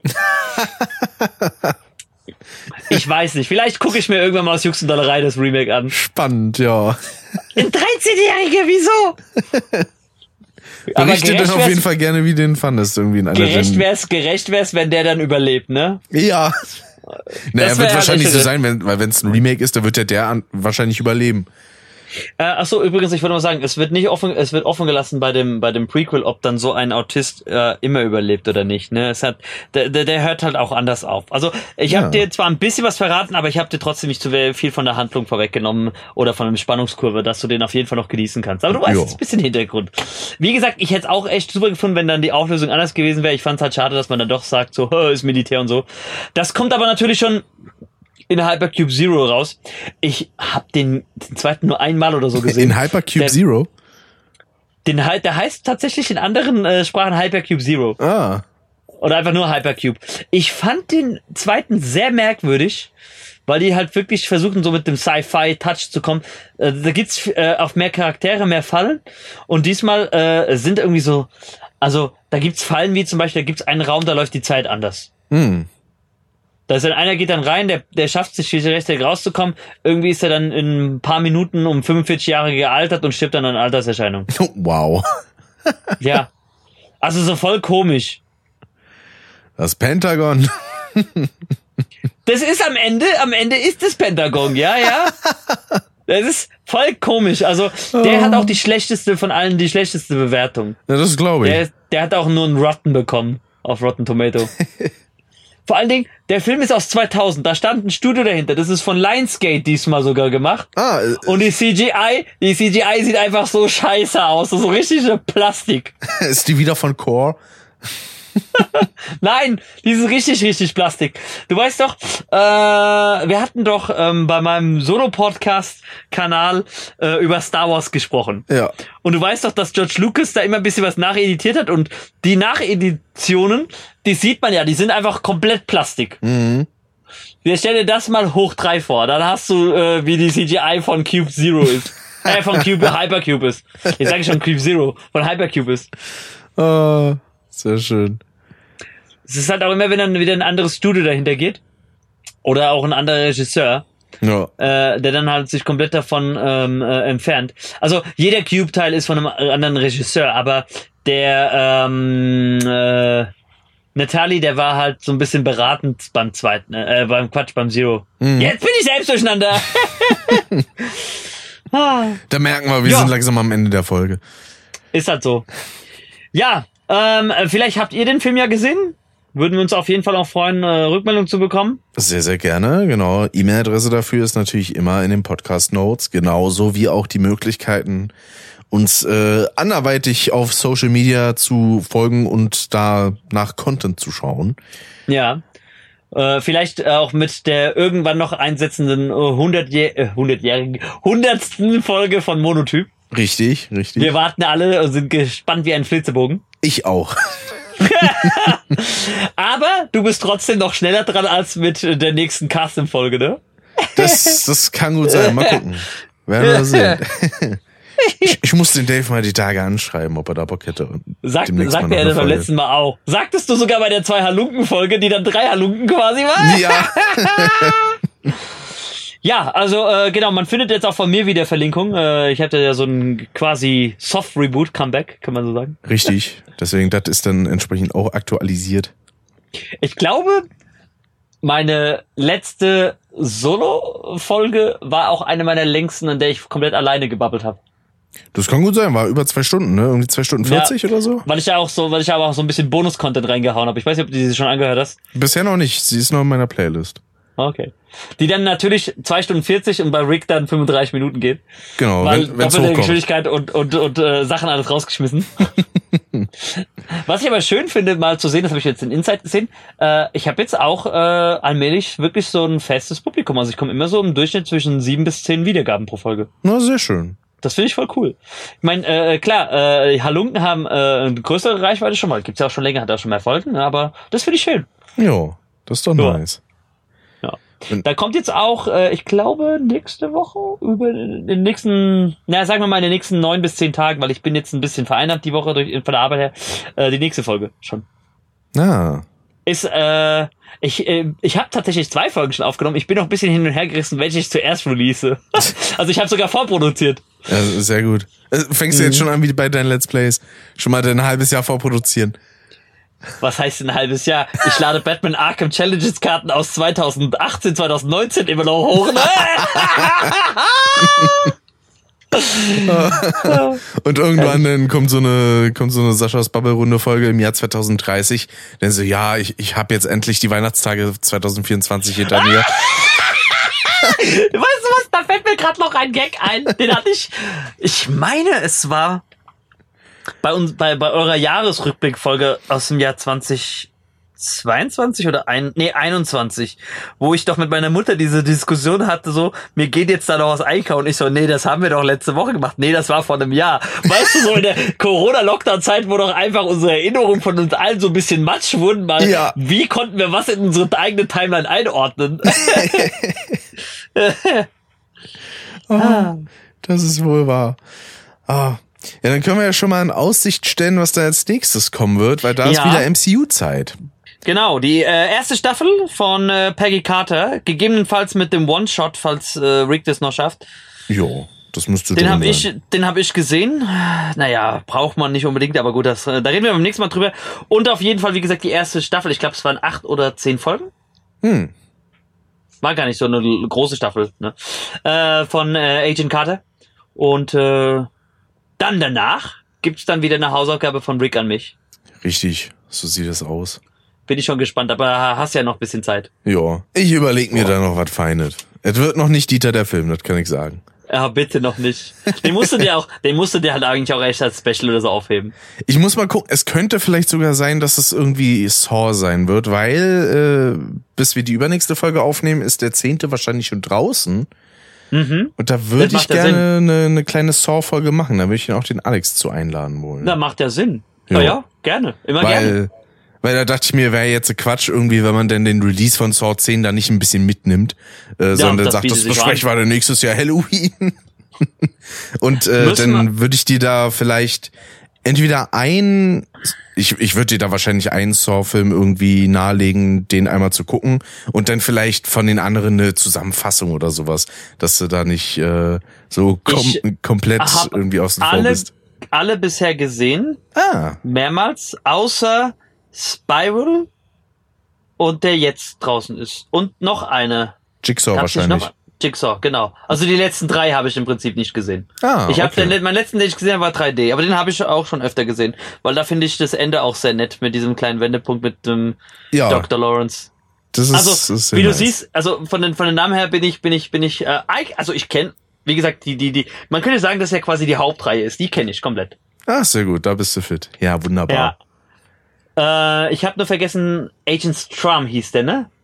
Ich weiß nicht, vielleicht gucke ich mir irgendwann mal aus Jux und Dollerei das Remake an. Spannend, ja. Ein dreizehnjähriger, wieso? Berichte dann auf jeden Fall gerne, wie du den fandest. Irgendwie in einer gerecht wär's, gerecht wär's, wenn der dann überlebt, ne? Ja. Naja, wird halt wahrscheinlich so sein, wenn, weil wenn es ein Remake ist, dann wird ja der an, wahrscheinlich überleben. Äh, ach so, übrigens, ich wollte mal sagen, es wird nicht offen, es wird offen gelassen bei dem bei dem Prequel, ob dann so ein Autist äh, immer überlebt oder nicht. Ne, es hat, der, der, der hört halt auch anders auf. Also ich ja. habe dir zwar ein bisschen was verraten, aber ich habe dir trotzdem nicht zu viel von der Handlung vorweggenommen oder von einem Spannungskurve, dass du den auf jeden Fall noch genießen kannst. Aber du weißt jetzt ein bisschen Hintergrund. Wie gesagt, ich hätte es auch echt super gefunden, wenn dann die Auflösung anders gewesen wäre. Ich fand es halt schade, dass man dann doch sagt, so ist Militär und so. Das kommt aber natürlich schon in Hypercube Zero raus. Ich hab den, den zweiten nur einmal oder so gesehen. In Hypercube der, Zero? Den, der heißt tatsächlich in anderen äh, Sprachen Hypercube Zero. Ah. Oder einfach nur Hypercube. Ich fand den zweiten sehr merkwürdig, weil die halt wirklich versuchen, so mit dem Sci-Fi-Touch zu kommen. Äh, da gibt's äh, auf mehr Charaktere, mehr Fallen. Und diesmal äh, sind irgendwie so, also da gibt's Fallen wie zum Beispiel, da gibt's einen Raum, da läuft die Zeit anders. Hm. Da ist dann einer geht dann rein, der, der schafft sich rechtzeitig rauszukommen. Irgendwie ist er dann in ein paar Minuten um fünfundvierzig Jahre gealtert und stirbt dann an Alterserscheinung. Wow. Ja. Also so voll komisch. Das Pentagon. Das ist am Ende, am Ende ist das Pentagon, ja, ja. Das ist voll komisch. Also, der oh. hat auch die schlechteste von allen, die schlechteste Bewertung. Ja, das glaube ich. Der, der hat auch nur einen Rotten bekommen auf Rotten Tomato. Vor allen Dingen, der Film ist aus zweitausend, da stand ein Studio dahinter. Das ist von Lionsgate diesmal sogar gemacht. Ah, äh, und die C G I, die C G I sieht einfach so scheiße aus. So richtig Plastik. Ist die wieder von Core? Nein, die ist richtig, richtig Plastik. Du weißt doch, äh, wir hatten doch ähm, bei meinem Solo-Podcast-Kanal äh, über Star Wars gesprochen. Ja. Und du weißt doch, dass George Lucas da immer ein bisschen was nacheditiert hat und die Nacheditionen, die sieht man ja, die sind einfach komplett Plastik. Mhm. Wir stellen dir das mal hoch drei vor, dann hast du, äh, wie die C G I von Cube Zero ist. äh, von Cube, Hypercube ist. Ich sage schon Cube Zero, von Hypercube ist. Oh. Sehr schön. Es ist halt auch immer, wenn dann wieder ein anderes Studio dahinter geht oder auch ein anderer Regisseur, ja. äh, der dann halt sich komplett davon ähm, äh, entfernt. Also jeder Cube-Teil ist von einem anderen Regisseur, aber der ähm, äh, Natali, der war halt so ein bisschen beratend beim zweiten, äh, beim Quatsch, beim Zero. Mhm. Jetzt bin ich selbst durcheinander. Da merken wir, wir ja. sind langsam am Ende der Folge. Ist halt so. Ja. Ähm, vielleicht habt ihr den Film ja gesehen. Würden wir uns auf jeden Fall auch freuen, äh, Rückmeldung zu bekommen. Sehr, sehr gerne, genau. E-Mail-Adresse dafür ist natürlich immer in den Podcast-Notes, genauso wie auch die Möglichkeiten, uns äh, anderweitig auf Social Media zu folgen und da nach Content zu schauen. Ja, äh, vielleicht auch mit der irgendwann noch einsetzenden äh, hundertjährigen, hundertsten Folge von Monotyp. Richtig, richtig. Wir warten alle und sind gespannt wie ein Flitzebogen. Ich auch. Aber du bist trotzdem noch schneller dran als mit der nächsten Casting-Folge, ne? Das, das kann gut sein. Mal gucken. Werden wir sehen. Ich, ich muss den Dave mal die Tage anschreiben, ob er da Bock hätte. Sagt sagt er das beim letzten Mal auch. Sagtest du sogar bei der zwei Halunken-Folge, die dann drei Halunken quasi war? Ja. Ja, also äh, genau, man findet jetzt auch von mir wieder Verlinkung. Äh, ich hatte ja so ein quasi Soft-Reboot-Comeback, kann man so sagen. Richtig, deswegen, das ist dann entsprechend auch aktualisiert. Ich glaube, meine letzte Solo-Folge war auch eine meiner längsten, in der ich komplett alleine gebabbelt habe. Das kann gut sein, war über zwei Stunden, ne? Irgendwie zwei Stunden vierzig ja, oder so? Weil ich ja auch so, weil ich aber auch so ein bisschen Bonus-Content reingehauen habe. Ich weiß nicht, ob du sie schon angehört hast. Bisher noch nicht, sie ist noch in meiner Playlist. Okay. Die dann natürlich zwei Stunden vierzig und bei Rick dann fünfunddreißig Minuten geht. Genau, weil wenn wenn's doppelte Geschwindigkeit und und und äh, Sachen alles rausgeschmissen. Was ich aber schön finde, mal zu sehen, das habe ich jetzt in Insight gesehen, äh, ich habe jetzt auch äh, allmählich wirklich so ein festes Publikum. Also ich komme immer so im Durchschnitt zwischen sieben bis zehn Wiedergaben pro Folge. Na, sehr schön. Das finde ich voll cool. Ich meine, äh, klar, äh, Halunken haben äh, eine größere Reichweite schon mal. Gibt's ja auch schon länger, hat auch schon mehr Folgen, aber das finde ich schön. Jo, das ist doch ja. nice. Ja. Da kommt jetzt auch, äh, ich glaube, nächste Woche, über den nächsten, na sagen wir mal in den nächsten neun bis zehn Tagen, weil ich bin jetzt ein bisschen vereinnahmt die Woche durch, von der Arbeit her, äh, die nächste Folge schon. Ah. Ist, äh, ich, äh, ich habe tatsächlich zwei Folgen schon aufgenommen. Ich bin noch ein bisschen hin und her gerissen, welche ich zuerst release. Also ich habe sogar vorproduziert. Ja, sehr gut. Fängst du mhm. jetzt schon an wie bei deinen Let's Plays? Schon mal ein halbes Jahr vorproduzieren. Was heißt ein halbes Jahr? Ich lade Batman Arkham Challenges Karten aus zweitausendachtzehn, zweitausendneunzehn immer noch hoch. Ne? Und irgendwann dann kommt so eine kommt so eine Saschas Bubble-Runde Folge im Jahr zweitausenddreißig. Dann so, ja, ich ich habe jetzt endlich die Weihnachtstage zweitausendvierundzwanzig hinter mir. Weißt du was? Da fällt mir gerade noch ein Gag ein. Den hatte ich. Ich meine, es war bei uns bei bei eurer Jahresrückblickfolge aus dem Jahr zweitausendzweiundzwanzig oder ein nee einundzwanzig, wo ich doch mit meiner Mutter diese Diskussion hatte, so mir geht jetzt da noch was einkaufen. Ich so, nee, das haben wir doch letzte Woche gemacht. Nee, das war vor einem Jahr. Weißt du, so in der Corona-Lockdown-Zeit, wo doch einfach unsere Erinnerungen von uns allen so ein bisschen matsch wurden, weil ja. Wie konnten wir was in unsere eigene Timeline einordnen? Oh, das ist wohl wahr. Ah. Ja, dann können wir ja schon mal in Aussicht stellen, was da als nächstes kommen wird, weil da ja. ist wieder M C U-Zeit. Genau, die äh, erste Staffel von äh, Peggy Carter, gegebenenfalls mit dem One-Shot, falls äh, Rick das noch schafft. Jo, das müsste den drin hab sein. ich, den habe ich gesehen. Naja, braucht man nicht unbedingt, aber gut, das, da reden wir beim nächsten Mal drüber. Und auf jeden Fall, wie gesagt, die erste Staffel, ich glaube, es waren acht oder zehn Folgen. Hm. War gar nicht so eine große Staffel, ne? Äh, von äh, Agent Carter. Und äh, dann danach gibt's dann wieder eine Hausaufgabe von Rick an mich. Richtig, so sieht es aus. Bin ich schon gespannt, aber hast ja noch ein bisschen Zeit. Ja, ich überleg mir Oh. da noch was Feines. Es wird noch nicht Dieter der Film, das kann ich sagen. Ja, bitte noch nicht. Den musst du dir auch, den musst du dir halt eigentlich auch echt als Special oder so aufheben. Ich muss mal gucken, es könnte vielleicht sogar sein, dass es irgendwie Saw sein wird, weil äh, bis wir die übernächste Folge aufnehmen, ist der zehnte wahrscheinlich schon draußen. Mhm. Und da würde Das ich macht ja gerne eine, eine kleine Saw-Folge machen. Da würde ich auch den Alex zu einladen wollen. Na, macht ja Sinn. Ja. Ja, ja, gerne. Immer gerne. weil, weil da dachte ich mir, wäre jetzt Quatsch irgendwie, wenn man denn den Release von Saw zehn da nicht ein bisschen mitnimmt, äh, sondern das sagt, bietet das sich besprechen wir dann nächstes Jahr Halloween. Und äh, Müssen dann würde ich dir da vielleicht entweder ein, ich, ich würde dir da wahrscheinlich einen Saw-Film irgendwie nahelegen, den einmal zu gucken und dann vielleicht von den anderen eine Zusammenfassung oder sowas, dass du da nicht äh, so kom Ich komplett hab irgendwie außen vor alle, bist. alle bisher gesehen, Ah, mehrmals, außer Spiral und der jetzt draußen ist. Und noch eine. Jigsaw Gab's nicht wahrscheinlich. noch? Jigsaw, genau. Also die letzten drei habe ich im Prinzip nicht gesehen. Ah, ich habe okay. den, meinen letzten, den ich gesehen habe, war drei D, aber den habe ich auch schon öfter gesehen, weil da finde ich das Ende auch sehr nett mit diesem kleinen Wendepunkt mit dem Ja, Doktor Lawrence. das ist, Also das ist sehr wie du nice. siehst, also von den von den Namen her bin ich bin ich bin ich äh, eig- also ich kenne, wie gesagt, die die die man könnte sagen, dass ja quasi die Hauptreihe ist. Die kenne ich komplett. Ah, sehr gut, da bist du fit. Ja, wunderbar. Ja. Äh, ich habe nur vergessen, Agent Strum hieß der, ne?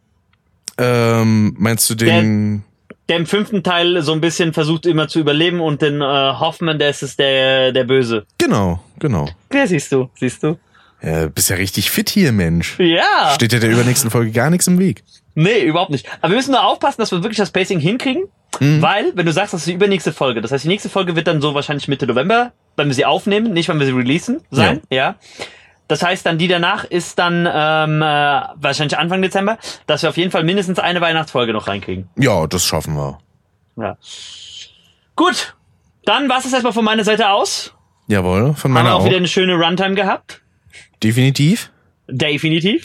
Ähm, meinst du den? Der im fünften Teil so ein bisschen versucht immer zu überleben und den äh, Hoffman, der ist es der der Böse. Genau, genau. Ja, siehst du, siehst du. Ja, bist ja richtig fit hier, Mensch. Ja. Steht ja der übernächsten Folge gar nichts im Weg. Nee, überhaupt nicht. Aber wir müssen nur aufpassen, dass wir wirklich das Pacing hinkriegen, Mhm. weil, wenn du sagst, das ist die übernächste Folge, das heißt, die nächste Folge wird dann so wahrscheinlich Mitte November, wenn wir sie aufnehmen, nicht wenn wir sie releasen, sein, ja. Das heißt, dann die danach ist dann ähm, äh, wahrscheinlich Anfang Dezember, dass wir auf jeden Fall mindestens eine Weihnachtsfolge noch reinkriegen. Ja, das schaffen wir. Ja. Gut, dann war's es erstmal von meiner Seite aus. Jawohl, von Haben meiner wir auch auch. wieder eine schöne Runtime gehabt. Definitiv. Definitiv.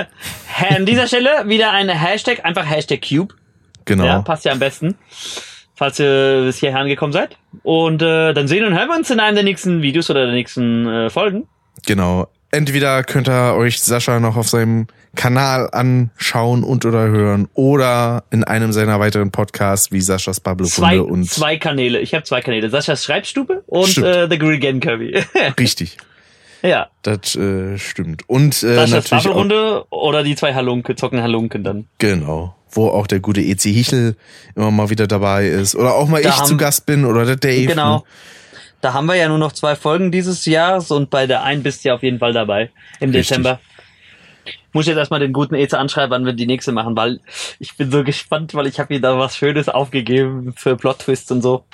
An dieser Stelle wieder ein Hashtag, einfach Hashtag Cube. Genau. Ja, passt ja am besten, falls ihr bis hierher angekommen seid. Und äh, dann sehen und hören wir uns in einem der nächsten Videos oder der nächsten äh, Folgen. Genau. Entweder könnt ihr euch Sascha noch auf seinem Kanal anschauen und oder hören oder in einem seiner weiteren Podcasts wie Saschas Zwei, Pablo-Runde und zwei Kanäle. Ich habe zwei Kanäle. Saschas Schreibstube und Stimmt. äh, The Green Kirby. richtig. Ja. Das äh, stimmt. Und äh, Saschas natürlich auch, Babelrunde oder die zwei Halunke, zocken Halunken dann. genau, wo auch der gute E C Hichel immer mal wieder dabei ist oder auch mal Da ich haben- zu Gast bin oder der Dave. Genau. Ne? Da haben wir ja nur noch zwei Folgen dieses Jahres und bei der einen bist du ja auf jeden Fall dabei im Richtig. Dezember. Muss jetzt erstmal den guten Eze anschreiben, wann wir die nächste machen, weil ich bin so gespannt, weil ich habe ihm da was Schönes aufgegeben für Plot-Twists und so.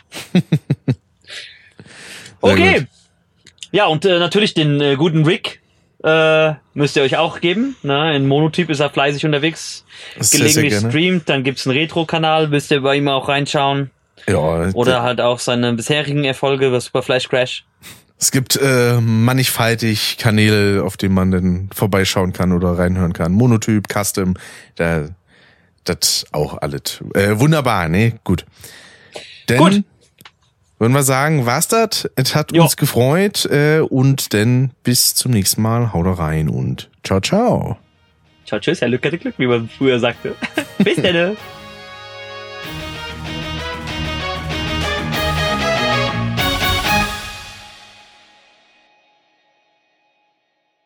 Okay. gut. Ja, und äh, natürlich den äh, guten Rick äh, müsst ihr euch auch geben. Ne? In Monotyp ist er fleißig unterwegs. Sehr, sehr Gelegentlich gerne. streamt, dann gibt's einen Retro-Kanal, müsst ihr bei ihm auch reinschauen. Ja, Oder halt auch seine bisherigen Erfolge über Super Flash Crash. es gibt äh, mannigfaltig Kanäle, auf denen man dann vorbeischauen kann oder reinhören kann. Monotyp, Custom, da das auch alles. Äh, wunderbar, ne? Gut. Denn Gut. würden wir sagen, war's das? Es hat Jo. uns gefreut äh, und dann bis zum nächsten Mal. Haut rein und ciao, ciao. Ciao, tschüss, Herr Glück hatte Glück, wie man früher sagte. Bis dann.